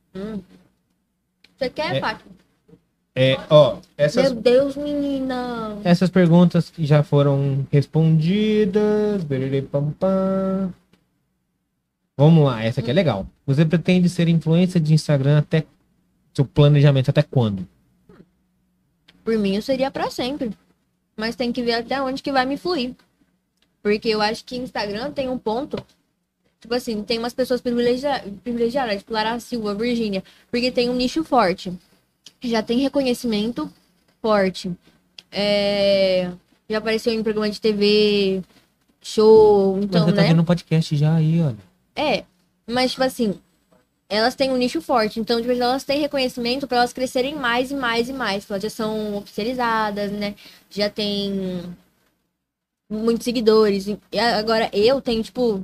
C: Você quer,
A: É.
C: Paty?
A: Essas,
C: Meu Deus, menina.
A: essas perguntas que já foram respondidas. Bererê, pam, pam. Vamos lá, essa aqui é legal. Você pretende ser influencer de Instagram até seu planejamento até quando?
C: Por mim, eu seria pra sempre. Mas tem que ver até onde que vai me fluir. Porque eu acho que Instagram tem um ponto. Tipo assim, tem umas pessoas privilegiadas, tipo Lara Silva, Virgínia. Porque tem um nicho forte. Já tem reconhecimento forte. Já apareceu em programa de TV, show, então,
A: Você tá
C: né?
A: vendo um podcast já aí, olha.
C: Mas tipo assim, elas têm um nicho forte. Então, tipo, elas têm reconhecimento pra elas crescerem mais e mais e mais. Elas já são oficializadas, né? Já tem muitos seguidores. E agora eu tenho, tipo,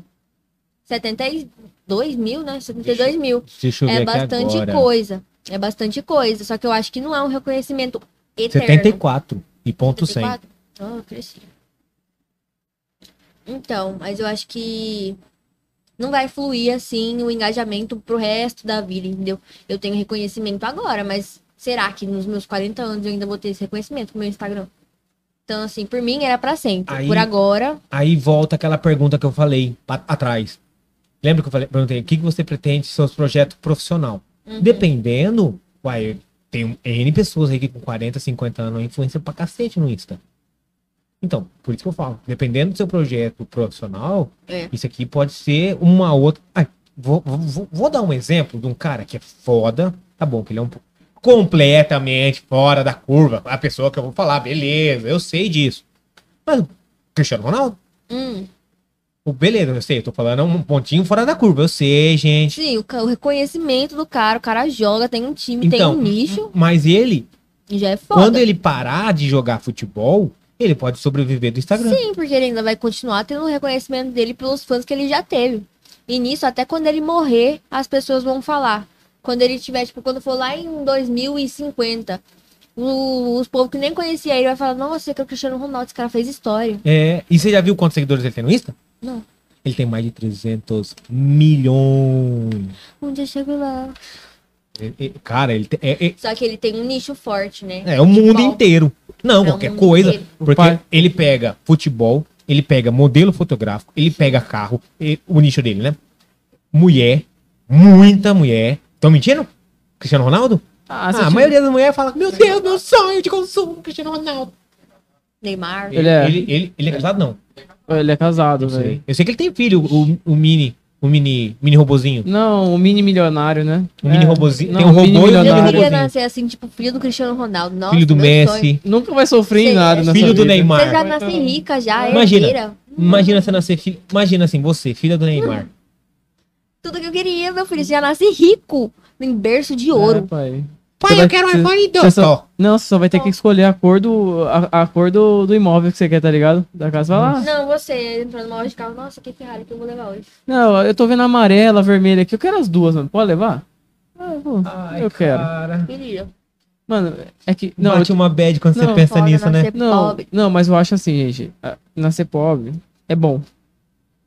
C: 72 mil, né? 72 mil.
A: Deixa eu ver
C: É
A: aqui
C: bastante
A: agora.
C: coisa. É bastante coisa. Só que eu acho que não é um reconhecimento eterno.
A: 74 e ponto 100.
C: 74? Oh, eu cresci. Então, mas eu acho que não vai fluir assim o engajamento pro resto da vida, entendeu? Eu tenho reconhecimento agora, mas será que nos meus 40 anos eu ainda vou ter esse reconhecimento com o meu Instagram? Então, assim, por mim era pra sempre.
A: Aí-
C: Por agora,
A: Aí volta aquela pergunta que eu falei atrás. Lembra que eu perguntei, o que você pretende seus projetos profissional? Dependendo, uai, tem N pessoas aí que com 40, 50 anos influenciam pra cacete no Insta. Então, por isso que eu falo, dependendo do seu projeto profissional, isso aqui pode ser uma outra. Ai, vou dar um exemplo de um cara que é foda, tá bom, que ele é completamente fora da curva. A pessoa que eu vou falar, beleza, eu sei disso. Mas o Cristiano Ronaldo, beleza, eu sei, eu tô falando um pontinho fora da curva, eu sei, gente.
C: sim, o reconhecimento do cara, o cara joga, tem um time, tem
A: Então,
C: um nicho,
A: mas ele,
C: e já é foda.
A: quando ele parar de jogar futebol, ele pode sobreviver do Instagram.
C: Sim, porque ele ainda vai continuar tendo o reconhecimento dele pelos fãs que ele já teve. E nisso, até quando ele morrer, as pessoas vão falar. Quando ele tiver, tipo, quando for lá em 2050, os povos que nem conhecia ele vai falar, nossa, que é o Cristiano Ronaldo, esse cara fez história.
A: E você já viu quantos seguidores ele tem no Insta?
C: Não.
A: Ele tem mais de 300 milhões.
C: Um dia eu chego lá.
A: Cara, ele tem,
C: Só que ele tem um nicho forte, né?
A: é o mundo
C: Futebol.
A: inteiro. Não,
C: É o
A: qualquer
C: mundo
A: coisa.
C: inteiro.
A: Porque
B: Pai.
A: ele pega futebol, ele pega modelo fotográfico, ele pega carro, o nicho dele, né? Mulher, muita mulher. Estão mentindo? Cristiano Ronaldo? A maioria das mulheres fala, meu Deus, meu sonho de consumo, Cristiano Ronaldo.
C: Neymar.
B: Ele
A: Ele é casado, não.
B: Ele é casado,
A: Eu sei.
B: velho.
A: Eu sei que ele tem filho, o mini robozinho.
B: Não, o mini milionário, né?
A: O mini robozinho.
B: Não,
A: Tem um
B: o mini
A: robô e um
C: Eu
B: milionário.
C: queria
A: robozinho.
C: nascer assim, tipo, filho do Cristiano Ronaldo. Nossa,
A: Filho do
C: meu
A: Messi.
C: sonho.
B: Nunca vai sofrer em
C: Sim,
B: nada nessa
A: Filho do
B: vida.
A: Neymar.
C: Você já nasce rica, já,
A: Imagina.
C: herdeira.
A: Imagina você nascer filho. Imagina assim, você, filha do Neymar.
C: Tudo que eu queria, meu filho. Você já nasce rico. Em berço de ouro.
B: É, pai.
D: Pai,
B: vai-
D: eu quero um
B: você-
D: iPhone 2.
B: Você só, não, você só vai ter que escolher a cor a cor do imóvel que você quer, tá ligado? Da casa. Vai lá.
C: Não, você entrando numa loja de carro. Nossa, que Ferrari que eu vou levar hoje.
B: Não, eu tô vendo a amarela, a vermelha aqui. Eu quero as duas, mano. Pode levar? Eu quero.
A: Cara.
C: Queria.
A: Mano,
B: É que. Não,
A: bate uma bad quando você
B: Não,
A: pensa
C: foda
A: nisso, né?
C: nascer
B: não,
C: pobre.
B: não, mas eu acho assim, gente. Nascer pobre é bom.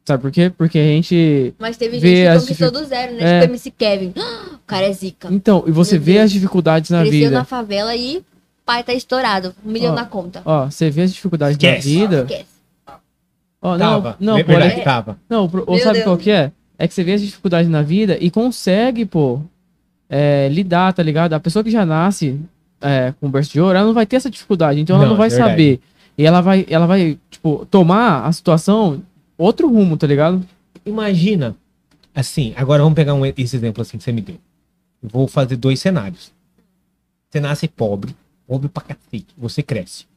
B: Sabe por quê? Porque a gente
C: Mas teve
B: vê
C: gente que
B: as
C: conquistou do zero, né?
B: É.
C: Tipo MC Kevin. O cara é zica.
B: Então, e você
C: Meu
B: vê
C: Deus.
B: as dificuldades na
C: Cresceu
B: vida.
C: na favela e pai tá estourado. 1 milhão
B: Ó.
C: na conta.
B: Ó, você vê as dificuldades
A: Esquece.
B: da vida.
C: Esquece.
B: Ó,
A: Tava.
B: não, pô,
A: Verdade,
C: é-
A: tava.
B: não,
C: Meu
B: sabe
C: Deus.
B: qual que é? É que você vê as dificuldades na vida e consegue, pô, lidar, tá ligado? A pessoa que já nasce com berço de ouro, ela não vai ter essa dificuldade, então ela
A: Não,
B: não vai
A: verdade.
B: saber. E ela vai, tipo, tomar a situação outro rumo, tá ligado?
A: Imagina, assim, agora vamos pegar esse exemplo assim que você me deu. Eu vou fazer 2 cenários. Você nasce pobre pra cacete, você cresce.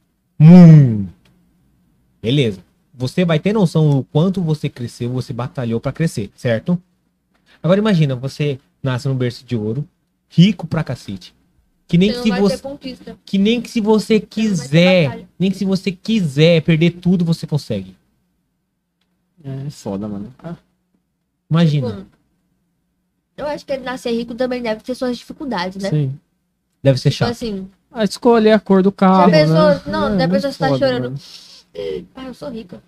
A: Beleza. Você vai ter noção do quanto você cresceu, você batalhou pra crescer, certo? Agora imagina, você nasce num berço de ouro, rico pra cacete. Que nem
C: Você
A: que
C: não
A: se
C: vai
A: você
C: ter conquista.
A: que nem que se você
C: vai ter
A: quiser,
C: batalha.
A: nem que se você quiser perder tudo, você consegue.
B: É foda, mano.
A: Imagina.
C: Tipo, eu acho que nascer rico também deve ter suas dificuldades, né?
B: Sim.
A: Deve ser
C: Tipo
A: chato.
C: assim,
B: Ah, escolher a cor do carro,
C: pessoa-
B: né?
C: não, da
B: muito
C: pessoa que tá
B: foda,
C: chorando.
B: mano.
C: ah, eu sou rica.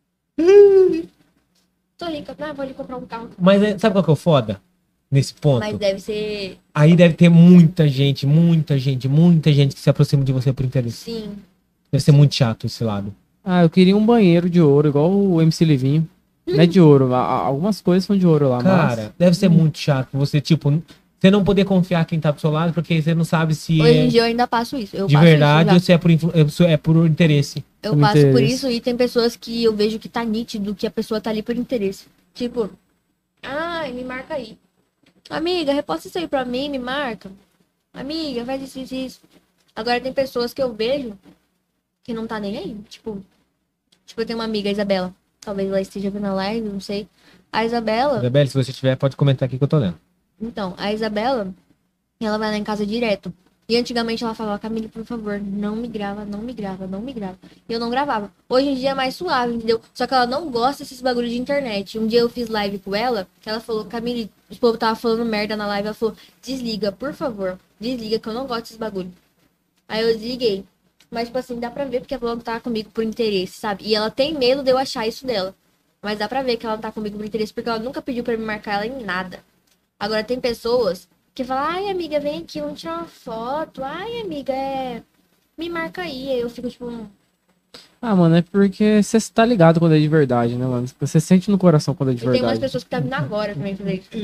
C: Sou rica. Ah, vou ali comprar um carro.
A: Mas sabe qual que é o foda? Nesse ponto?
C: Mas deve ser,
A: Aí deve ter muita gente que se aproxima de você por interesse.
C: sim.
A: Deve ser muito chato esse lado.
B: Ah, eu queria um banheiro de ouro, igual o MC Livinho. Não é de ouro, algumas coisas são de ouro lá,
A: Cara, deve ser muito chato. Você, tipo, você não poder confiar quem tá do seu lado, porque você não sabe se
C: Hoje
A: é
C: em dia eu ainda passo isso. Eu
A: de
C: passo
A: verdade
C: isso
A: ou
C: já.
A: se é é por interesse.
C: Eu
B: Por
C: passo por
B: interesse.
C: isso e tem pessoas que eu vejo que tá nítido que a pessoa tá ali por interesse. Tipo, ai, me marca aí. Amiga, reposta isso aí pra mim, me marca. Amiga, faz isso, isso, isso. Agora tem pessoas que eu vejo que não tá nem aí. Tipo, eu tenho uma amiga, a Isabela. Talvez ela esteja vendo a live, não sei. A Isabela,
A: Isabelle, se você tiver, pode comentar aqui que eu tô lendo.
C: então, a Isabela, ela vai lá em casa direto. E antigamente ela falava, Camille, por favor, não me grava, não me grava, não me grava. E eu não gravava. Hoje em dia é mais suave, entendeu? Só que ela não gosta desses bagulho de internet. Um dia eu fiz live com ela, que ela falou, Camille, o povo tava falando merda na live, ela falou, desliga, por favor, desliga, que eu não gosto desses bagulho. Aí eu desliguei. Mas, tipo assim, dá pra ver porque a pessoa tava comigo por interesse, sabe? E ela tem medo de eu achar isso dela. Mas dá pra ver que ela não tá comigo por interesse, porque ela nunca pediu pra me marcar ela em nada. Agora tem pessoas que falam, ai, amiga, vem aqui, vamos tirar uma foto. Ai, amiga, me marca aí. Aí eu fico, tipo,
B: Ah, mano, é porque você tá ligado quando é de verdade, né, mano? Você sente no coração quando é de
C: e tem umas
B: verdade.
C: pessoas que tá vindo agora também fazer isso.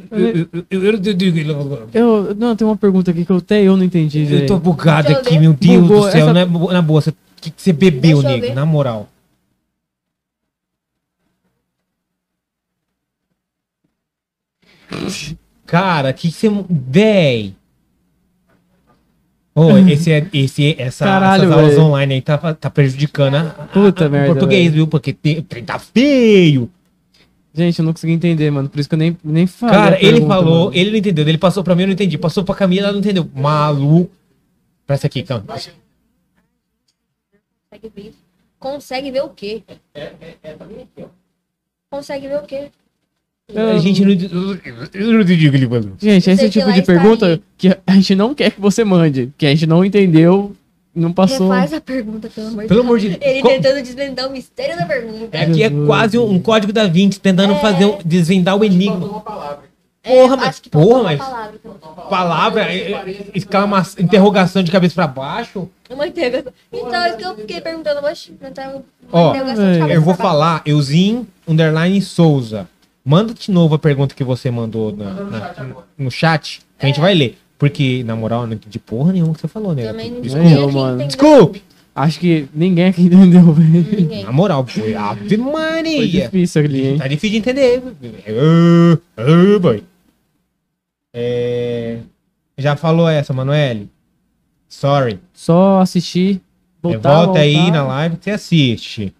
B: Não, tem uma pergunta aqui que eu não entendi,
A: Eu
B: velho.
A: tô bugado
C: Deixa eu
A: aqui,
C: ver.
A: meu Deus
B: Bugou,
A: do céu.
B: essa-
A: Na boa, o que você bebeu,
C: Deixa eu
A: nego?
C: ver.
A: Na moral. Cara, que você. Véi! Ô, essas
B: Caralho,
A: aulas
B: velho.
A: online aí tá prejudicando
B: Puta
A: o
B: merda,
A: português,
B: velho.
A: viu? Porque o trem tá feio.
B: Gente, eu não consegui entender, mano. Por isso que eu nem falei.
A: Cara,
B: a
A: ele
B: pergunta,
A: falou,
B: mano.
A: ele não entendeu. Ele passou pra mim, eu não entendi. Passou pra Camila, ela não entendeu. Maluco. Presta aqui, calma.
C: Consegue ver. Consegue ver o quê? Consegue ver o quê?
A: A gente não. Eu não entendi o que ele falou.
B: Gente,
C: Eu
B: esse
C: sei que
B: tipo
C: lá
B: de
C: está
B: pergunta
C: aí.
B: que a gente não quer que você mande. Que a gente não entendeu, não passou.
C: Refaz a pergunta, pelo amor de
A: Pelo
C: Deus.
A: amor de Deus.
C: Ele tentando desvendar o mistério da pergunta.
A: É que é
B: Jesus.
A: quase um código da Vinci tentando desvendar o enigma.
C: É,
A: Porra, mas.
C: acho que faltou
A: Porra,
C: uma
A: mas.
C: palavra também.
A: Palavra, exclamação, interrogação de cabeça pra baixo.
C: Uma interrogação. Então, isso que eu fiquei perguntando, oxe, então,
A: Ó,
C: uma interrogação de cabeça
A: Eu vou
C: pra baixo.
A: falar, Euzinho, underline Souza. Manda de novo a pergunta que você mandou no chat, que a gente vai ler. Porque, na moral, eu não entendi porra nenhuma que você falou, né?
C: Também não
A: Desculpa.
B: Desculpa.
C: ninguém aqui
B: mano.
C: entendeu.
A: Desculpe!
B: Acho que ninguém aqui entendeu, velho.
C: Ninguém.
A: Na moral, foi Ave
B: Foi
A: Maria.
B: difícil ali, hein?
A: Tá difícil de entender. Boy. Já falou essa, Manoel? Sorry.
B: Só assistir, voltar,
A: Volta aí
B: voltar.
A: na live que você assiste.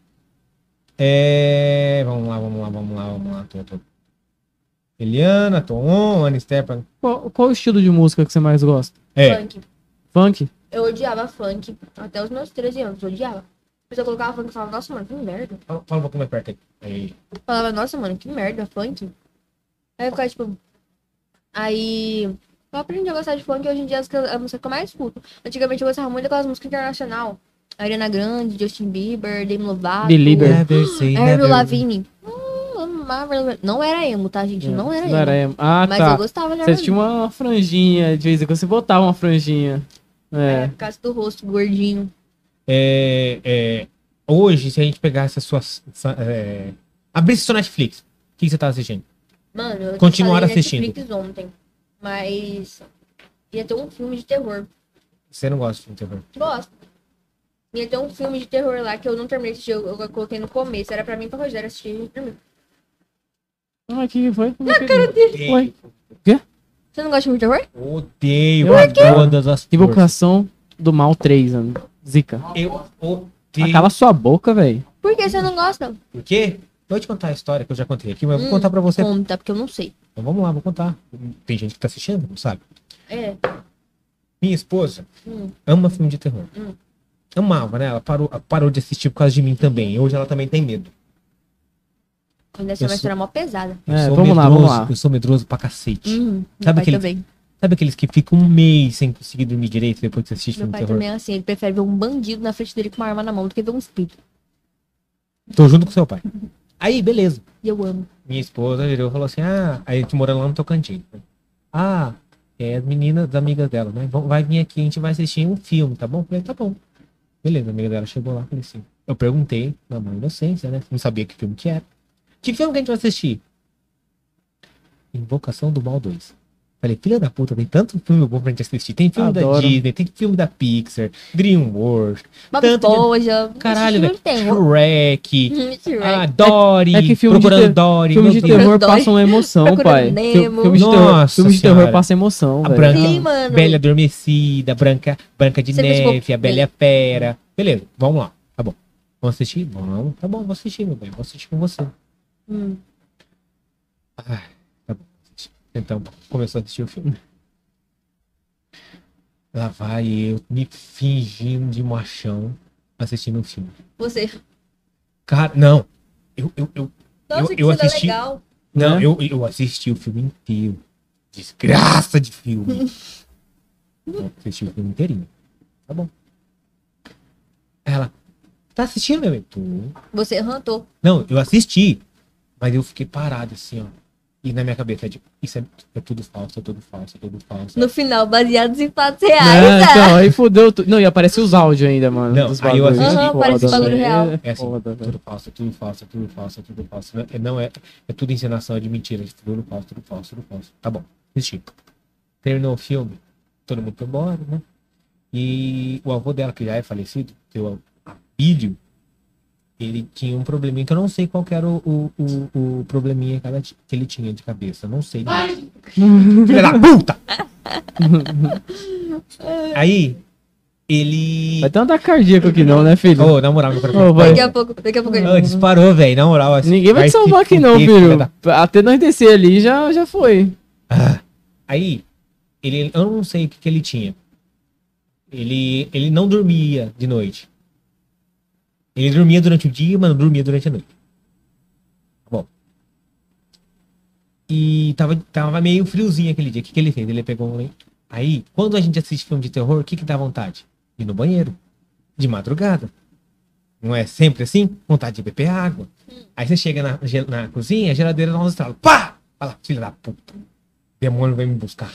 A: Vamos lá. Tô. Eliana, Tom, Ana Stepan.
B: Qual o estilo de música que você mais gosta?
C: Funk.
B: Funk?
C: Eu odiava funk até os meus 13 anos, eu odiava. Depois eu colocava funk e falava, nossa, mano, que merda.
A: Fala um pouco mais perto aí.
C: Eu falava, nossa, mano, que merda, funk. Aí eu ficava, tipo... Aí... Eu aprendi a gostar de funk e hoje em dia é a música que eu mais escuto. Antigamente eu gostava muito daquelas músicas internacional. Ariana Grande, Justin Bieber, Demi Lovato,
B: Belieber.
A: Never say
C: Avril
A: never.
C: Lavigne. amava. Não era emo, tá, gente? Não era
B: Não era
C: emo.
B: emo. Ah,
C: Mas
B: tá.
C: eu gostava de
B: Você
C: Armandinho.
B: tinha uma franjinha, de vez em quando você botava uma franjinha.
C: É,
B: É.
C: por causa do rosto gordinho.
A: Hoje, se a gente pegasse abrisse sua Netflix, o que você tá assistindo?
C: Mano, eu
A: Continuar
C: instalei
A: assistindo.
C: Netflix ontem. Mas ia ter um filme de terror.
A: Você não gosta de filme de terror?
C: Gosto. Ia ter um filme de terror lá que eu não terminei de assistir. Eu coloquei no começo. Era pra mim e pra Rogério assistir. Eu não terminei.
B: Ah, o que foi?
A: Odeio.
B: Oi.
C: Você não gosta de filme de terror?
A: Odeio
B: Eu adoro.
A: todas as forças.
B: Invocação do Mal 3, mano. Zica.
A: Eu odeio.
B: Cala sua boca, velho.
C: Por que você não gosta?
A: Por quê? Eu vou te contar a história que eu já contei aqui, mas eu vou contar pra você.
C: Conta, porque eu não sei.
A: Então vamos lá, vou contar. Tem gente que tá assistindo, não sabe?
C: É.
A: Minha esposa
C: Hum.
A: ama filme de terror.
C: Hum.
A: Amava, né? Ela parou de assistir por causa de mim também. Hoje ela também tem medo.
C: Ainda ser
A: Eu
C: uma
A: sou-
C: história mó pesada.
A: Eu
B: É,
A: sou
B: vamos lá,
A: medroso,
B: vamos lá.
A: Eu sou medroso pra cacete.
C: Meu
A: Sabe
C: pai
A: aquele-
C: também.
A: Sabe aqueles que ficam um mês sem conseguir dormir direito depois que você assiste
C: Meu
A: filme
C: pai
A: de terror?
C: também é assim. Ele prefere ver um bandido na frente dele com uma arma na mão do que ver um espírito.
A: Tô junto com seu pai. Aí, beleza.
C: E eu amo.
A: Minha esposa virou e falou assim: ah, aí a gente morando lá no Tocantins. Ah, é as meninas, as amigas dela, né? Vai vir aqui, a gente vai assistir um filme, tá bom? Eu falei, tá bom. Beleza, a amiga dela chegou lá, falei assim. Eu perguntei, na mãe inocência, né? Não sabia que filme que era. Que filme que a gente vai assistir? Invocação do Mal 2. Falei, filha da puta, tem tanto filme bom pra gente assistir. Tem filme da
B: Adoro.
A: Disney, tem filme da Pixar, DreamWorks,
C: Bob
A: Tanto de-
C: Esponja.
A: caralho, velho.
C: Tem.
A: Shrek,
C: Shrek.
A: ah, Dory,
B: É que filme de
A: Procurando
B: ter-
A: Dory,
B: Filme
A: meu
B: de
A: Deus.
B: terror
C: Dói.
B: passa uma emoção,
C: Procurando
B: pai.
C: Nemo.
B: Filme de terror,
A: Nossa
B: filme de terror
A: Senhora.
B: passa emoção,
A: A
B: velho.
A: Branca,
C: Sim, mano.
A: Bela Adormecida, Branca de
C: Você fez
A: Neve,
C: pouco-
A: a Bela e a Fera. Beleza, vamos lá. Tá bom. Vamos assistir? Vamos. Tá bom, vou assistir, meu bem. Vou assistir com você.
C: Hum.
A: Ai, tá bom. Então, começou a assistir o filme. Lá vai eu me fingindo de machão assistindo o filme.
C: Você.
A: Cara, não.
C: Nossa,
A: Eu
C: que cena
A: assisti-
C: legal.
A: Não,
B: Né?
A: eu assisti o filme inteiro. Desgraça de filme. Eu assisti o filme inteirinho. Tá bom. Ela, tá assistindo, meu bem? Tô.
C: Você rantou.
A: Não, eu assisti. Mas eu fiquei parado assim, ó. E na minha cabeça, é tipo, isso é tudo falso, é tudo falso, é tudo falso.
C: No final, baseados em fatos
B: É,
C: reais.
B: então, aí fudeu tudo. Não, e aparece os áudios ainda, mano.
A: Não,
B: dos
A: aí eu
B: bagulhos.
A: assisti.
C: Aham, aparece
B: Foda,
C: bagulho
B: velho.
C: real.
A: É assim,
B: Foda, velho.
A: tudo falso, é tudo falso, é tudo falso, é tudo falso. Não é tudo encenação, é de mentira, é tudo falso, tudo falso, tudo falso. Tá bom, assisti. Terminou o filme, todo mundo foi embora, né? E o avô dela, que já é falecido, seu Abílio, ele tinha um probleminha que eu não sei qual que era o probleminha que ele tinha de cabeça. Eu não sei. Filha da puta! Aí, ele.
B: Vai ter um ataque cardíaco aqui não, né, filho?
A: Ô, na moral, meu coração.
B: Ô, vai.
C: Daqui a pouco ele.
A: Ô, disparou, velho, na moral. assim,
B: Ninguém vai te
A: se
B: salvar aqui não,
A: fuder,
B: filho.
A: filha da-
B: Até nós descer ali já foi.
A: Aí, eu não sei o que ele tinha. Ele não dormia de noite. Ele dormia durante o dia, mas não dormia durante a noite. Tá bom. E tava meio friozinho aquele dia. O que ele fez? Ele pegou um. Aí, quando a gente assiste filme de terror, o que dá vontade? Ir no banheiro. De madrugada. Não é sempre assim? Vontade de beber água. Aí você chega na cozinha, a geladeira dá uns estralos. Pá! Fala, filha da puta. Demônio vai me buscar.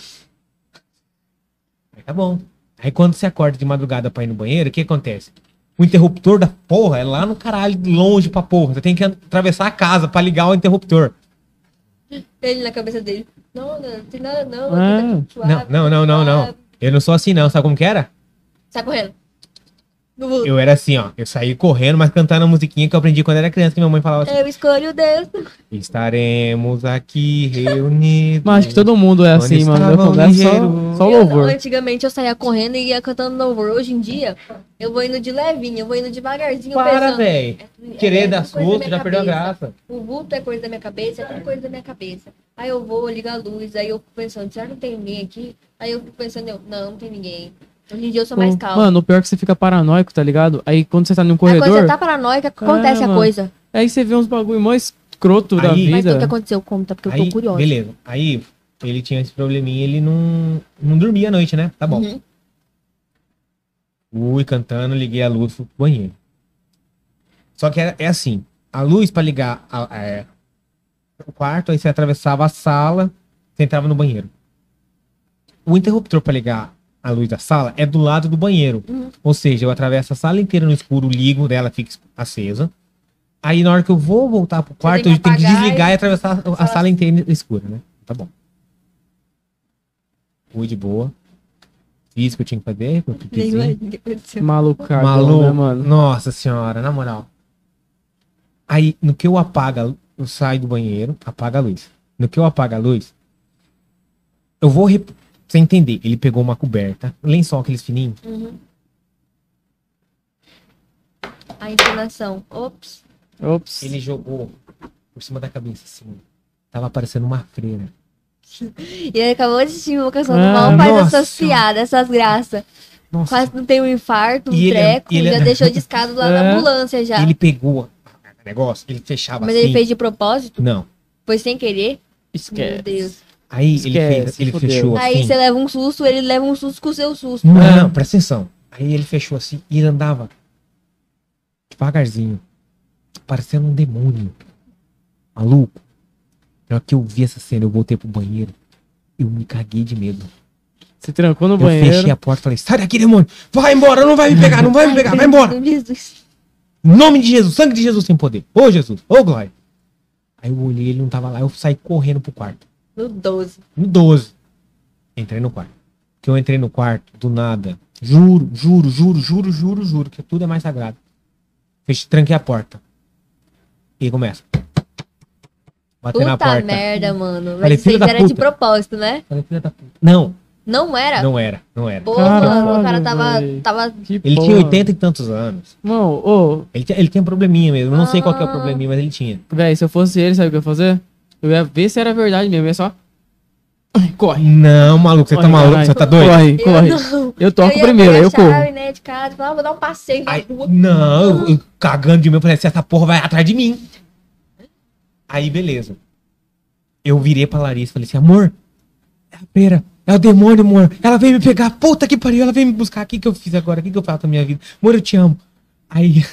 A: Aí tá bom. Aí quando você acorda de madrugada pra ir no banheiro, o que acontece? O interruptor da porra é lá no caralho, longe pra porra. Você tem que atravessar a casa pra ligar o interruptor.
C: Ele na cabeça dele. Não tem nada não.
B: Ah.
C: Tá tudo suave,
A: Não. Eu não sou assim não. Sabe como que era?
C: Sai correndo.
A: Eu era assim, ó. Eu saí correndo, mas cantando a musiquinha que eu aprendi quando era criança, que minha mãe falava assim.
C: Eu escolho Deus.
A: Estaremos aqui reunidos.
B: Mas acho que todo mundo é
A: Onde
B: assim, mano.
A: estava o
B: Quando é
A: ligeiro?
B: só louvor.
C: Antigamente eu saía correndo e ia cantando louvor. Hoje em dia, eu vou indo de levinho, eu vou indo devagarzinho.
A: Para,
C: pensando,
A: velho.
C: é
A: Querer dar
C: tudo coisa da
A: susto,
C: minha
A: já perdeu a
C: cabeça.
A: graça.
C: O vulto é coisa da minha cabeça, é tudo coisa da minha cabeça. Aí eu vou, ligo a luz, aí eu fico pensando, será que não tem ninguém aqui? Aí eu fico pensando, não tem ninguém. Hoje em dia eu sou mais calma.
B: Mano, o pior é que você fica paranoico, tá ligado? Aí quando você tá num
C: Aí quando
B: corredor,
C: você tá paranoica, acontece a
B: mano.
C: coisa.
B: aí você vê uns bagulho mó escroto da
A: Aí-
C: Mas o que
B: vida.
C: aconteceu? Conta, porque eu
A: Aí,
C: tô curiosa.
A: beleza. Aí ele tinha esse probleminha, ele não dormia à noite, né? Tá bom.
C: Uhum.
A: Fui cantando, liguei a luz, fui pro banheiro. Só que é assim, a luz pra ligar o quarto, aí você atravessava a sala, você entrava no banheiro. O interruptor para ligar a luz da sala é do lado do banheiro. Ou seja, eu atravesso a sala inteira no escuro, ligo dela, fica acesa. Aí na hora que eu vou voltar pro quarto, eu tenho que desligar e atravessar a sala inteira escura, né? Tá bom. Fui de boa. Fiz o que eu tinha que fazer. meu pipizinho.
B: Malucado,
A: Maluco,
B: né, mano?
A: nossa senhora, na moral. Aí, no que eu apago, eu saio do banheiro, apaga a luz. No que eu apago a luz, eu vou... Você entender, ele pegou uma coberta, lençol aqueles fininhos.
C: A inclinação. Ops.
B: Ops.
A: Ele jogou por cima da cabeça, assim. Tava parecendo uma freira.
C: E ele acabou de assistir uma canção do
B: Ah,
C: mal, faz
A: nossa.
C: essas piadas, essas graças.
A: Nossa,
C: Quase não tem um infarto, um
A: E ele-
C: treco,
A: ele-
C: já deixou de escada lá
B: É.
C: na ambulância já.
A: ele pegou o negócio, ele fechava
C: Mas
A: assim.
C: ele fez de propósito?
A: Não.
C: Foi sem querer?
B: Esquece.
C: Meu Deus.
A: Aí
B: Esquece,
A: ele
B: fudeu.
A: fechou
C: Aí
A: assim.
C: você leva um susto, ele leva um susto com o seu susto.
A: Não, presta atenção. Aí ele fechou assim e ele andava devagarzinho, parecendo um demônio. Maluco. Na hora que eu vi essa cena, eu voltei pro banheiro. Eu me caguei de medo.
B: Se trancou no
A: Eu
B: banheiro.
A: fechei a porta e falei, sai daqui, demônio! Vai embora, não vai me pegar, não vai me pegar, vai embora!
C: Jesus.
A: Em nome de Jesus, sangue de Jesus tem poder. Ô Jesus, ô glória. Aí eu olhei, ele não tava lá, eu saí correndo pro quarto.
C: No 12.
A: No 12. Entrei no quarto. Que eu entrei no quarto, do nada. Juro, que tudo é mais sagrado. Tranquei a porta. E começa. Bater na
C: Puta
A: porta.
C: merda, mano. Mas
A: Falei,
C: isso aí
A: filho da
C: era de
A: puta.
C: propósito, né?
A: Falei, filha da puta. Não,
C: Não era?
A: não era.
C: Pô,
B: Caralho,
C: mano, o cara tava,
B: véi.
C: tava...
B: Que
A: Ele
B: porra.
A: tinha 80 e tantos anos.
B: Mano, ô,
A: Ele tinha um probleminha mesmo. Eu não sei qual que é o
C: Ah.
A: probleminha, mas ele tinha.
B: velho, se eu fosse ele, sabe o que eu ia fazer? Eu ia ver se era verdade mesmo, ia só... Corre.
A: Não, maluco, você tá
B: Corre,
A: maluco?
B: caralho.
A: Você tá doido?
B: Corre, corre.
C: não.
B: Eu toco
C: ia
B: primeiro, aí
C: pegar
B: eu
C: a chave,
B: corro.
C: né, de casa, falar, vou dar um passeio na
A: Aí,
C: rua.
A: não, eu cagando de mim, eu falei assim, essa porra vai atrás de mim. Aí, beleza. Eu virei pra Larissa e falei assim, amor, é a freira, é o demônio, amor. Ela veio me pegar, puta que pariu, ela veio me buscar. O que que eu fiz agora? O que que eu faço na minha vida? Amor, eu te amo. Aí,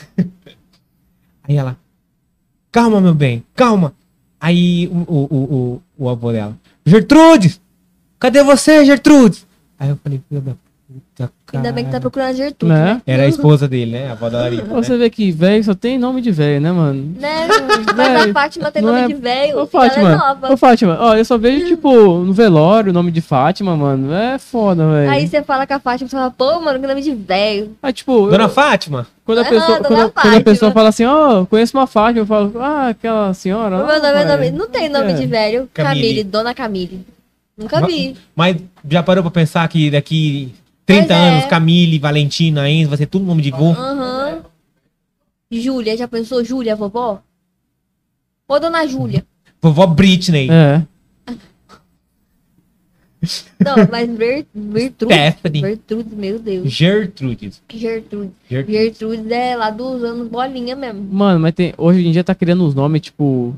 A: aí ela, calma, meu bem, calma. Aí o avô dela, Gertrudes, cadê você, Gertrudes? Aí eu falei, filha da puta, cara.
C: Ainda bem que tá procurando a Gertrude,
B: Né?
C: né?
A: Era a esposa dele, né? A avó da Larissa. Né?
B: Você vê que velho só tem nome de velho, né, mano?
C: Né? Mas a Fátima tem
B: Não
C: nome
B: é-
C: de velho.
B: Ô,
C: Ela é
B: Fátima,
C: nova.
B: ô, Fátima, ó, eu só vejo, tipo, no velório o nome de Fátima, mano. É foda, velho.
C: Aí você fala com a Fátima, você fala, pô, mano, que nome de velho.
B: Aí, tipo,
A: Dona Fátima?
B: quando a
C: Ah,
B: pessoa,
C: Dona
B: quando a
C: Fátima.
B: pessoa fala assim, ó, conheço uma Fátima, eu falo, ah, aquela senhora.
C: O
B: lá,
C: meu nome é
B: pai.
C: nome... Não tem nome
B: É.
C: de velho.
A: Camille.
C: Camille, Dona Camille. Nunca vi.
A: Mas já parou pra pensar que daqui 30
C: Pois é.
A: anos, Camille, Valentina, Enzo, vai ser tudo nome de vô?
C: Aham. Júlia, já pensou Júlia, vovó? Ô, Dona Júlia.
A: Vovó Britney.
B: É.
C: Não, mas Gertrude.
A: Stephanie.
C: Gertrude, meu Deus.
A: Gertrudes.
C: Gertrude.
A: Gertrudes.
C: Gertrude é lá dos anos bolinha mesmo.
B: Mano, mas tem, hoje em dia tá criando uns nomes, tipo,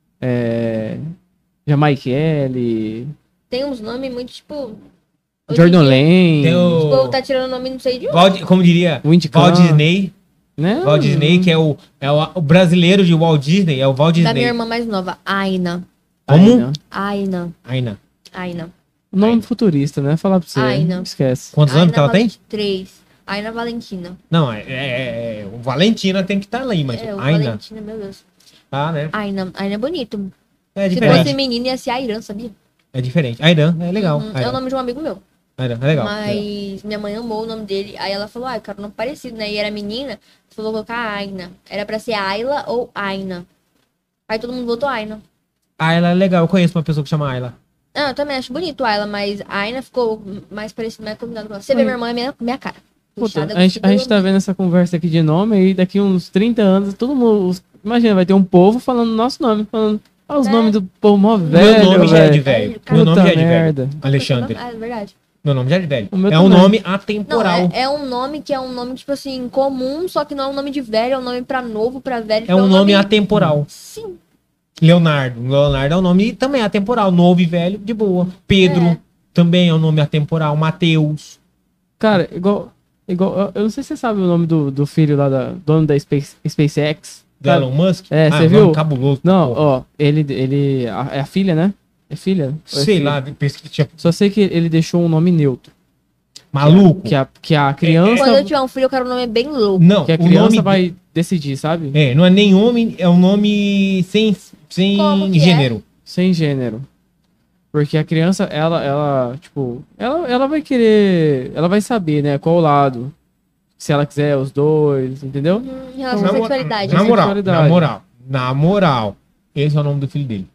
B: Jamaiquele,
C: Tem uns nomes muito, tipo... hoje em
B: Jordan
C: dia,
B: Lane,
A: Tem
C: O povo
A: o...
C: tá tirando nome não sei de onde.
A: Como diria?
B: Windy
A: Walt
B: Khan,
A: Disney.
B: né?
A: Walt Disney, que é o brasileiro de Walt Disney, é o Walt
C: Da minha
A: Disney.
C: irmã mais nova, Aina.
A: Como?
B: Aina.
C: Aina.
A: Aina.
C: Aina.
B: Nome
A: Aina.
B: futurista, né? Falar pra você.
C: Aina.
B: Esquece.
A: Quantos anos que ela tem?
C: 3. Aina Valentina.
A: Não, o Valentina tem que estar ali, mas
C: É, o
A: Aina.
C: Valentina, meu Deus.
A: Ah, né?
C: Aina é bonito.
A: É
C: Se
A: diferente.
C: fosse menina, ia ser Airan, sabia?
A: É diferente. Airan, é legal.
C: É o
A: Airan.
C: nome de um amigo meu.
A: Airan, é legal.
C: Mas minha mãe amou o nome dele. Aí ela falou, eu quero um nome parecido, né? E era menina, falou colocar Aina. Era pra ser Ayla ou Aina. Aí todo mundo votou Aina.
A: Ayla é legal. Eu conheço uma pessoa que chama Ayla.
C: Ah, eu também acho bonito Ayla, mas Aina ficou mais parecido, mais combinado com ela. Você vê,
B: Ai.
C: minha irmã é minha cara.
B: Puta,
C: Puxada,
B: a gente tá vendo essa conversa aqui de nome aí daqui uns 30 anos, todo mundo. Imagina, vai ter um povo falando nosso nome, falando. Ah, os
C: É.
B: nomes do povo mó velho.
A: Meu nome já é de
B: velho.
A: velho.
C: Puta
A: Meu nome já é de
B: merda.
A: velho. Alexandre.
C: Ah, é verdade.
A: Meu nome já é de velho.
B: O meu
A: É um
B: também.
A: nome
C: Não,
A: atemporal.
C: é um nome que é um nome, tipo assim, comum, só que não é um nome de velho, é um nome pra novo, pra velho.
A: É um nome atemporal.
C: Sim.
A: Leonardo. Leonardo é um nome também atemporal. Novo e velho, de boa. Pedro
C: É.
A: também é um nome atemporal. Mateus.
B: Cara, igual. Eu não sei se você sabe o nome do filho lá da dono da SpaceX.
A: Do Elon Musk?
B: É, você
A: nome
B: viu?
A: cabuloso.
B: Não,
A: porra.
B: ó, é a filha, né? É filha? Ou é
A: Sei
B: filho?
A: lá, pensei que tinha...
B: Só sei que ele deixou um nome neutro.
A: Maluco?
B: Que a criança,
C: Quando eu tiver um filho, eu quero um nome bem louco.
A: Não,
B: que a
A: o
B: criança
A: nome...
B: vai decidir, sabe?
A: É, não é nem homem, é um nome sem
C: Como que é?
A: gênero.
B: Sem gênero. Porque a criança, tipo, ela vai querer, ela vai saber, né, qual lado. Se ela quiser os dois, entendeu?
C: Em relação à sexualidade.
A: Na moral,
B: Sexualidade.
A: na moral. Esse é o nome do filho dele.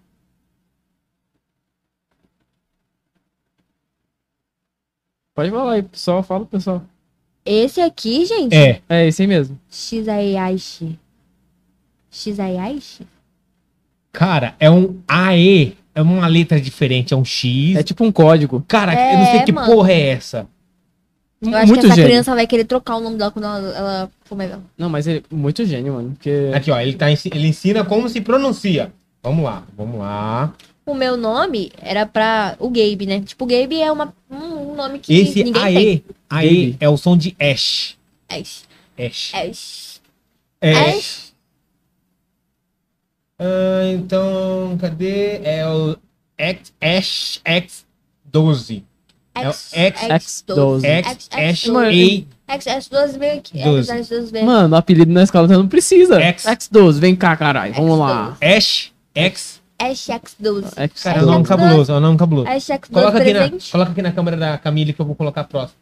B: Pode falar aí, pessoal, fala pro pessoal.
C: Esse aqui, gente.
A: É.
B: É esse aí mesmo.
C: Xaiaishi. Xaiaishi?
A: Cara, é um AE. É uma letra diferente, é um X.
B: É tipo um código.
A: Cara, eu não sei que
C: mano.
A: porra é essa.
C: Eu acho
B: Muito
C: que essa
B: gênio.
C: criança vai querer trocar o nome dela quando ela for mais velha.
B: Não, mas ele muito gênio, mano. Porque
A: Aqui, ó, ele ensina como se pronuncia. Vamos lá.
C: O meu nome era pra o Gabe, né? Tipo, o Gabe é um nome que
A: Esse
C: ninguém
A: AE, AE
B: Gabe.
A: é o som de Ash.
C: tem.
A: Ash.
C: Ash.
A: Ash. Então, cadê? É o Ash X12. É o
B: X12.
A: Ash
C: X12 veio aqui.
A: 12.
C: X12 veio.
B: mano, o apelido na escola não precisa.
A: X.
B: X12, vem cá, caralho. Vamos lá.
A: Ash X.
C: Ash X12.
B: X.
A: Cara, é um nome cabuloso, é um nome cabuloso.
C: Ash X12 presente.
A: Coloca aqui na câmera da Camille que eu vou colocar próximo.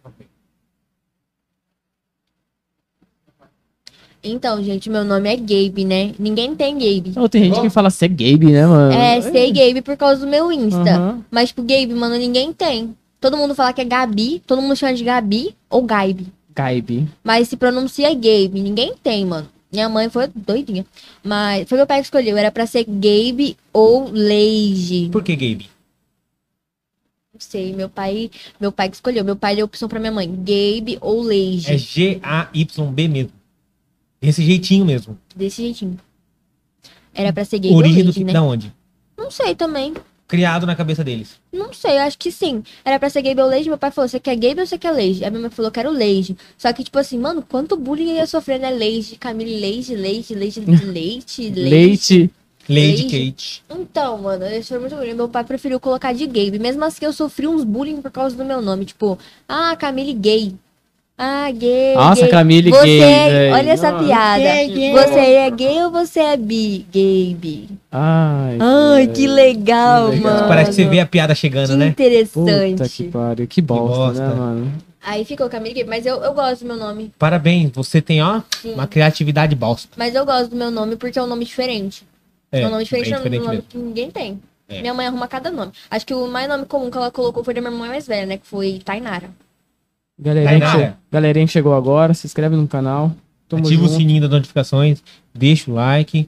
C: Então, gente, meu nome é Gabe, né? Ninguém tem Gabe.
B: Não, tem gente que fala ser Gabe, né, mano?
C: É, sei Gabe por causa do meu Insta.
B: Aham.
C: Mas, tipo, Gabe, mano, ninguém tem. Todo mundo fala que é Gabi, todo mundo chama de Gabi ou Gaibe.
B: Gabe.
C: Mas se pronuncia Gabe, ninguém tem, mano. Minha mãe foi doidinha. Mas foi meu pai que escolheu, era pra ser Gabe ou Leige.
A: Por que Gabe?
C: Não sei, meu pai que escolheu. Meu pai deu opção pra minha mãe, Gabe ou
A: É
C: Leige.
A: G-A-Y-B mesmo. Desse jeitinho mesmo.
C: Desse jeitinho. Era pra ser Gabe
A: Origem
C: ou
A: do
C: Leige,
A: que?
C: né?
A: Da onde?
C: Não sei também.
A: Criado na cabeça deles.
C: Não sei, acho que sim. Era pra ser Gabe ou Leige. Meu pai falou, você quer Gabe ou você quer Leige? Aí minha mãe falou, quero Leige. Só que, tipo assim, mano, quanto bullying eu ia sofrer, né? Leige, Camille, Leige de leite,
B: Leite.
A: Lady
C: Leige.
A: Kate.
C: Então, mano, eu sofri muito bullying. Meu pai preferiu colocar de Gabe. Mesmo assim, eu sofri uns bullying por causa do meu nome. Tipo, Camille gay. Gay.
B: Nossa,
C: gay.
B: Camille
C: você,
B: gay, velho.
C: olha essa
B: Nossa.
C: piada.
A: Gay.
C: Você é gay ou você é Gabe?
B: Ai,
C: Que legal,
B: Que legal.
C: mano.
A: Parece que você vê a piada chegando,
C: Que
A: né?
C: interessante.
B: Puta que pariu. Que bosta,
A: bosta.
B: né, mano?
C: Aí ficou Camille Gabe, mas eu gosto do meu nome.
A: Parabéns, você tem, ó,
C: Sim.
A: uma criatividade bosta.
C: Mas eu gosto do meu nome porque é um nome diferente. É um nome diferente,
A: bem
C: é um
A: diferente
C: nome
A: mesmo.
C: que ninguém tem.
A: É.
C: Minha mãe arruma cada nome. Acho que o mais nome comum que ela colocou foi da minha irmã mais velha, né? Que foi Tainara.
A: Tainara.
B: Galerinha que chegou agora, se inscreve no canal. Tamo
A: Ativa o
B: junto.
A: sininho das notificações, deixa o like.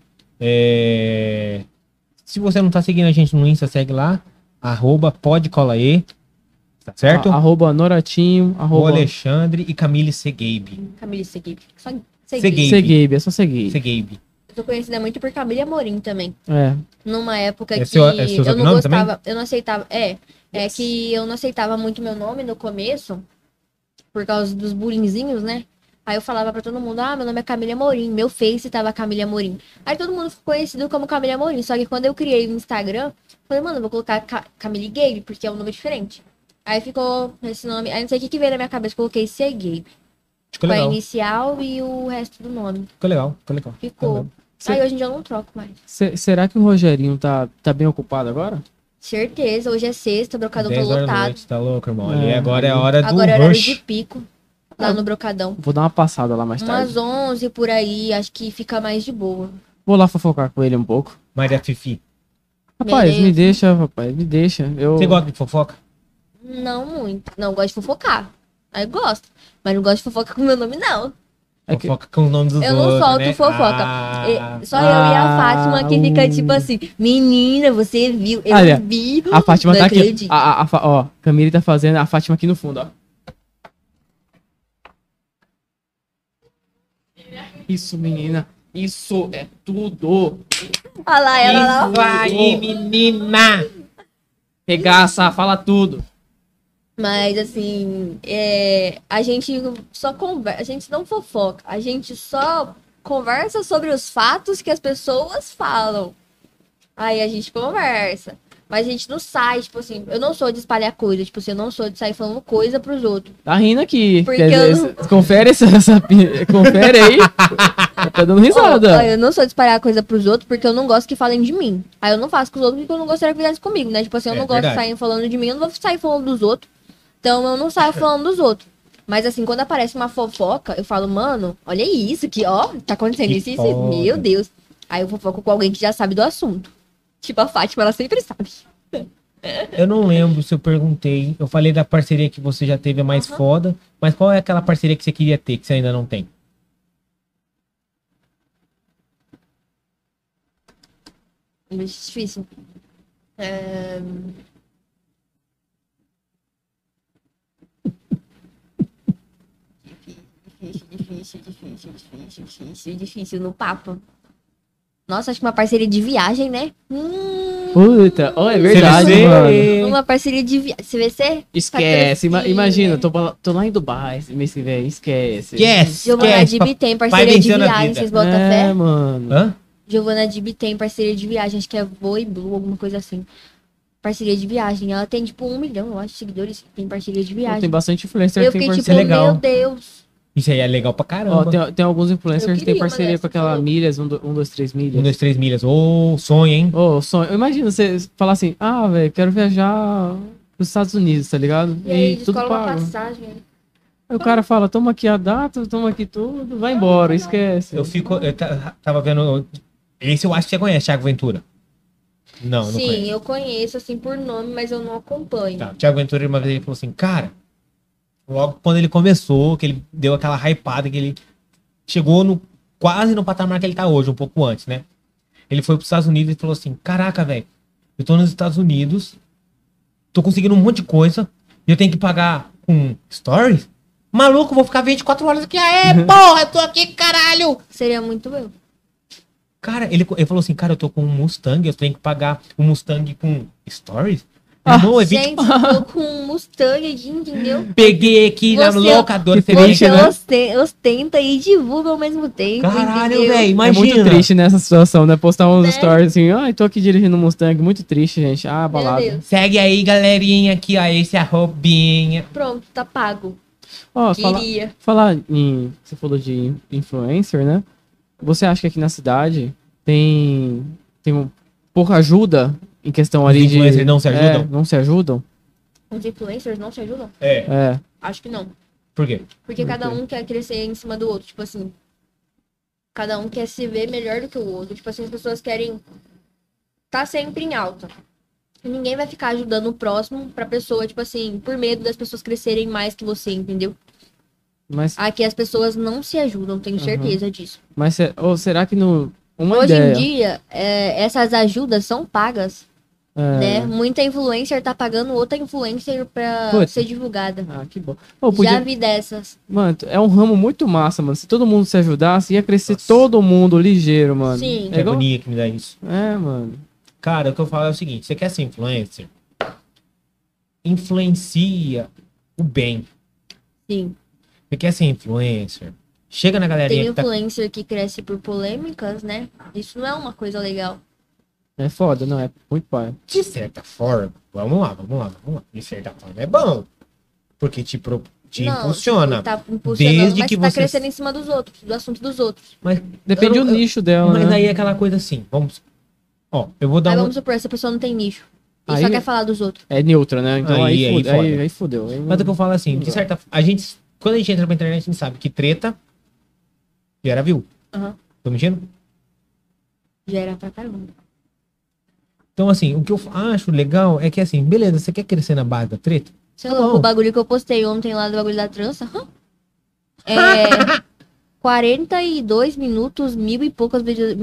A: Se você não tá seguindo a gente no Insta, segue lá. @podcolae. Tá certo?
B: Arroba Noratinho,
A: O
B: arroba
A: Alexandre e Camille Segabe.
C: Camille Seguibe. Só
A: Seguibe.
B: Seguibe, é só seguir.
A: Segabe.
C: Eu tô conhecida muito por Camille Amorim também.
B: É.
C: Numa época
A: É
C: que
A: seu
C: eu não
A: sobrenome também?
C: gostava, eu não aceitava. É que eu não aceitava muito meu nome no começo, por causa dos bullyingzinhos, né? Aí eu falava pra todo mundo, meu nome é Camille Amorim, meu Face tava Camille Amorim. Aí todo mundo ficou conhecido como Camille Amorim, só que quando eu criei o Instagram, falei, mano, eu vou colocar Camille Gabe, porque é um nome diferente. Aí ficou esse nome, aí não sei o que veio na minha cabeça, coloquei C Gabe.
A: Ficou
C: Com a
A: legal.
C: inicial e o resto do nome.
A: Ficou legal. Ficou legal.
C: Ficou.
B: Cê-
C: Aí hoje em dia eu não troco mais.
B: Será que o Rogerinho tá bem ocupado agora?
C: Certeza, hoje é sexta, o brocadão tá
A: 10 horas da
C: lotado.
A: noite, tá louco, irmão?
B: É.
A: E agora é a hora do
C: Agora é horário
A: rush.
C: de pico, lá no brocadão.
B: Vou dar uma passada lá mais tarde.
C: Umas 11 por aí, acho que fica mais de boa.
B: Vou lá fofocar com ele um pouco.
A: Maria Fifi.
B: Rapaz,
C: Beleza.
B: me deixa, rapaz, me deixa.
A: Você gosta de fofoca?
C: Não muito. Não, gosto de fofocar. Aí eu gosto. Mas não gosto de fofoca com meu nome, não.
B: É que-
A: Fofoca com os nomes dos
C: Eu
A: outros,
C: não solto
A: né?
C: fofoca. Só eu e a Fátima que fica tipo assim, menina, você viu? Eu
B: Olha,
C: vi.
B: A Fátima
C: Não
B: tá aqui.
C: acredito.
B: Ó, Camille tá fazendo a Fátima aqui no fundo, ó. Isso, menina. Isso é tudo.
C: Olha lá, ela lá.
A: Isso aí, menina!
B: Regaça, fala tudo.
C: Mas assim, a gente só conversa, a gente não fofoca, a gente só conversa sobre os fatos que as pessoas falam. Aí a gente conversa. Mas a gente não sai, tipo assim, eu não sou de espalhar coisa, tipo assim, eu não sou de sair falando coisa pros outros.
B: Tá rindo aqui.
C: Porque
B: Quer dizer, confere confere aí. Tá dando risada.
C: Ó, eu não sou de espalhar coisa pros outros porque eu não gosto que falem de mim. Aí eu não faço com os outros porque eu não gostaria que fizesse comigo, né? Tipo assim, eu não gosto de sair falando de mim, eu não vou sair falando dos outros. Então eu não saio falando dos outros. Mas assim, quando aparece uma fofoca, eu falo, mano, olha isso aqui, ó, tá acontecendo isso, isso, meu Deus. Aí eu fofoco com alguém que já sabe do assunto. Tipo a Fátima, ela sempre sabe.
A: Eu não lembro se eu perguntei. Eu falei da parceria que você já teve a mais foda, mas qual é aquela parceria que você queria ter, que você ainda não tem?
C: Difícil. Difícil no papo. Nossa, acho que uma parceria de viagem, né?
B: Puta, ó, é verdade,
A: CVC.
B: mano.
C: Uma parceria de viagem. CVC?
B: Esquece,
C: Patrocínio.
B: imagina, tô lá em Dubai esse mês que vem, esquece.
A: Yes!
C: Giovana Dib tem parceria de viagem, vocês botam fé?
B: Mano.
A: Hã?
C: Giovana Dib tem parceria de viagem, acho que é Voe Blue, alguma coisa assim. Parceria de viagem. Ela tem, tipo, 1 milhão, eu acho, de seguidores que tem parceria de viagem.
B: Tem bastante influencer
C: Eu
B: que tem
C: fiquei tipo,
B: parceria.
A: legal.
C: meu Deus.
A: Isso aí é legal pra
B: Ó,
A: caramba.
B: tem alguns influencers que tem
C: queria uma
B: parceria
C: dessas,
B: com aquela
C: falou.
B: milhas, 1, 2, 3 milhas.
A: 1, 2, 3 milhas. Ô, sonho, hein?
B: Ô, sonho. Imagina você falar assim, velho, quero viajar pros Estados Unidos, tá ligado?
C: E aí,
B: tudo
C: descola uma
B: pago.
C: passagem.
B: Aí o cara fala, toma aqui a data, toma aqui tudo, vai embora, esquece.
A: Eu tava vendo. Esse eu acho que você conhece, Thiago Ventura. Não, não
C: Sim,
A: conheço.
C: eu conheço, assim, por nome, mas eu não acompanho.
A: Tá, o Thiago Ventura uma vez ele falou assim, cara, logo quando ele começou, que ele deu aquela hypada, que ele chegou quase no patamar que ele tá hoje, um pouco antes, né? Ele foi pros Estados Unidos e falou assim, caraca, velho, eu tô nos Estados Unidos, tô conseguindo um monte de coisa, e eu tenho que pagar com stories? Maluco, vou ficar 24 horas aqui, aê, porra, eu tô aqui, caralho!
C: Seria muito eu.
A: Cara, ele falou assim, cara, eu tô com um Mustang, eu tenho que pagar um Mustang com stories? Não, é 20...
C: Gente, eu tô com um Mustang aqui, entendeu?
A: Peguei aqui na
C: Você-
A: locadora,
B: que
A: você
B: triste,
A: vê,
B: né?
C: Ostenta e divulga ao mesmo tempo,
A: Caralho,
C: entendeu?
A: velho,
B: É
A: imagina.
B: muito triste nessa situação, né? Postar uns
C: Né?
B: stories assim, ai, tô aqui dirigindo um Mustang, muito triste, gente. Ah,
C: Meu
B: balada.
C: Deus.
A: Segue aí, galerinha, aqui, ó, esse é a roubinha.
C: Pronto, tá pago.
B: Ó,
C: Queria.
B: falar em. Você falou de influencer, né? Você acha que aqui na cidade tem pouca ajuda em questão
A: Os
B: ali de.
A: influencers não se ajudam?
B: Não se ajudam?
C: Os influencers não se ajudam?
A: É.
B: É.
C: Acho que não.
A: Por quê?
C: Porque
B: Por
C: cada
B: quê?
C: um quer crescer em cima do outro. Tipo assim, cada um quer se ver melhor do que o outro. Tipo assim, as pessoas querem tá sempre em alta. E ninguém vai ficar ajudando o próximo pra pessoa, tipo assim, por medo das pessoas crescerem mais que você, entendeu?
B: Mas,
C: Aqui as pessoas não se ajudam, tenho certeza disso.
B: ou será que no. Uma
C: Hoje
B: ideia.
C: em dia, essas ajudas são pagas, né? Muita influencer tá pagando outra influencer pra
B: Putz.
C: ser divulgada.
B: Ah, que bom. Ô, podia...
C: Já vi dessas.
B: Mano, é um ramo muito massa, mano. Se todo mundo se ajudasse, ia crescer
A: Nossa.
B: todo mundo ligeiro, mano.
C: Sim.
A: Que
B: É igual...
A: agonia que me dá isso.
B: É, mano.
A: Cara, o que eu falo é o seguinte, você quer ser influencer? Influencia o bem.
C: Sim.
A: Você quer ser influencer? Chega na
C: Tem
A: galerinha que tá...
C: influencer que cresce por polêmicas, né? Isso não é uma coisa legal.
B: É foda, não, é muito pai.
A: De certa forma, vamos lá. De certa forma é bom. Porque te
C: Não,
A: impulsiona.
C: tipo, tá impulsionando,
A: Desde
C: mas
A: que
C: tá
A: você-
C: crescendo em cima dos outros, do assunto dos outros.
A: Mas
B: Depende
A: eu
B: do
A: não-
B: nicho dela,
A: Mas
B: né?
A: aí é aquela coisa assim, vamos... Ó, eu vou dar
C: Aí
A: um...
C: vamos supor, essa pessoa não tem nicho. E
B: Aí-
C: só quer falar dos outros.
B: É neutra, né? Então
A: Aí
B: aí
A: foda.
B: fudeu. Aí
A: Mas o que eu falo assim, de certa... Quando a gente entra pra internet, a gente sabe que treta gera view.
C: Aham.
A: Tô mentindo?
C: Gera pra caramba.
A: Então, assim, o que eu acho legal é que, assim, beleza, você quer crescer na base da treta?
C: Sei
A: Tá
C: lá,
A: bom.
C: o bagulho que eu postei ontem lá do bagulho da trança. É 42 minutos, mil e poucas vídeos.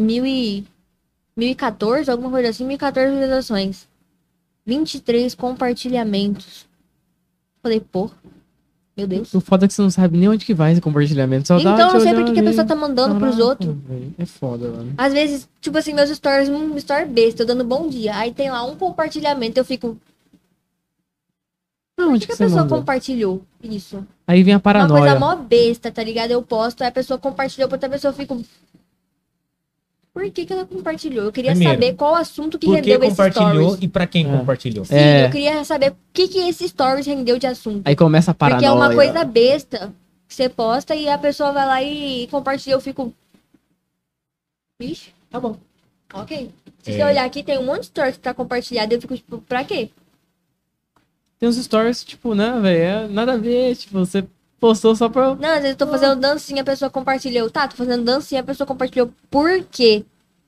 C: 1014, alguma coisa assim, 1014 visualizações. 23 compartilhamentos. Falei, pô, meu Deus.
B: O foda é que você não sabe nem onde que vai esse compartilhamento. Só dá
C: Então eu
B: te
C: não sei
B: olhar
C: por que a
B: ali.
C: pessoa tá mandando pros
B: Caraca,
C: outros.
B: velho, é foda, mano.
C: Às vezes, tipo assim, meus stories, um story besta, eu dando bom dia. Aí tem lá um compartilhamento, eu fico.
B: Não,
C: Por
B: onde
C: que
B: que
C: a
B: você
C: pessoa
B: mandou?
C: compartilhou isso?
B: Aí vem a
C: Uma coisa
B: paranoia.
C: mó besta, tá ligado? Eu posto, aí a pessoa compartilhou pra outra pessoa, eu fico. Por que que ela compartilhou? Eu queria
A: Primeiro,
C: saber qual assunto que
A: Por que
C: rendeu esse
A: compartilhou
C: stories.
A: e pra quem
B: É.
A: compartilhou?
C: Sim,
B: É.
C: eu queria saber o que que esse stories rendeu de assunto.
B: Aí começa a paranoia.
C: Porque é uma coisa besta que você posta e a pessoa vai lá e compartilha. Eu fico. Vixe,
A: Tá bom.
C: ok. Se
A: É.
C: você olhar aqui, tem um monte de stories que tá compartilhado. Eu fico tipo, pra quê?
B: Tem uns stories, tipo, né, velho? É nada a ver, tipo, você postou só pra...
C: Não, às vezes eu tô fazendo dancinha, a pessoa compartilhou. Tá, tô fazendo dancinha, a pessoa compartilhou. Por quê?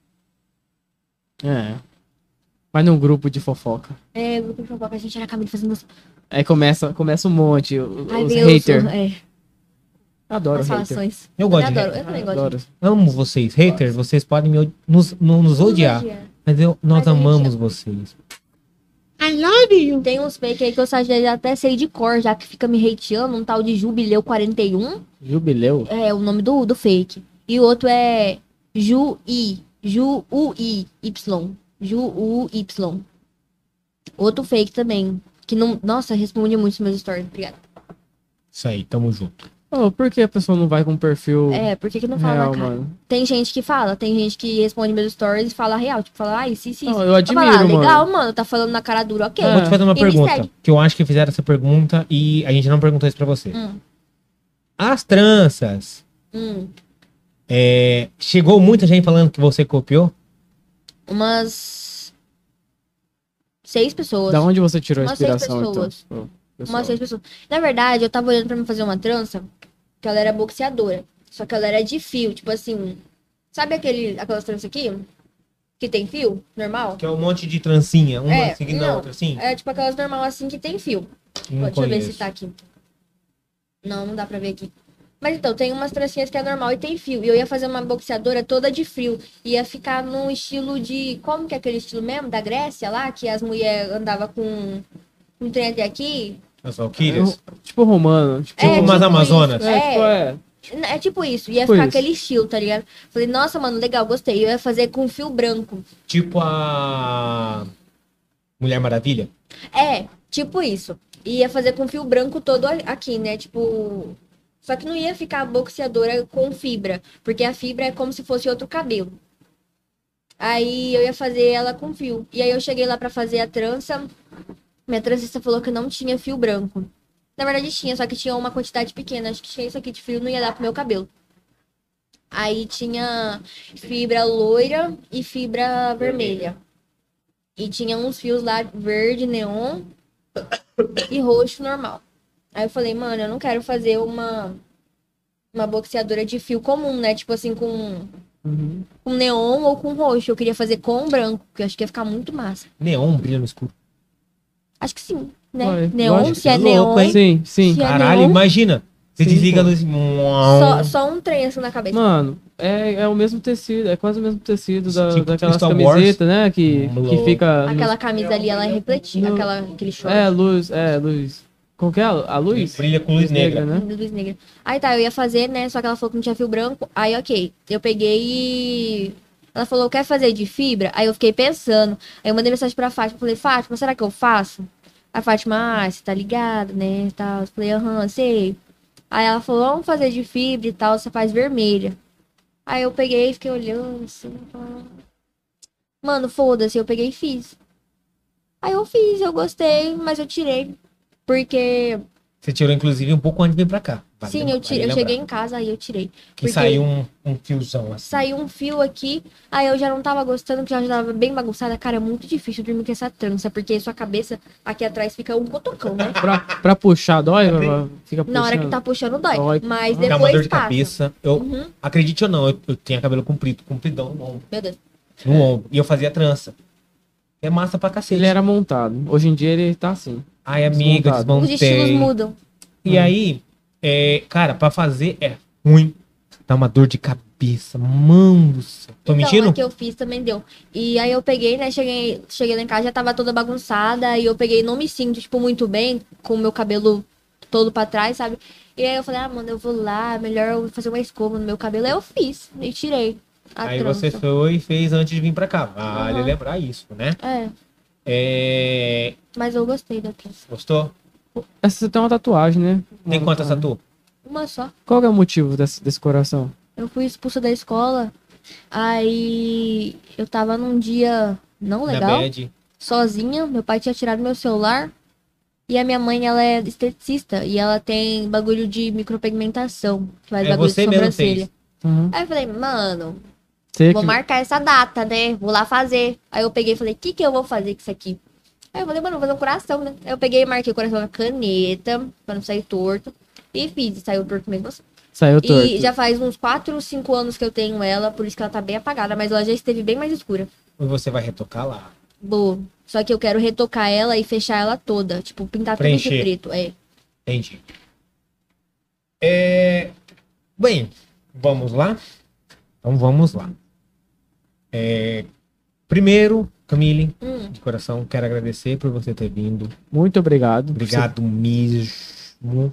B: É. Mas num grupo de fofoca.
C: É, grupo de fofoca, a gente era caminho fazendo dancinha.
B: Aí começa um monte,
C: Ai,
B: os
C: meu
B: haters.
C: as
B: Adoro hater.
C: falações.
A: Eu gosto de
C: adoro, eu também gosto.
B: Adoro.
A: Amo vocês. Haters, vocês podem nos odiar. Mas nós
C: Mas a gente
A: amamos
C: ama.
A: vocês.
D: I love you.
C: Tem uns fake aí que eu já até sei de cor, já que fica me hateando. Um tal de Jubileu 41.
B: Jubileu?
C: É o nome do fake. E o outro é Ju-I. Ju-U-I. Y. Ju-U-Y. Outro fake também. Que não. Nossa, responde muito os meus stories. Obrigada.
A: Isso aí, tamo junto.
B: Oh, por que a pessoa não vai com um perfil
C: É, por que que não fala
B: real,
C: na cara?
B: mano?
C: Tem gente que fala, tem gente que responde meus stories e fala real. Tipo, fala, ai, sim.
B: Não, eu
C: Eu
B: admiro,
C: falo,
B: mano.
C: legal, mano, tá falando na cara dura, ok.
B: É.
A: Vou te fazer uma
C: E me
A: pergunta.
C: segue.
A: Que eu acho que fizeram essa pergunta e a gente não perguntou isso pra você. As tranças. Chegou muita gente falando que você copiou?
C: Umas 6 pessoas.
B: Da onde você tirou a
C: Umas 6
B: inspiração, então?
C: pessoas.
B: Ô, pessoal.
C: Umas 6 pessoas. Na verdade, eu tava olhando pra me fazer uma trança, que ela era boxeadora. Só que ela era de fio, tipo assim. Sabe aquelas tranças aqui? Que tem fio, normal?
A: Que é um monte de trancinha, uma
C: É,
A: seguindo a
C: não.
A: outra, assim?
C: É tipo aquelas normal assim que tem fio.
A: Não
C: Deixa eu ver
A: conheço.
C: se tá aqui. Não dá pra ver aqui. Mas então, tem umas trancinhas que é normal e tem fio. E eu ia fazer uma boxeadora toda de frio. Ia ficar num estilo de. Como que é aquele estilo mesmo? Da Grécia lá, que as mulheres andavam com um trem até aqui.
A: As Valkyrias?
B: Tipo romano. Tipo,
A: Tipo umas Amazonas.
C: Isso.
B: É.
C: É tipo isso, ia
B: Tipo
C: ficar
B: isso.
C: aquele estilo, tá ligado? Falei, nossa, mano, legal, gostei. Eu ia fazer com fio branco.
A: Tipo a Mulher Maravilha?
C: É, tipo isso. Ia fazer com fio branco todo aqui, né? Tipo. Só que não ia ficar boxeadora com fibra, porque a fibra é como se fosse outro cabelo. Aí eu ia fazer ela com fio. E aí eu cheguei lá pra fazer a trança. Minha transista falou que não tinha fio branco. Na verdade tinha, só que tinha uma quantidade pequena. Acho que tinha isso aqui de fio, não ia dar pro meu cabelo. Aí tinha fibra loira e fibra vermelha. E tinha uns fios lá verde, neon e roxo normal. Aí eu falei, mano, eu não quero fazer uma boxeadora de fio comum, né? Tipo assim, com neon ou com roxo. Eu queria fazer com branco, porque eu acho que ia ficar muito massa.
A: Neon brilha no escuro.
C: Acho que sim, né?
B: Ué,
C: Neon,
B: lógico.
C: se é
A: Louco,
C: neon,
A: hein?
B: Sim, sim.
C: Se é
A: Caralho,
C: neon,
A: imagina. Você
B: Sim,
A: desliga a
B: pô.
A: luz.
C: só um trem assim na cabeça.
B: Mano, é o mesmo tecido, é quase o mesmo tecido
A: Tipo
B: daquelas
A: Star Wars.
B: camisetas, né? Que
A: Louco.
B: fica.
C: Aquela camisa ali, ela é refletida,
B: No-
C: aquele short.
B: Luz. Como que é? A luz?
A: Brilha com luz negra.
B: né?
C: Luz negra. Aí tá, eu ia fazer, né? Só que ela falou que não tinha fio branco. Aí, ok. Eu peguei e. Ela falou, quer fazer de fibra? Aí eu fiquei pensando. Aí eu mandei mensagem pra Fátima. Falei, Fátima, será que eu faço? A Fátima, você tá ligado, né? Tal. Eu falei, aham, sei. Aí ela falou, vamos fazer de fibra e tal, você faz vermelha. Aí eu peguei e fiquei olhando assim. Mano, foda-se, eu peguei e fiz. Aí eu fiz, eu gostei, mas eu tirei. Porque,
A: Você tirou, inclusive, um pouco antes de vir pra cá. Vale
C: sim,
A: lembrar,
C: eu tirei,
A: vale
C: eu
A: lembrar.
C: cheguei em casa, aí eu tirei.
A: Que
C: porque-
A: saiu um fiozão assim.
C: Saiu um fio aqui, aí eu já não tava gostando, que já tava bem bagunçada. Cara, é muito difícil dormir com essa trança, porque sua cabeça aqui atrás fica um cotocão, né?
B: Pra puxar, dói? Fica puxando.
C: Na hora que tá puxando, dói.
B: Dói.
C: Mas
A: Dá uma
C: depois
A: dor de
C: passa.
A: cabeça. Eu,
C: Uhum.
A: acredite ou não, eu tinha cabelo comprido, compridão no ombro.
C: Meu Deus.
A: No ombro. E eu fazia trança. É massa pra cacete.
B: Ele era montado. Hoje em dia ele tá assim.
A: Ai, amiga,
B: desmontado.
C: Os estilos
A: desmontei.
C: mudam.
A: E aí, cara, pra fazer é ruim. Dá uma dor de cabeça. Mano do céu. Tô
C: Então,
A: mentindo?
C: a que eu fiz também deu. E aí eu peguei, né? Cheguei lá em casa, já tava toda bagunçada. E eu peguei, não me sinto, tipo, muito bem com o meu cabelo todo pra trás, sabe? E aí eu falei, mano, eu vou lá, melhor eu fazer uma escova no meu cabelo. Aí eu fiz e tirei a
A: Aí
C: trança.
A: você foi e fez antes de vir pra cá. Vale
C: Uhum.
A: lembrar isso, né?
C: É, mas eu gostei da trança.
A: Gostou?
B: Essa você tem uma tatuagem, né?
A: Tem
B: Uma
A: quantas
B: tatuagem.
A: tatu?
C: Uma só.
B: Qual que é o motivo desse coração?
C: Eu fui expulsa da escola Aí eu tava num dia não
A: Na
C: legal,
A: bad.
C: sozinha. Meu pai tinha tirado meu celular. E a minha mãe, ela é esteticista. E ela tem bagulho de micropigmentação. Que faz
A: É,
C: bagulho de
A: você mesmo
C: sobrancelha.
A: fez.
B: Uhum.
C: Aí eu falei, mano,
B: Você
C: vou
B: que-
C: marcar essa data, né? Vou lá fazer. Aí eu peguei e falei, o que eu vou fazer com isso aqui? Aí eu falei, mano, vou fazer um coração, né? Aí eu peguei e marquei o coração na caneta, pra não sair torto. E fiz, e saiu torto mesmo assim.
B: Saiu torto.
C: E já faz uns 4, 5 anos que eu tenho ela, por isso que ela tá bem apagada, mas ela já esteve bem mais escura.
A: E você vai retocar lá.
C: Boa. Só que eu quero retocar ela e fechar ela toda. Tipo, pintar tudo de
A: Preencher.
C: preto. É.
A: Entendi. Bem, vamos lá? Então vamos lá. Primeiro, Camille, de coração, quero agradecer por você ter vindo.
B: Muito obrigado.
A: Obrigado mesmo.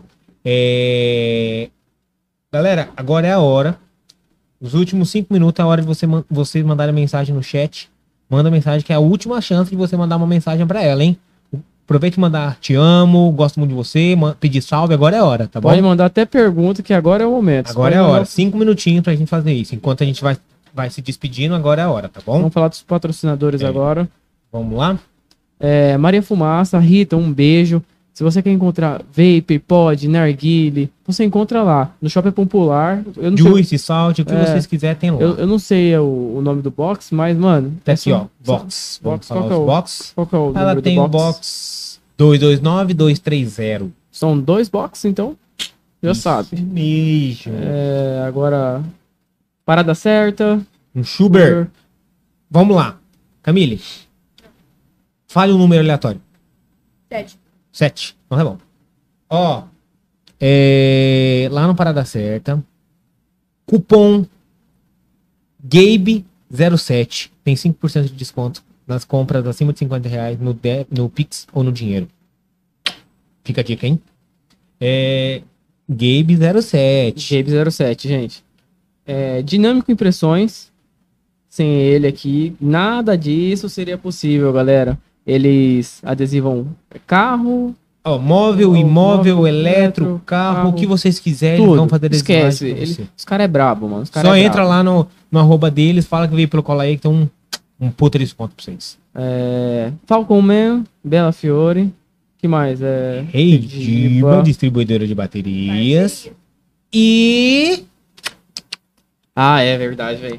A: Galera, agora é a hora. Os últimos 5 minutos é a hora de vocês mandarem mensagem no chat. Manda mensagem, que é a última chance de você mandar uma mensagem pra ela, hein? Aproveite e mandar te amo, gosto muito de você, pedir salve, agora é a hora, tá bom?
B: Pode mandar até pergunta, que agora é o momento. Você
A: Agora é
B: pode
A: a
B: mandar-
A: hora. 5 minutinhos pra gente fazer isso. Enquanto a gente vai se despedindo, agora é a hora, tá bom?
B: Vamos falar dos patrocinadores agora.
A: Vamos lá?
B: Maria Fumaça, Rita, um beijo. Se você quer encontrar vape, pod, narguile, você encontra lá. No Shopping Popular. Eu não sei,
A: Juice, salt, o que vocês quiserem tem lá.
B: eu não sei o nome do box, mas, mano...
A: Tá aqui, ó.
B: só-
A: Box. Vamos
B: box,
A: falar
B: qual que é
A: os
B: o-
A: box.
B: Qual que é o
A: Ela
B: número
A: tem
B: do
A: o box 229230.
B: São 2 boxes, então já sabe.
A: Mesmo.
B: Agora, parada certa.
A: Um Schubert. Vamos lá. Camille. Fale um número aleatório.
C: 7.
A: 7. Então tá bom. Ó. Lá no Parada Certa. Cupom Gabe07. Tem 5% de desconto nas compras acima de R$50 no Pix ou no dinheiro. Fica a dica, hein? Gabe07.
B: Gabe 07, gente. Dinâmico Impressões. Sem ele aqui, nada disso seria possível, galera. Eles adesivam carro,
A: Ó, móvel,
B: Ó,
A: imóvel,
B: móvel,
A: eletro,
B: eletro,
A: carro,
B: carro,
A: o que vocês quiserem,
B: tudo.
A: vão fazer
B: Esquece.
A: design pra você.
B: Os caras é brabo, mano. Os cara
A: Só
B: é
A: entra
B: brabo.
A: lá no arroba deles, fala que veio pelo colar aí, que tem um puta desconto pra vocês.
B: Falcon Man, Bela Fiore. Que mais?
A: Rei Diba, distribuidora de baterias. E...
B: Ah, é verdade, velho.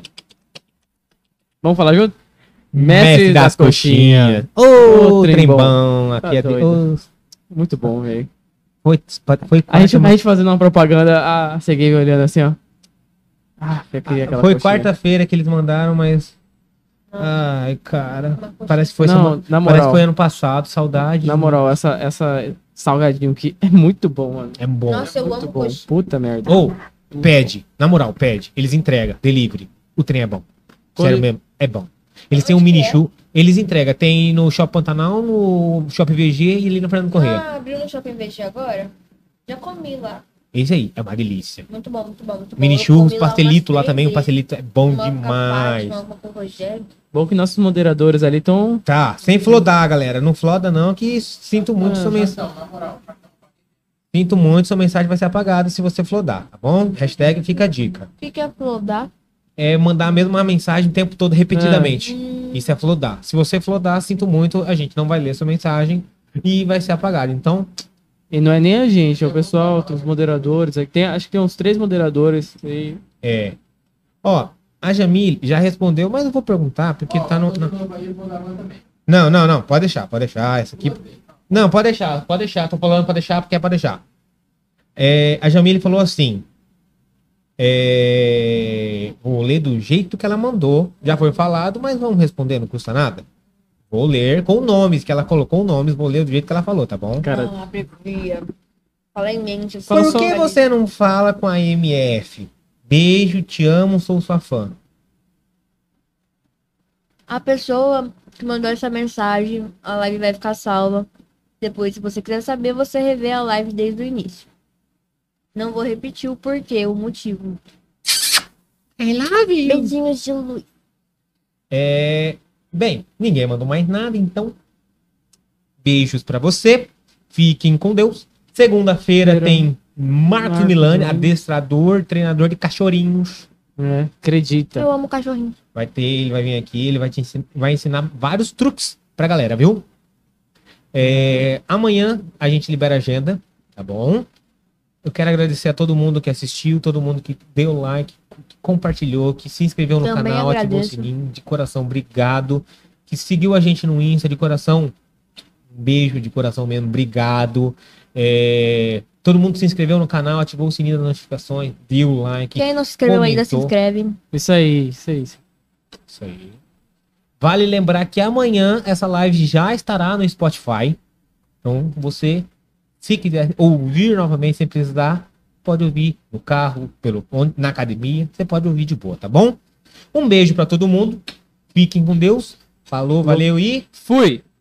B: Vamos falar junto?
A: Mestre das coxinhas. Ô,
B: Ô, trem
A: trem
B: bom.
A: bom. Aqui
B: Tá
A: é...
B: doido. Muito bom, velho.
A: Foi
B: A gente
A: quarta,
B: fazendo uma propaganda, a Segui olhando assim, ó. Eu queria aquela
A: foi
B: coxinha.
A: quarta-feira que eles mandaram, mas... Ai, cara. Parece que foi,
B: Não, na
A: parece que
B: moral.
A: foi ano passado, saudade.
B: Na moral, essa salgadinho aqui é muito bom, mano.
A: É bom.
C: Nossa, eu
B: Muito
C: amo
B: bom.
C: coxinha.
B: Puta merda.
A: Ou, pede. Na moral, pede. Eles entregam. Delivery. O trem é bom. Sério mesmo. É bom. Eles têm um
C: Onde
A: mini
C: que é?
A: show. Eles entregam. Tem no Shopping Pantanal, no Shopping VG e ali no Fernando Correia.
C: Ah, abriu no Shopping VG agora? Já comi lá.
A: Esse aí. É uma delícia.
C: Muito bom, muito bom, muito bom.
A: Mini
C: Eu
A: churros,
C: comi lá
A: pastelito
C: umas
A: lá também. O
C: 3
A: pastelito é bom
C: vezes. Uma com a
A: demais.
C: Fátima, uma com o Rogério.
B: Bom que nossos moderadores ali estão.
A: Tá. Sem flodar, galera. Não floda não, que sinto muito sua mensagem. Sinto muito, sua mensagem vai ser apagada se você flodar, tá bom? Hashtag fica a dica.
C: O que é flodar?
A: É mandar a mesma mensagem o tempo todo repetidamente. Isso é flodar. Se você flodar, sinto muito, a gente não vai ler sua mensagem e vai ser apagado. Então,
B: E não é nem a gente, é o pessoal, tem os moderadores. Acho que tem uns 3 moderadores aí.
A: ó, a Jamile já respondeu, mas eu vou perguntar porque tá no. Não, pode deixar. Essa aqui. Não, pode deixar. Tô falando pra deixar porque é pra deixar. A Jamile falou assim. Vou ler do jeito que ela mandou. Já foi falado, mas vamos responder, não custa nada. Vou ler com nomes, que ela colocou nomes, vou ler do jeito que ela falou, tá bom?
B: Cara,
C: Ah, bebia. Fala em mente.
B: Fala
A: Por
B: só-
A: que você não fala com a MF? Beijo, te amo, sou sua fã.
C: A pessoa que mandou essa mensagem, a live vai ficar salva. Depois, se você quiser saber, você revê a live desde o início. Não vou repetir o porquê, o motivo.
D: I love you.
C: Beijinhos de luz.
A: Bem, ninguém mandou mais nada, então. Beijos pra você. Fiquem com Deus. Segunda-feira tem Marcos
B: Marcos
A: Milani,
B: Milani.
A: adestrador, treinador de cachorrinhos.
B: Acredita.
C: Eu amo cachorrinho.
A: Ele vai vir aqui, ele vai ensinar vários truques pra galera, viu? Amanhã a gente libera a agenda, tá bom? Eu quero agradecer a todo mundo que assistiu, todo mundo que deu like, que compartilhou, que se inscreveu no
C: Também
A: canal, ativou o
C: agradeço.
A: sininho, de coração, obrigado. Que seguiu a gente no Insta, de coração, um beijo de coração mesmo, obrigado. Todo mundo que se inscreveu no canal, ativou o sininho das notificações, deu o like.
C: Quem não se inscreveu ainda, se
A: comentou.
C: inscreve.
B: Isso aí.
A: Isso aí. Vale lembrar que amanhã essa live já estará no Spotify. Então você, se quiser ouvir novamente sem precisar, pode ouvir no carro, na academia. Você pode ouvir de boa, tá bom? Um beijo pra todo mundo. Fiquem com Deus. Falou, valeu e
B: Fui!